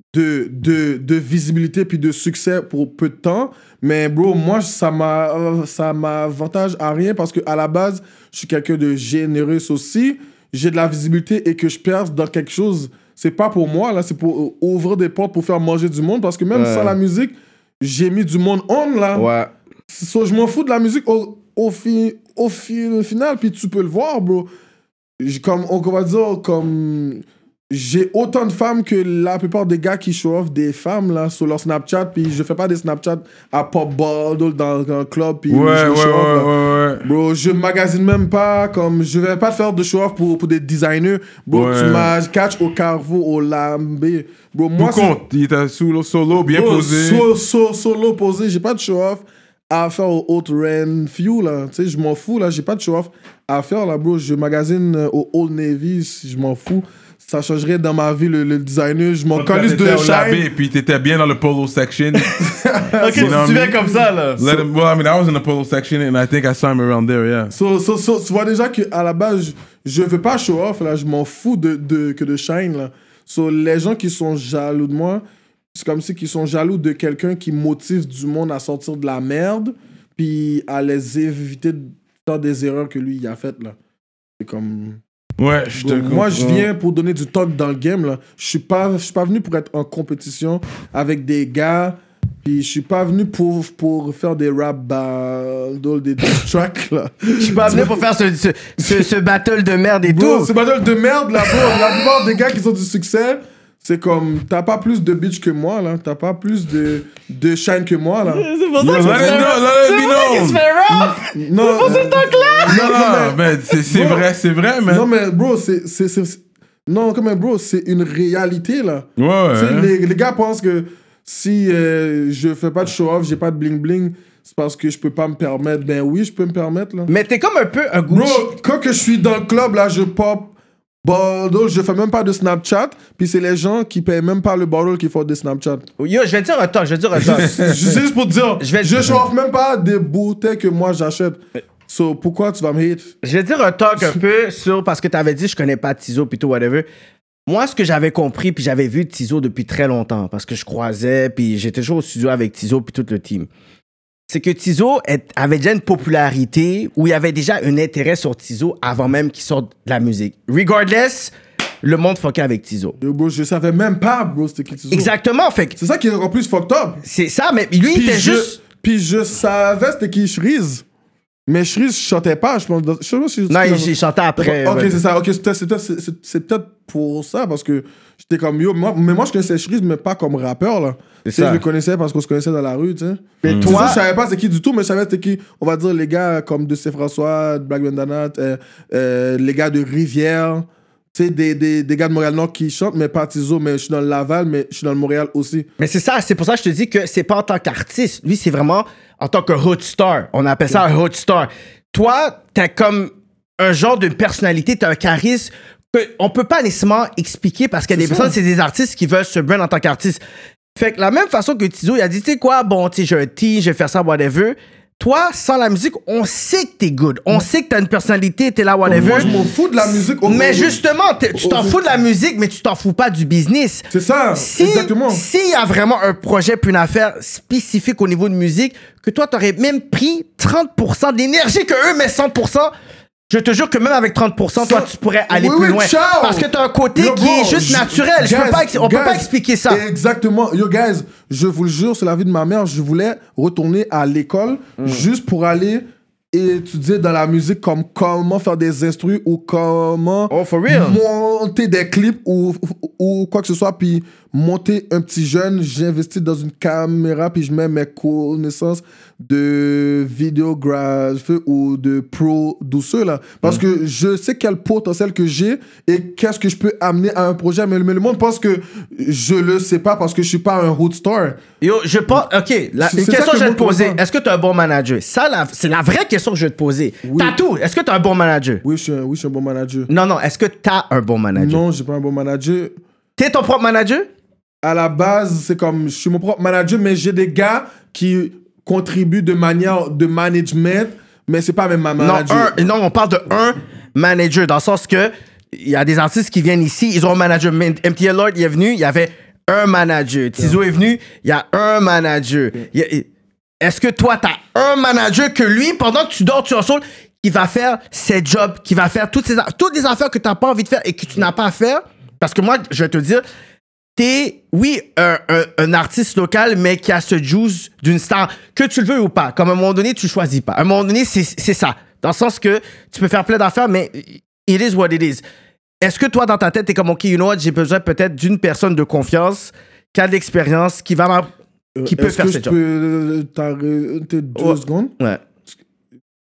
D: visibilité puis de succès pour peu de temps. Mais bro, moi, ça m'avantage à rien parce qu'à la base, je suis quelqu'un de généreux aussi. J'ai de la visibilité et que je perce dans quelque chose, c'est pas pour moi, là, c'est pour ouvrir des portes pour faire manger du monde parce que même sans la musique, j'ai mis du monde on, là.
E: Ouais.
D: So, je m'en fous de la musique au final, puis tu peux le voir, bro. On va dire, comme... J'ai autant de femmes que la plupart des gars qui show off des femmes là sur leur Snapchat, puis je fais pas des Snapchat à pop ball dans un club, puis
C: ouais.
D: Bro, je magasine même pas, comme je vais pas faire de show-off pour des designers. Bro,
C: Ouais.
D: tu m'as catch au Carrefour, au Lambé. Bro, moi,
C: Tout compte, il était solo, bien
D: Bro,
C: posé.
D: Solo posé, j'ai pas de show-off à faire au Old Renfrew, là. Tu sais, je m'en fous, là, j'ai pas de show-off à faire, là, bro. Je magasine au Old Navy, je m'en fous. Ça changerait dans ma vie, le designer. Je m'en calisse de
C: T'étais au labé,
D: shine.
C: et puis t'étais bien dans le polo section.
E: Ok, tu
C: know what I
E: te
C: mean?
E: comme ça, là.
C: Let him, well, I mean, I was in the polo section, and I think I saw him around there, yeah.
D: So, tu vois déjà qu'à la base, je veux pas show off, là. Je m'en fous que de shine, là. So, les gens qui sont jaloux de moi, c'est comme si ils sont jaloux de quelqu'un qui motive du monde à sortir de la merde, puis à les éviter de faire des erreurs que lui, il a faites, là. C'est comme...
C: Ouais, je te
D: Moi, je
C: comprends.
D: viens pour donner du talk dans le game, là. Je suis pas venu pour être en compétition avec des gars, puis je suis pas venu pour faire des rap battles, des diss tracks, là.
E: Je suis pas venu pour faire ce battle de merde et
D: Bro,
E: tout.
D: ce battle de merde, là, bro. La plupart des gars qui ont du succès, c'est comme, t'as pas plus de bitch que moi, là. T'as pas plus de shine que moi, là.
E: C'est pour
C: Yo,
E: ça
C: let it be
E: qu'il se
C: known.
E: fait rap.
D: Non,
C: Non, ben, c'est
D: Bro.
C: vrai, c'est vrai, man.
D: non, mais bro, non, comme bro, c'est une réalité, là.
C: Ouais,
D: Tu sais,
C: ouais.
D: les gars pensent que si je fais pas de show-off, j'ai pas de bling-bling, c'est parce que je peux pas me permettre. Ben oui, je peux me permettre, là.
E: Mais t'es comme un peu un Gucci.
D: Bro, quand que je suis dans le club, là, je pop bottle, je fais même pas de Snapchat, puis c'est les gens qui payent même pas le bottle qui font des Snapchat.
E: Yo, je vais dire un talk.
D: C'est juste pour te dire,
E: Je vais-
D: je show-off même pas des bouteilles que moi j'achète. So, pourquoi tu vas me hate?
E: Je vais dire un talk un peu sur... Parce que t'avais dit, je connais pas Tizo, puis tout, whatever. Moi, ce que j'avais compris, puis j'avais vu Tizo depuis très longtemps, parce que je croisais, puis j'étais toujours au studio avec Tizo, puis tout le team. C'est que Tizo avait déjà une popularité, où il y avait déjà un intérêt sur Tizo avant même qu'il sorte de la musique. Regardless, le monde fuckait avec Tizo.
D: Yo, bro, je savais même pas, bro, c'était qui Tizo.
E: Exactement, fait que
D: C'est ça qui est encore plus fucked up.
E: c'est ça, mais lui, il était juste...
D: Puis je savais c'était qui Shreeze. Mais Shreeze, je chantais pas, je pense. Je sais pas si
E: Non, il chantait après.
D: Ok,
E: ouais.
D: c'est ça. Ok, c'est peut-être pour ça, parce que j'étais comme yo. Mais moi, je connaissais Shreeze, mais pas comme rappeur, là. Tu sais,
E: ça.
D: je le connaissais parce qu'on se connaissait dans la rue, tu sais.
E: Mais
D: Tizo,
E: toi...
D: je savais pas c'est qui du tout, mais je savais c'était qui, on va dire, les gars comme de C-François, de Black Bandana, les gars de Rivière. Tu sais, des gars de Montréal-Nord qui chantent, mais pas Tizo, mais je suis dans le Laval, mais je suis dans le Montréal aussi.
E: Mais c'est ça, c'est pour ça que je te dis que c'est pas en tant qu'artiste. Lui, c'est vraiment en tant que hood star. On appelle ça un hood star. Toi, t'as comme un genre de personnalité, t'as un charisme qu'on peut pas nécessairement expliquer parce qu'il y a des
D: C'est ça.
E: personnes, c'est des artistes qui veulent se brand en tant qu'artiste. Fait que la même façon que Tizo, il a dit, tu sais quoi, bon, tu sais, j'ai un team, je vais faire ça, whatever. Toi, sans la musique, on sait que t'es good. On sait que t'as une personnalité, t'es là, whatever.
D: Moi, je m'en fous de la musique.
E: Mais justement, tu t'en fous de la musique, mais tu t'en fous pas du business.
D: C'est ça, exactement.
E: S'il y a vraiment un projet puis une affaire spécifique au niveau de musique, que toi, t'aurais même pris 30% d'énergie que eux mettent 100%, je te jure que même avec 30%, toi, tu pourrais aller
D: Oui,
E: plus
D: oui,
E: loin.
D: ciao.
E: Parce que t'as un côté
D: Yo,
E: qui
D: bro,
E: est juste naturel. On peut pas expliquer ça.
D: Exactement. Yo, guys, je vous le jure, c'est la vie de ma mère. Je voulais retourner à l'école juste pour aller étudier dans la musique comme comment faire des instrus ou comment
E: Oh, for real?
D: monter des clips ou quoi que ce soit, puis monter un petit jeune. J'investis dans une caméra, puis je mets mes connaissances de vidéographe ou de producer, là. Parce que je sais quel potentiel que j'ai et qu'est-ce que je peux amener à un projet. Mais le monde pense que je le sais pas parce que je suis pas un hood star.
E: Yo, je pense. OK,
D: C'est
E: une
D: ça
E: question
D: que
E: que je vais
D: moi,
E: te poser.
D: je comprends.
E: Est-ce que t'es un bon manager? Ça, c'est la vraie question que je vais te poser.
D: Oui.
E: Tatou, est-ce que t'es un bon manager?
D: Oui, je suis un bon manager.
E: Non, est-ce que t'as un bon manager?
D: Non, j'ai pas un bon manager.
E: T'es ton propre manager?
D: À la base, c'est comme je suis mon propre manager, mais j'ai des gars qui contribuent de manière de management, mais c'est pas même ma manager.
E: Non, on parle de un manager, dans le sens que il y a des artistes qui viennent ici, ils ont un manager. MTL Lord, il est venu, il y avait un manager. Tizo est venu, il y a un manager. Est-ce que toi, t'as un manager que lui, pendant que tu dors, tu es en soul, qui va faire ses jobs, qui va faire toutes les affaires que t'as pas envie de faire et que tu n'as pas à faire? Parce que moi, je vais te dire, t'es, oui, un artiste local, mais qui a ce juice d'une star, que tu le veux ou pas. Comme à un moment donné, tu choisis pas. À un moment donné, c'est ça. Dans le sens que tu peux faire plein d'affaires, mais it is what it is. Est-ce que toi, dans ta tête, t'es comme, OK, you know what, j'ai besoin peut-être d'une personne de confiance, qui a de l'expérience, qui va qui peut faire ce job?
D: Est-ce que je peux t'arrêter 2 secondes?
E: Ouais.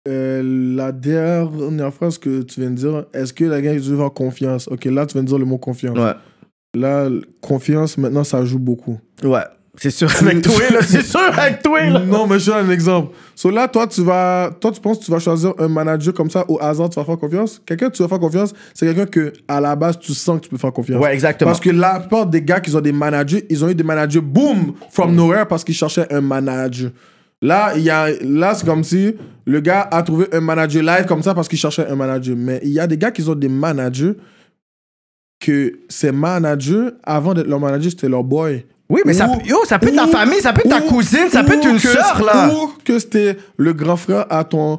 D: La dernière phrase que tu viens de dire, est-ce que la gars il veut avoir confiance? Ok, là tu viens de dire le mot confiance.
E: Ouais.
D: Là, confiance, maintenant ça joue beaucoup.
E: Ouais. C'est sûr avec toi, là. C'est sûr avec toi, là.
D: Non, mais je donne un exemple. So là, toi, tu penses que tu vas choisir un manager comme ça au hasard, tu vas faire confiance? Quelqu'un que tu vas faire confiance, c'est quelqu'un que à la base, tu sens que tu peux faire confiance.
E: Ouais, exactement.
D: Parce que la plupart des gars qui ont des managers, ils ont eu des managers, boom, from nowhere, parce qu'ils cherchaient un manager. Là, c'est comme si le gars a trouvé un manager live comme ça parce qu'il cherchait un manager. Mais il y a des gars qui ont des managers que ces managers, avant d'être leur manager, c'était leur boy.
E: Oui, mais ça peut être ta famille, ça peut être ta cousine, ça peut être une sœur, là.
D: Ou que c'était le grand frère à ton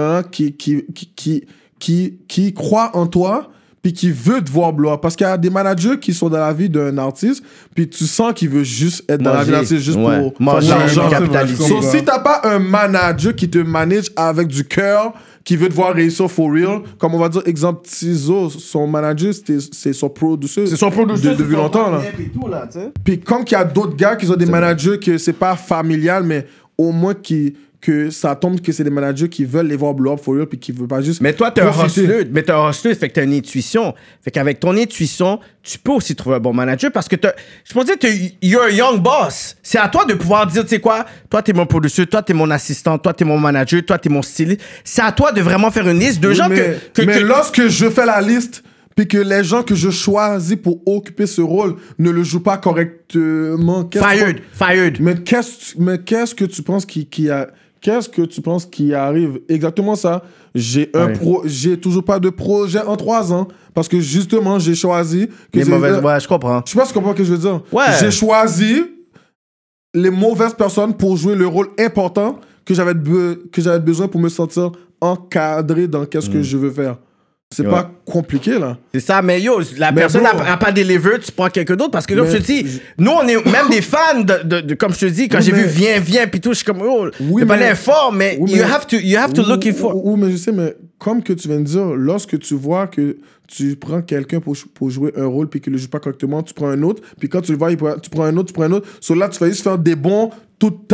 D: qui croit en toi, puis qui veut te voir blow up. Parce qu'il y a des managers qui sont dans la vie d'un artiste, puis tu sens qu'il veut juste être dans la vie d'un artiste juste pour
E: manger,
D: l'argent.
E: capitaliser.
D: So, si t'as pas un manager qui te manage avec du cœur, qui veut te voir réussir for real, comme on va dire, exemple, Tizo, son manager, c'est son producer.
E: C'est son producer
D: depuis longtemps, là. Puis comme qu'il y a d'autres gars qui ont des managers que c'est pas familial, mais au moins que ça tombe que c'est des managers qui veulent les voir blow up for real, puis qui veulent pas juste...
E: Mais toi, t'es un hustler. Mais t'es un hustler, fait que t'as une intuition. Fait qu'avec ton intuition, tu peux aussi trouver un bon manager parce que je peux dire que you're a young boss. C'est à toi de pouvoir dire, tu sais quoi, toi, t'es mon producer, toi, t'es mon assistant, toi, t'es mon manager, toi, t'es mon styliste. C'est à toi de vraiment faire une liste de gens
D: mais lorsque je fais la liste, puis que les gens que je choisis pour occuper ce rôle ne le jouent pas correctement...
E: Fired.
D: Mais qu'est-ce que tu penses Qu'est-ce que tu penses qui arrive? Exactement ça. J'ai toujours pas de projet en 3 ans parce que justement, j'ai choisi...
E: Les mauvaises... Ouais, je comprends.
D: Je sais pas si tu comprends ce que je veux dire.
E: Ouais.
D: J'ai choisi les mauvaises personnes pour jouer le rôle important que j'avais besoin pour me sentir encadré dans qu'est-ce que je veux faire. C'est pas compliqué, là.
E: C'est ça, mais personne n'a pas deliver, tu prends quelqu'un d'autre. Parce que comme je te dis, nous, on est même des fans de comme je te dis, quand j'ai vu Viens, puis tout, je suis comme, il pas l'infort, mais you have to look for.
D: Oui, mais je sais, mais comme que tu viens de dire, lorsque tu vois que tu prends quelqu'un pour jouer un rôle puis qu'il ne le joue pas correctement, tu prends un autre, puis quand tu le vois, tu prends un autre. So là, tu vas juste faire des bons toute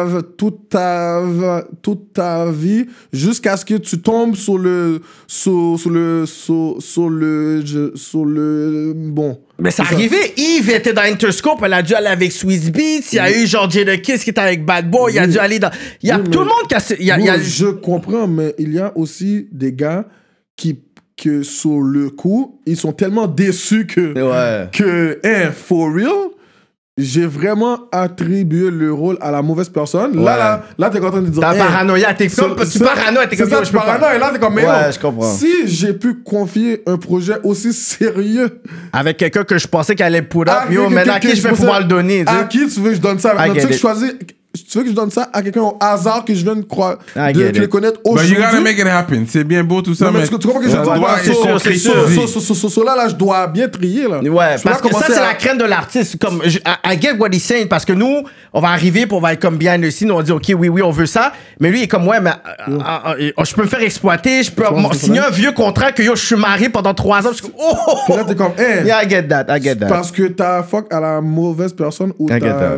D: ta vie jusqu'à ce que tu tombes sur le bon.
E: Mais ça arrivait, Yves était dans Interscope, elle a dû aller avec Swizz Beatz, il y a eu George Kiss qui était avec Bad Boy, il a dû aller dans... Il y a tout le monde qui a...
D: Je comprends, mais il y a aussi des gars que sur le coup, ils sont tellement déçus que for real, j'ai vraiment attribué le rôle à la mauvaise personne. Ouais. Là, t'es content de dire...
E: T'as paranoïa, t'es comme... Tu paranoïa, t'es comme...
D: C'est ça, tu paranoïa, et là, t'es comme...
E: Ouais, je comprends.
D: Si j'ai pu confier un projet aussi sérieux...
E: Avec quelqu'un que je pensais qu'elle allait put up, maintenant, à qui je vais pouvoir le donner,
D: à qui tu veux que je donne ça? Tu veux que je donne ça à quelqu'un au hasard que je viens de le connaître aujourd'hui?
C: But you gotta make it happen. C'est bien beau tout ça,
D: non, mais tu comprends que je dois...
E: C'est sûr.
D: Là, je dois bien trier, là.
E: Ouais, parce que ça, c'est la crème de l'artiste. Comme, I get what he's saying, parce que nous, on va arriver, puis on va être comme bien ici, nous, on dit, OK, oui, on veut ça. Mais lui, il est comme, ouais, mais je peux me faire exploiter, je peux signer un vieux contrat que je suis marié pendant 3 ans. Je suis comme,
D: Puis là, t'es comme,
E: yeah, I get that.
D: Parce que t'as fuck à la mauvaise personne ou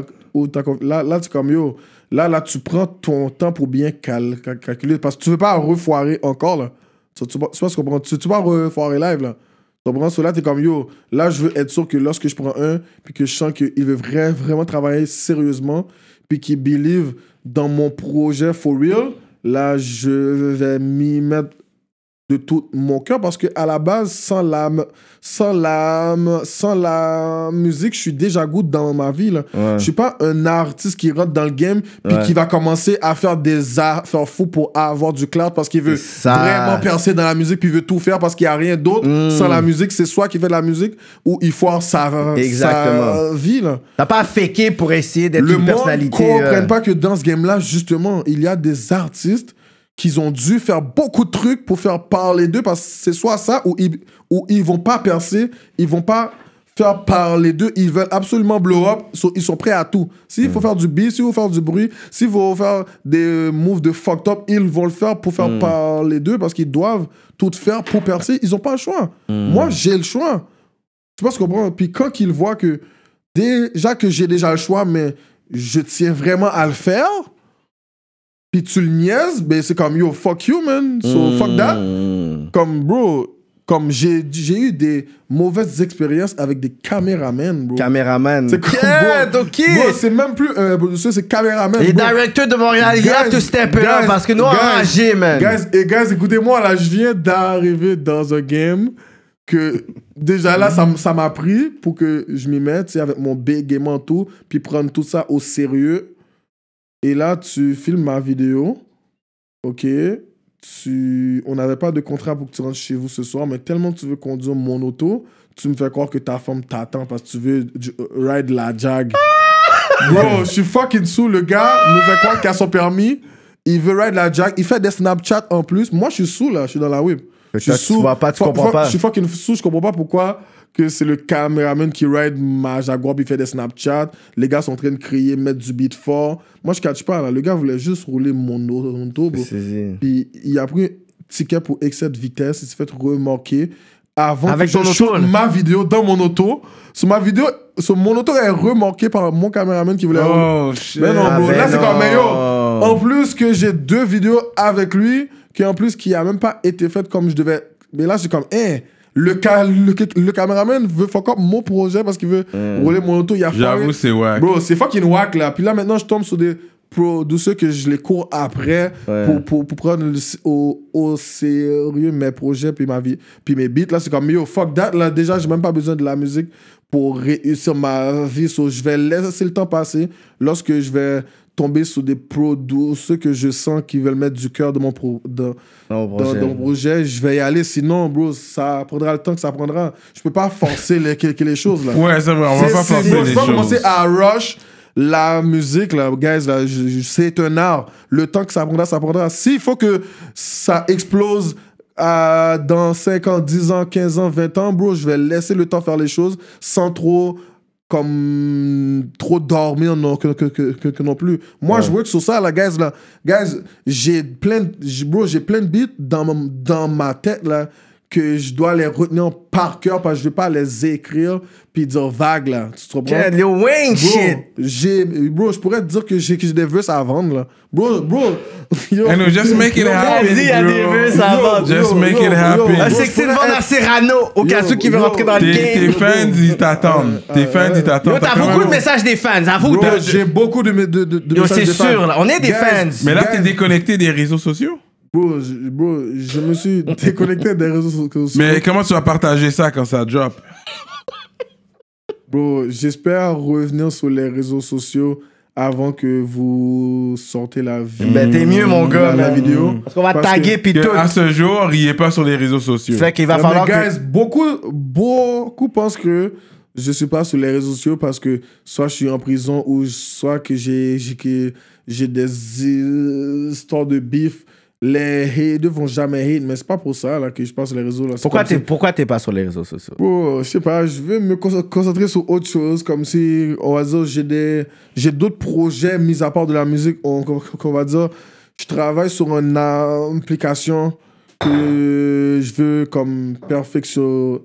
D: là, tu es comme, là, tu prends ton temps pour bien calculer. Parce que tu veux pas refoirer encore, là. Tu sais pas ce qu'on prend. Tu veux pas refoirer live, là. Tu comprends? Là, tu es comme, là, je veux être sûr que lorsque je prends un, puis que je sens qu'il veut vraiment travailler sérieusement, puis qu'il believe dans mon projet for real, là, je vais m'y mettre de tout mon cœur parce que à la base sans la musique je suis déjà good dans ma vie là. Ouais. Je suis pas un artiste qui rentre dans le game puis qui va commencer à faire des affaires fous pour avoir du clout parce qu'il veut vraiment percer dans la musique puis il veut tout faire parce qu'il y a rien d'autre sans la musique. C'est soit qu'il fait de la musique ou il foire sa vie là.
E: T'as pas faké pour essayer d'être une personnalité.
D: Le monde comprenne pas que dans ce game là justement il y a des artistes qu'ils ont dû faire beaucoup de trucs pour faire parler d'eux parce que c'est soit ça ou ils vont pas percer, ils vont pas faire parler d'eux, ils veulent absolument blow up, ils sont prêts à tout. S'il faut faire du beat, s'il faut faire du bruit, s'il faut faire des moves de fucked up, ils vont le faire pour faire parler d'eux parce qu'ils doivent tout faire pour percer, ils ont pas le choix. Moi, j'ai le choix. Tu vois ce qu'on comprend? Puis quand ils voient que déjà que j'ai déjà le choix, mais je tiens vraiment à le faire, puis tu le niaises, ben c'est comme yo, fuck you, man. So fuck that. Comme, bro, comme j'ai eu des mauvaises expériences avec des caméramans, bro.
E: Caméraman.
D: C'est comme, bro, c'est même plus un producer, c'est caméraman.
E: Les directeurs de Montréal, you have to step it up parce que nous, on a agi, man.
D: Guys, écoutez-moi, là, je viens d'arriver dans un game que déjà là, ça m'a pris pour que je m'y mette, tu sais, avec mon bégaiement tout, puis prendre tout ça au sérieux. Et là, tu filmes ma vidéo, ok? On n'avait pas de contrat pour que tu rentres chez vous ce soir, mais tellement tu veux conduire mon auto, tu me fais croire que ta femme t'attend parce que tu veux ride la Jag. Bro, je suis fucking sous. Le gars me fait croire qu'il a son permis, il veut ride la Jag, il fait des Snapchat en plus. Moi, je suis sous là, je suis dans la whip. Je suis sous.
E: Tu vois pas, tu comprends pas.
D: Je suis fucking sous, je comprends pas pourquoi que c'est le caméraman qui ride ma Jaguar puis il fait des Snapchat. Les gars sont en train de crier, mettre du beat fort. Moi, je catch pas là. Le gars voulait juste rouler mon auto, bro. Puis il a pris un ticket pour excès de vitesse. Il s'est fait remorquer avant
E: avec
D: que je shoot ma vidéo dans mon auto. Sur ma vidéo, mon auto est remorqué par mon caméraman qui voulait
C: Oh shit.
D: Mais non, bro. Là, c'est comme, mais yo, en plus que j'ai 2 vidéos avec lui, qui a même pas été faites comme je devais. Mais là, c'est comme, le caméraman veut fuck up mon projet parce qu'il veut rouler mon auto.
C: J'avoue, c'est wack.
D: Bro, c'est fucking wack là. Puis là, maintenant, je tombe sur des producers que je les cours après pour prendre au sérieux mes projets puis ma vie. Puis mes beats, là, c'est comme, yo, fuck that. Là, déjà, j'ai même pas besoin de la musique pour réussir ma vie. So, je vais laisser le temps passer lorsque je vais tomber sur des producers que je sens qui veulent mettre du cœur dans mon projet, je vais y aller. Sinon, bro, ça prendra le temps que ça prendra. Je peux pas forcer les choses, là.
C: Ouais, c'est vrai, on va pas forcer les choses.
D: Je peux pas commencer à rush la musique, là, guys, là, c'est un art. Le temps que ça prendra, ça prendra. S'il faut que ça explose dans 5 ans, 10 ans, 15 ans, 20 ans, bro, je vais laisser le temps faire les choses sans trop dormir non plus. Moi, je work sur ça, là, guys, là. Guys, j'ai plein de beats dans ma tête, là, que je dois les retenir par cœur parce que je ne vais pas les écrire puis dire vague, là. Tu te comprends?
E: Lil Wayne shit!
D: Bro, je pourrais te dire que j'ai des verses à vendre, là. Bro.
C: Yo, I know, just make it happen,
E: il y a des verses à vendre.
C: Just make it happen.
E: C'est que c'est le vendre à Cyrano, au cas où qui veut rentrer dans le game.
C: Tes fans, ils t'attendent.
E: T'as beaucoup de messages des fans, avoue.
D: J'ai beaucoup de messages
E: des fans. C'est sûr, là. On est des fans.
C: Mais là, t'es déconnecté des réseaux sociaux?
D: Bro, je me suis déconnecté des réseaux sociaux.
C: Mais comment tu vas partager ça quand ça drop?
D: Bro, j'espère revenir sur les réseaux sociaux avant que vous sortez la vidéo.
E: Ben, t'es mieux, mon gars.
D: La vidéo.
E: Parce qu'on va taguer puis tout.
C: À ce jour, il est pas sur les réseaux sociaux.
E: Fait qu'il va falloir
D: guys, beaucoup pensent que je suis pas sur les réseaux sociaux parce que soit je suis en prison ou soit que j'ai des histoires de beef. Les haters vont jamais hate, mais c'est pas pour ça là, que je passe sur les réseaux. Là.
E: Pourquoi t'es pas sur les réseaux sociaux?
D: Je sais pas, je vais me concentrer sur autre chose, comme si, on va dire, j'ai d'autres projets mis à part de la musique. On va dire, je travaille sur une application que je veux comme perfectionner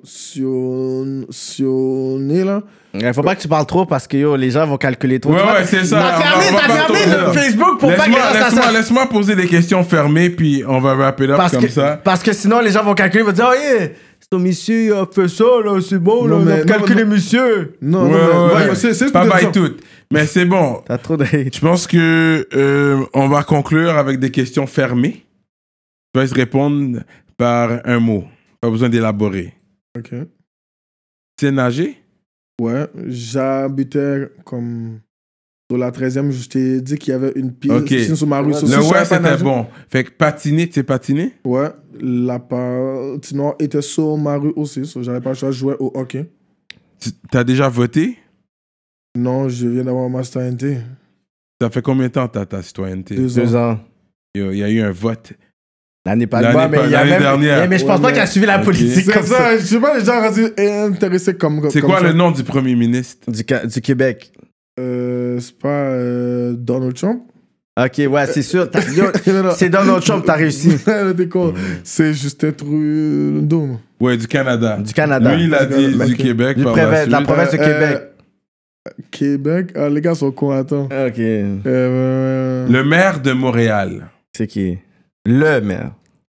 D: là.
E: Il faut pas que tu parles trop parce que les gens vont calculer trop.
C: Ouais, c'est ça.
E: T'as fermé le Facebook pour pas que ça...
C: Laisse-moi poser des questions fermées, puis on va wrap it up ça.
E: Parce que sinon, les gens vont calculer, ils vont dire, oh yeah, ton monsieur il a fait ça, là, c'est bon, là, on a calculé monsieur.
D: Non,
C: c'est pas by tout. Mais c'est bon.
E: T'as trop de hate.
C: Je pense que on va conclure avec des questions fermées. Tu vas se répondre par un mot. Pas besoin d'élaborer.
D: Ok.
C: Tu sais nager?
D: Ouais, j'habitais comme sur la 13e, je t'ai dit qu'il y avait une piscine sur ma rue.
C: Le ouais, c'était bon. Fait que patiner, tu sais patiner?
D: Ouais, la patinoire était sur ma rue aussi, j'avais pas le choix de jouer au hockey.
C: T'as déjà voté?
D: Non, je viens d'avoir ma citoyenneté.
C: Ça fait combien de temps ta citoyenneté?
E: 2 ans.
C: Il y a eu un vote.
E: L'année dernière. Mais je pense pas qu'il a suivi la politique comme ça.
D: Je sais pas, les gens intéressés comme
C: c'est quoi le nom du premier ministre?
E: Du Québec.
D: C'est pas Donald Trump?
E: Ok, ouais, c'est sûr. C'est Donald Trump, t'as réussi.
D: C'est Justin Trudeau.
C: Ouais, du Canada.
E: Du Canada.
C: Lui, il a dit du Québec.
E: La province de Québec.
D: Québec. Ah, les gars sont cons, attends.
E: Ok.
C: Le maire de Montréal.
E: C'est qui? Le maire.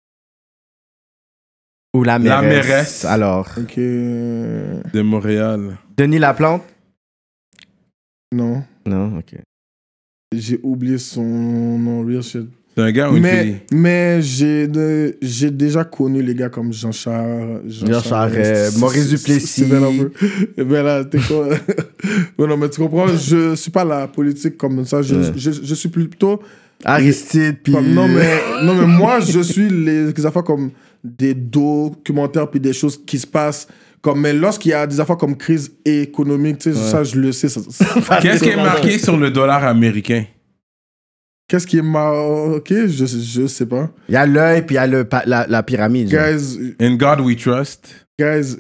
E: Ou la mairesse.
C: La mairesse.
E: Alors.
D: Ok.
C: De Montréal.
E: Denis Laplante?
D: Non.
E: Non, ok.
D: J'ai oublié son nom, real shit.
C: C'est un gars ou une fille?
D: Mais j'ai déjà connu les gars comme Jean Charest,
E: Maurice Duplessis.
D: Ben là, t'es quoi? Non, mais tu comprends, je suis pas la politique comme ça. Je suis plutôt...
E: Aristide, puis...
D: Non, mais moi, je suis les affaires comme des documentaires puis des choses qui se passent. Mais lorsqu'il y a des affaires comme crise économique, tu sais, ça, je le sais.
C: Qu'est-ce qui est marqué sur le dollar américain?
D: Qu'est-ce qui est marqué? Je sais pas.
E: Il y a l'œil, puis il y a la pyramide.
D: Guys,
C: In God we trust.
D: Guys,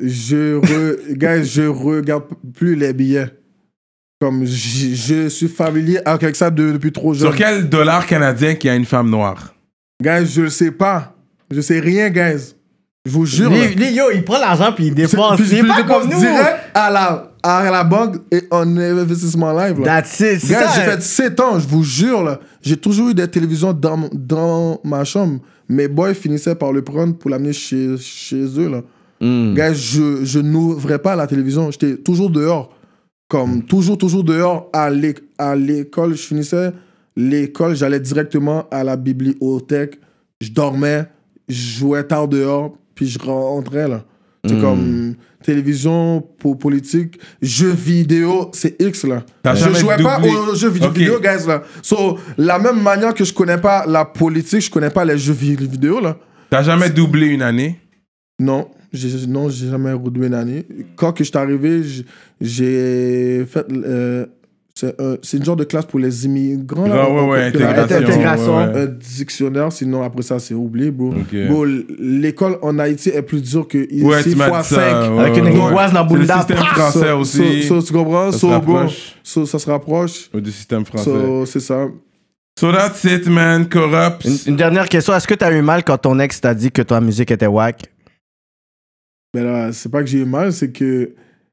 D: je regarde plus les billets. Comme je suis familier avec ça depuis trop jeune.
C: Sur quel dollar canadien qu'il y a une femme noire?
D: Guys, je le sais pas. Je sais rien, guys. Je vous jure.
E: Yo, il prend l'argent puis il dépense.
D: Puis
E: Il est pas comme nous.
D: direct à la banque et en investissement live. Là.
E: That's it.
D: Guys, j'ai fait 7 ans, je vous jure. Là. J'ai toujours eu des télévisions dans ma chambre. Mes boys finissaient par le prendre pour l'amener chez eux. Là. Guys, je n'ouvrais pas la télévision. J'étais toujours dehors. Comme toujours dehors à l'école. Je finissais l'école, j'allais directement à la bibliothèque. Je dormais, je jouais tard dehors, puis je rentrais là. C'est comme télévision, politique, jeux vidéo, c'est X là. Je jouais pas aux jeux vidéo, guys là. So, la même manière que je connais pas la politique, je connais pas les jeux vidéo là.
C: T'as jamais doublé une année?
D: Non, j'ai jamais redoublé une année. Quand que je suis arrivé, j'ai fait... c'est une genre de classe pour les immigrants.
C: Intégration.
D: Un dictionnaire, sinon après ça, c'est oublié, bro.
C: Okay.
D: Bro, l'école en Haïti est plus dure que ici,
C: ouais, tu m'as dit ça.
E: Avec une angoisse dans le
C: C'est le système français aussi.
D: Tu comprends? Ça se rapproche.
C: Du système français.
D: C'est ça.
C: So that's it, man. Corrupt.
E: Une dernière question. Est-ce que t'as eu mal quand ton ex t'a dit que ta musique était whack?
D: Ben là, c'est pas que j'ai eu mal, c'est que...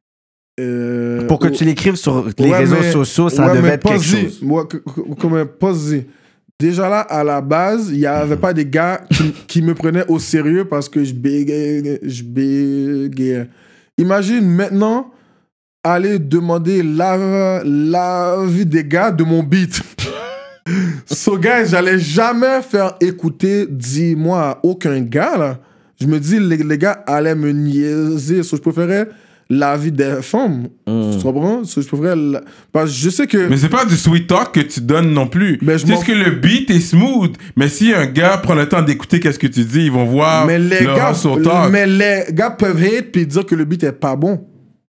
E: Pour que tu l'écrives sur les réseaux sociaux, ça devait être quelque chose.
D: Moi, pose-y. Déjà là, à la base, il n'y avait pas des gars qui me prenaient au sérieux parce que je bégayais. Imagine maintenant aller demander l'avis des gars de mon beat. So, guys, j'allais jamais faire écouter, dis-moi, à aucun gars, là. Je me dis, les gars allaient me niaiser. So, je préférais l'avis des femmes. Tu comprends? So, je préférais... Parce que je sais que...
C: Mais c'est pas du sweet talk que tu donnes non plus. C'est juste que le beat est smooth. Mais si un gars prend le temps d'écouter qu'est-ce que tu dis, ils vont voir
D: mais les
C: le
D: gars,
C: hustle talk.
D: Mais les gars peuvent hate puis dire que le beat est pas bon.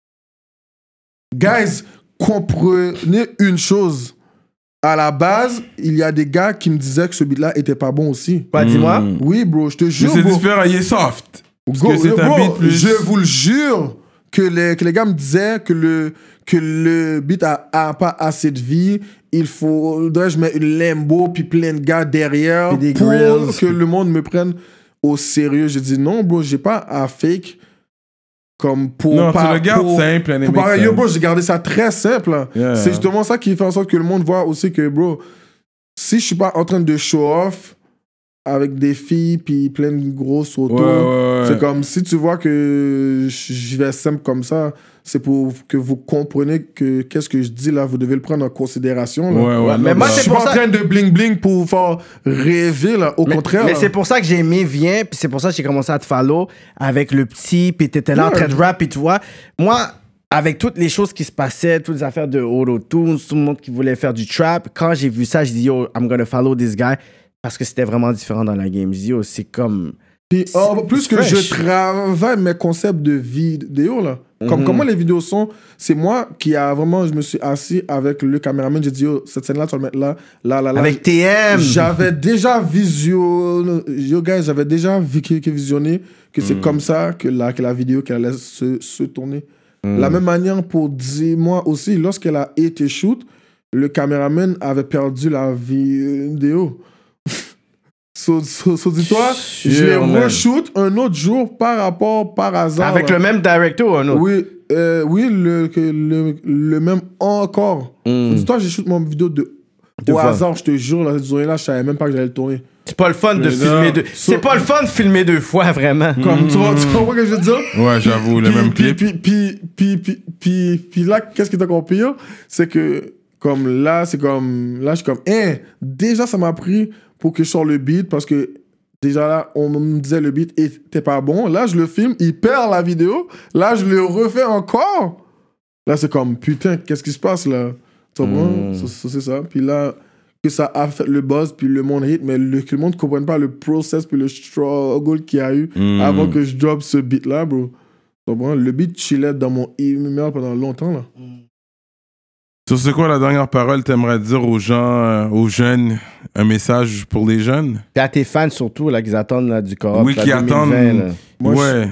D: Guys, comprenez une chose. À la base, il y a des gars qui me disaient que ce beat-là était pas bon aussi.
E: Quoi, dis-moi?
D: Oui, bro, je te jure.
C: Mais c'est
D: bro.
C: différent, il est soft. Parce
D: Go,
C: que c'est un beat plus...
D: Je vous le jure que les gars me disaient que le beat a pas assez de vie. Il faudrait que je mette une Lambo puis plein de gars derrière pour
E: grills.
D: que le monde me prenne au sérieux. J'ai dit non, bro, j'ai pas à fake. Comme pour
C: non, tu le gardes simple.
D: Yo, bro, j'ai gardé ça très simple.
C: Yeah.
D: C'est justement ça qui fait en sorte que le monde voit aussi que, bro, si je suis pas en train de show off avec des filles puis plein de grosses autos, c'est comme si tu vois que j'y vais simple comme ça, c'est pour que vous compreniez que qu'est-ce que je dis là, vous devez le prendre en considération. Là.
E: Mais moi,
D: je
E: c'est
D: suis
E: pour
D: pas en
E: ça...
D: train de bling bling pour faire rêver là, au contraire.
E: Mais
D: là.
E: c'est pour ça que j'ai aimé Viens, puis c'est pour ça que j'ai commencé à te follow avec le petit, puis t'étais là en train de rap, puis tu vois, moi, avec toutes les choses qui se passaient, toutes les affaires de auto-tune, tout le monde qui voulait faire du trap, quand j'ai vu ça, j'ai dit, yo, I'm gonna follow this guy, parce que c'était vraiment différent dans la game. J'ai dit, yo, c'est comme...
D: Puis, plus que je travaille mes concepts de vidéo, là. Comme comment les vidéos sont, c'est moi qui a vraiment, je me suis assis avec le caméraman, j'ai dit, yo, cette scène-là, tu vas le mettre là.
E: Avec TM!
D: J'avais déjà visionné, j'avais déjà visionné que c'est comme ça que la vidéo qu'elle allait se tourner. La même manière pour dire, moi aussi, lorsqu'elle a été shoot, le caméraman avait perdu la vidéo. dis-toi, je les re-shoot un autre jour par hasard.
E: Avec le même director ou un autre?
D: Oui, le même encore. Dis-toi, j'ai shoot mon vidéo au hasard, je te jure, cette journée-là, je savais même pas que j'allais le tourner.
E: C'est pas le fun de filmer deux. C'est pas le fun de filmer deux fois, vraiment.
D: Comme tu comprends ce que je veux dire?
C: Ouais, j'avoue, le même clip.
D: Puis là, qu'est-ce qui est encore pire? C'est que, comme là, je suis comme, déjà, ça m'a pris pour que je sorte le beat parce que déjà là, on me disait le beat était pas bon. Là, je le filme, il perd la vidéo. Là, je le refais encore. Là, c'est comme, putain, qu'est-ce qui se passe là? Tu comprends? C'est ça. Puis là, que ça a fait le buzz, puis le monde hate, mais que le monde ne comprenne pas le process, puis le struggle qu'il y a eu avant que je drop ce beat-là, bro. Tu comprends? Le beat chillait dans mon email pendant longtemps, là.
C: C'est quoi la dernière parole que t'aimerais dire aux gens, aux jeunes, un message pour les jeunes?
E: Et à tes fans surtout, là, qu'ils attendent là, du corps.
C: Oui, qui attendent.
D: Moi,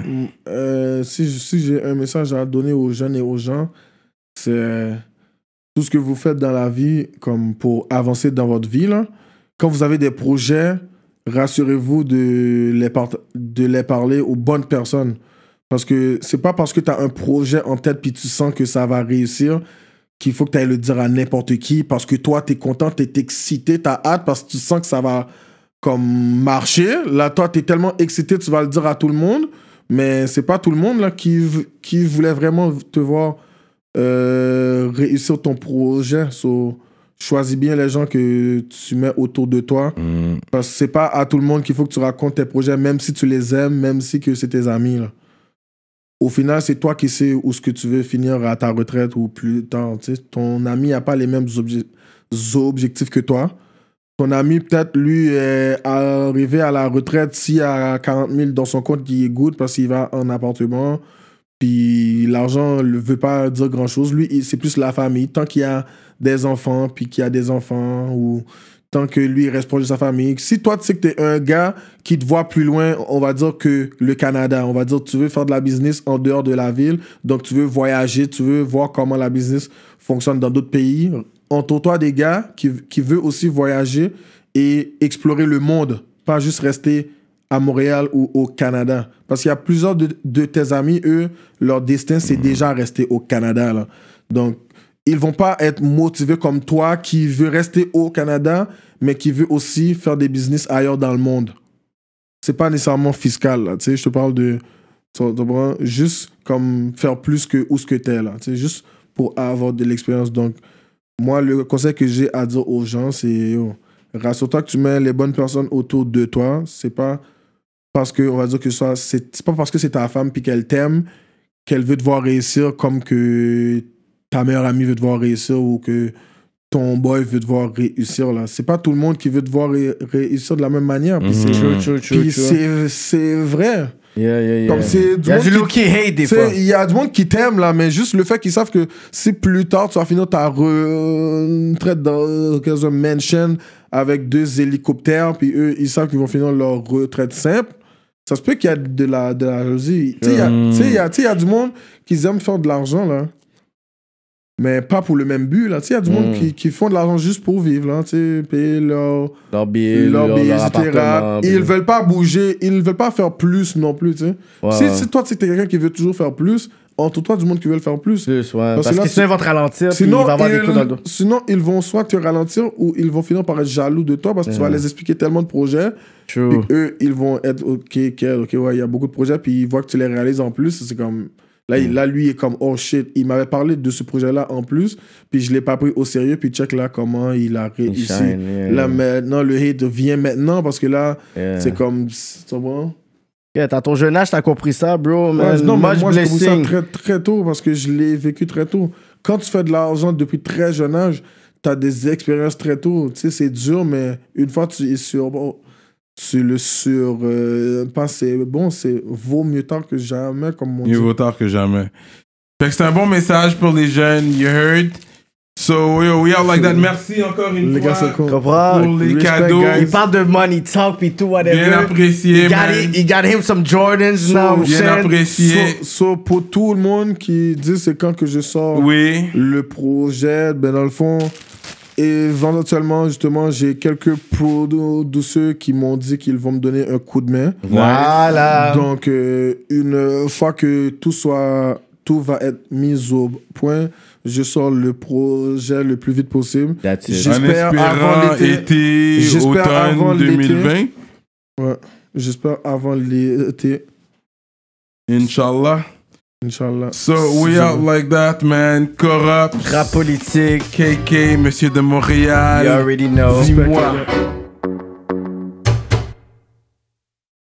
D: si j'ai un message à donner aux jeunes et aux gens, c'est tout ce que vous faites dans la vie comme pour avancer dans votre vie. Là. Quand vous avez des projets, rassurez-vous de les parler aux bonnes personnes. Parce que c'est pas parce que tu as un projet en tête puis tu sens que ça va réussir qu'il faut que tu ailles le dire à n'importe qui parce que toi, tu es content, tu es excité, tu as hâte parce que tu sens que ça va comme marcher. Là, toi, tu es tellement excité, tu vas le dire à tout le monde, mais c'est pas tout le monde là, qui voulait vraiment te voir réussir ton projet. Choisis bien les gens que tu mets autour de toi parce que c'est pas à tout le monde qu'il faut que tu racontes tes projets, même si tu les aimes, même si que c'est tes amis, là. Au final, c'est toi qui sais où ce que tu veux finir à ta retraite ou plus tard. Tu sais. Ton ami n'a pas les mêmes objectifs que toi. Ton ami, peut-être, lui, est arrivé à la retraite s'il a 40 000 dans son compte qui est good parce qu'il va en appartement. Puis l'argent ne veut pas dire grand-chose. Lui, c'est plus la famille. Tant qu'il y a des enfants, puis qu'il y a des enfants, ou tant que lui, il reste proche de sa famille. Si toi, tu sais que tu es un gars qui te voit plus loin, on va dire que le Canada, on va dire que tu veux faire de la business en dehors de la ville, donc tu veux voyager, tu veux voir comment la business fonctionne dans d'autres pays. Entoure-toi des gars qui veulent aussi voyager et explorer le monde, pas juste rester à Montréal ou au Canada. Parce qu'il y a plusieurs de tes amis, eux, leur destin, c'est déjà rester au Canada, là. Donc, ils vont pas être motivés comme toi qui veut rester au Canada, mais qui veut aussi faire des business ailleurs dans le monde. C'est pas nécessairement fiscal, là. Tu sais, je te parle de juste comme faire plus que où ce que t'es, là. Tu sais, juste pour avoir de l'expérience. Donc, moi, le conseil que j'ai à dire aux gens, c'est rassure-toi que tu mets les bonnes personnes autour de toi. C'est pas parce que, on va dire que c'est pas parce que c'est ta femme puis qu'elle t'aime qu'elle veut te voir réussir comme que ta meilleure amie veut te voir réussir ou que ton boy veut te voir réussir, là. C'est pas tout le monde qui veut te voir réussir de la même manière. Puis c'est vrai.
E: Yeah.
D: Comme
E: il y a du look qui hate des fois.
D: Il y a du monde qui t'aime, là, mais juste le fait qu'ils savent que si plus tard tu vas finir ta retraite dans un mansion avec 2 hélicoptères, puis eux, ils savent qu'ils vont finir leur retraite simple, ça se peut qu'il y a de la jalousie. Tu sais, il y a du monde qui aime faire de l'argent, là. Mais pas pour le même but, là. Tu sais, il y a du monde qui font de l'argent juste pour vivre, là. Tu sais, payer leur billet, etc. Ils veulent pas bouger, ils ne veulent pas faire plus non plus, tu sais. Ouais, si toi, tu sais, t'es quelqu'un qui veut toujours faire plus, entoure-toi du monde qui veut le faire plus.
E: Parce que sinon, ils vont te ralentir, puis il va avoir des coups dans le dos.
D: Sinon, ils vont soit te ralentir ou ils vont finir par être jaloux de toi parce que tu vas les expliquer tellement de projets. Puis eux, ils vont être OK, ouais, il y a beaucoup de projets, puis ils voient que tu les réalises en plus. C'est comme... Là, lui, il est comme, oh shit, il m'avait parlé de ce projet-là en plus, puis je ne l'ai pas pris au sérieux, puis check là comment il a réussi. Là, maintenant, le hate vient maintenant, parce que là, c'est comme, c'est bon.
E: À ton jeune âge, t'as compris ça, bro.
D: Moi, j'ai compris ça très, très tôt, parce que je l'ai vécu très tôt. Quand tu fais de l'argent depuis très jeune âge, tu as des expériences très tôt. Tu sais, c'est dur, mais une fois tu es sur... c'est bon, c'est vaut mieux tard que jamais, comme on dit.
C: Mieux vaut tard que jamais. Fait que c'est un bon message pour les jeunes, you heard? So, we are like that. Merci encore une fois pour les cadeaux.
E: Il parle de money talk pis tout, whatever.
C: Bien apprécié,
E: He got him some Jordans now.
C: Bien apprécié.
D: Pour tout le monde qui dit c'est quand que je sors le projet, ben dans le fond... éventuellement, justement, j'ai quelques producteurs qui m'ont dit qu'ils vont me donner un coup de main.
E: Voilà.
D: Donc, une fois que tout va être mis au point, je sors le projet le plus vite possible.
C: En espérant avant l'été, automne 2020.
D: Ouais, j'espère avant l'été.
C: Inch'Allah.
D: Inch'Allah.
C: So we out like that, man. Corrupt.
E: Rap politique.
C: KK, Monsieur de Montréal.
E: You already know.
C: Dis-moi.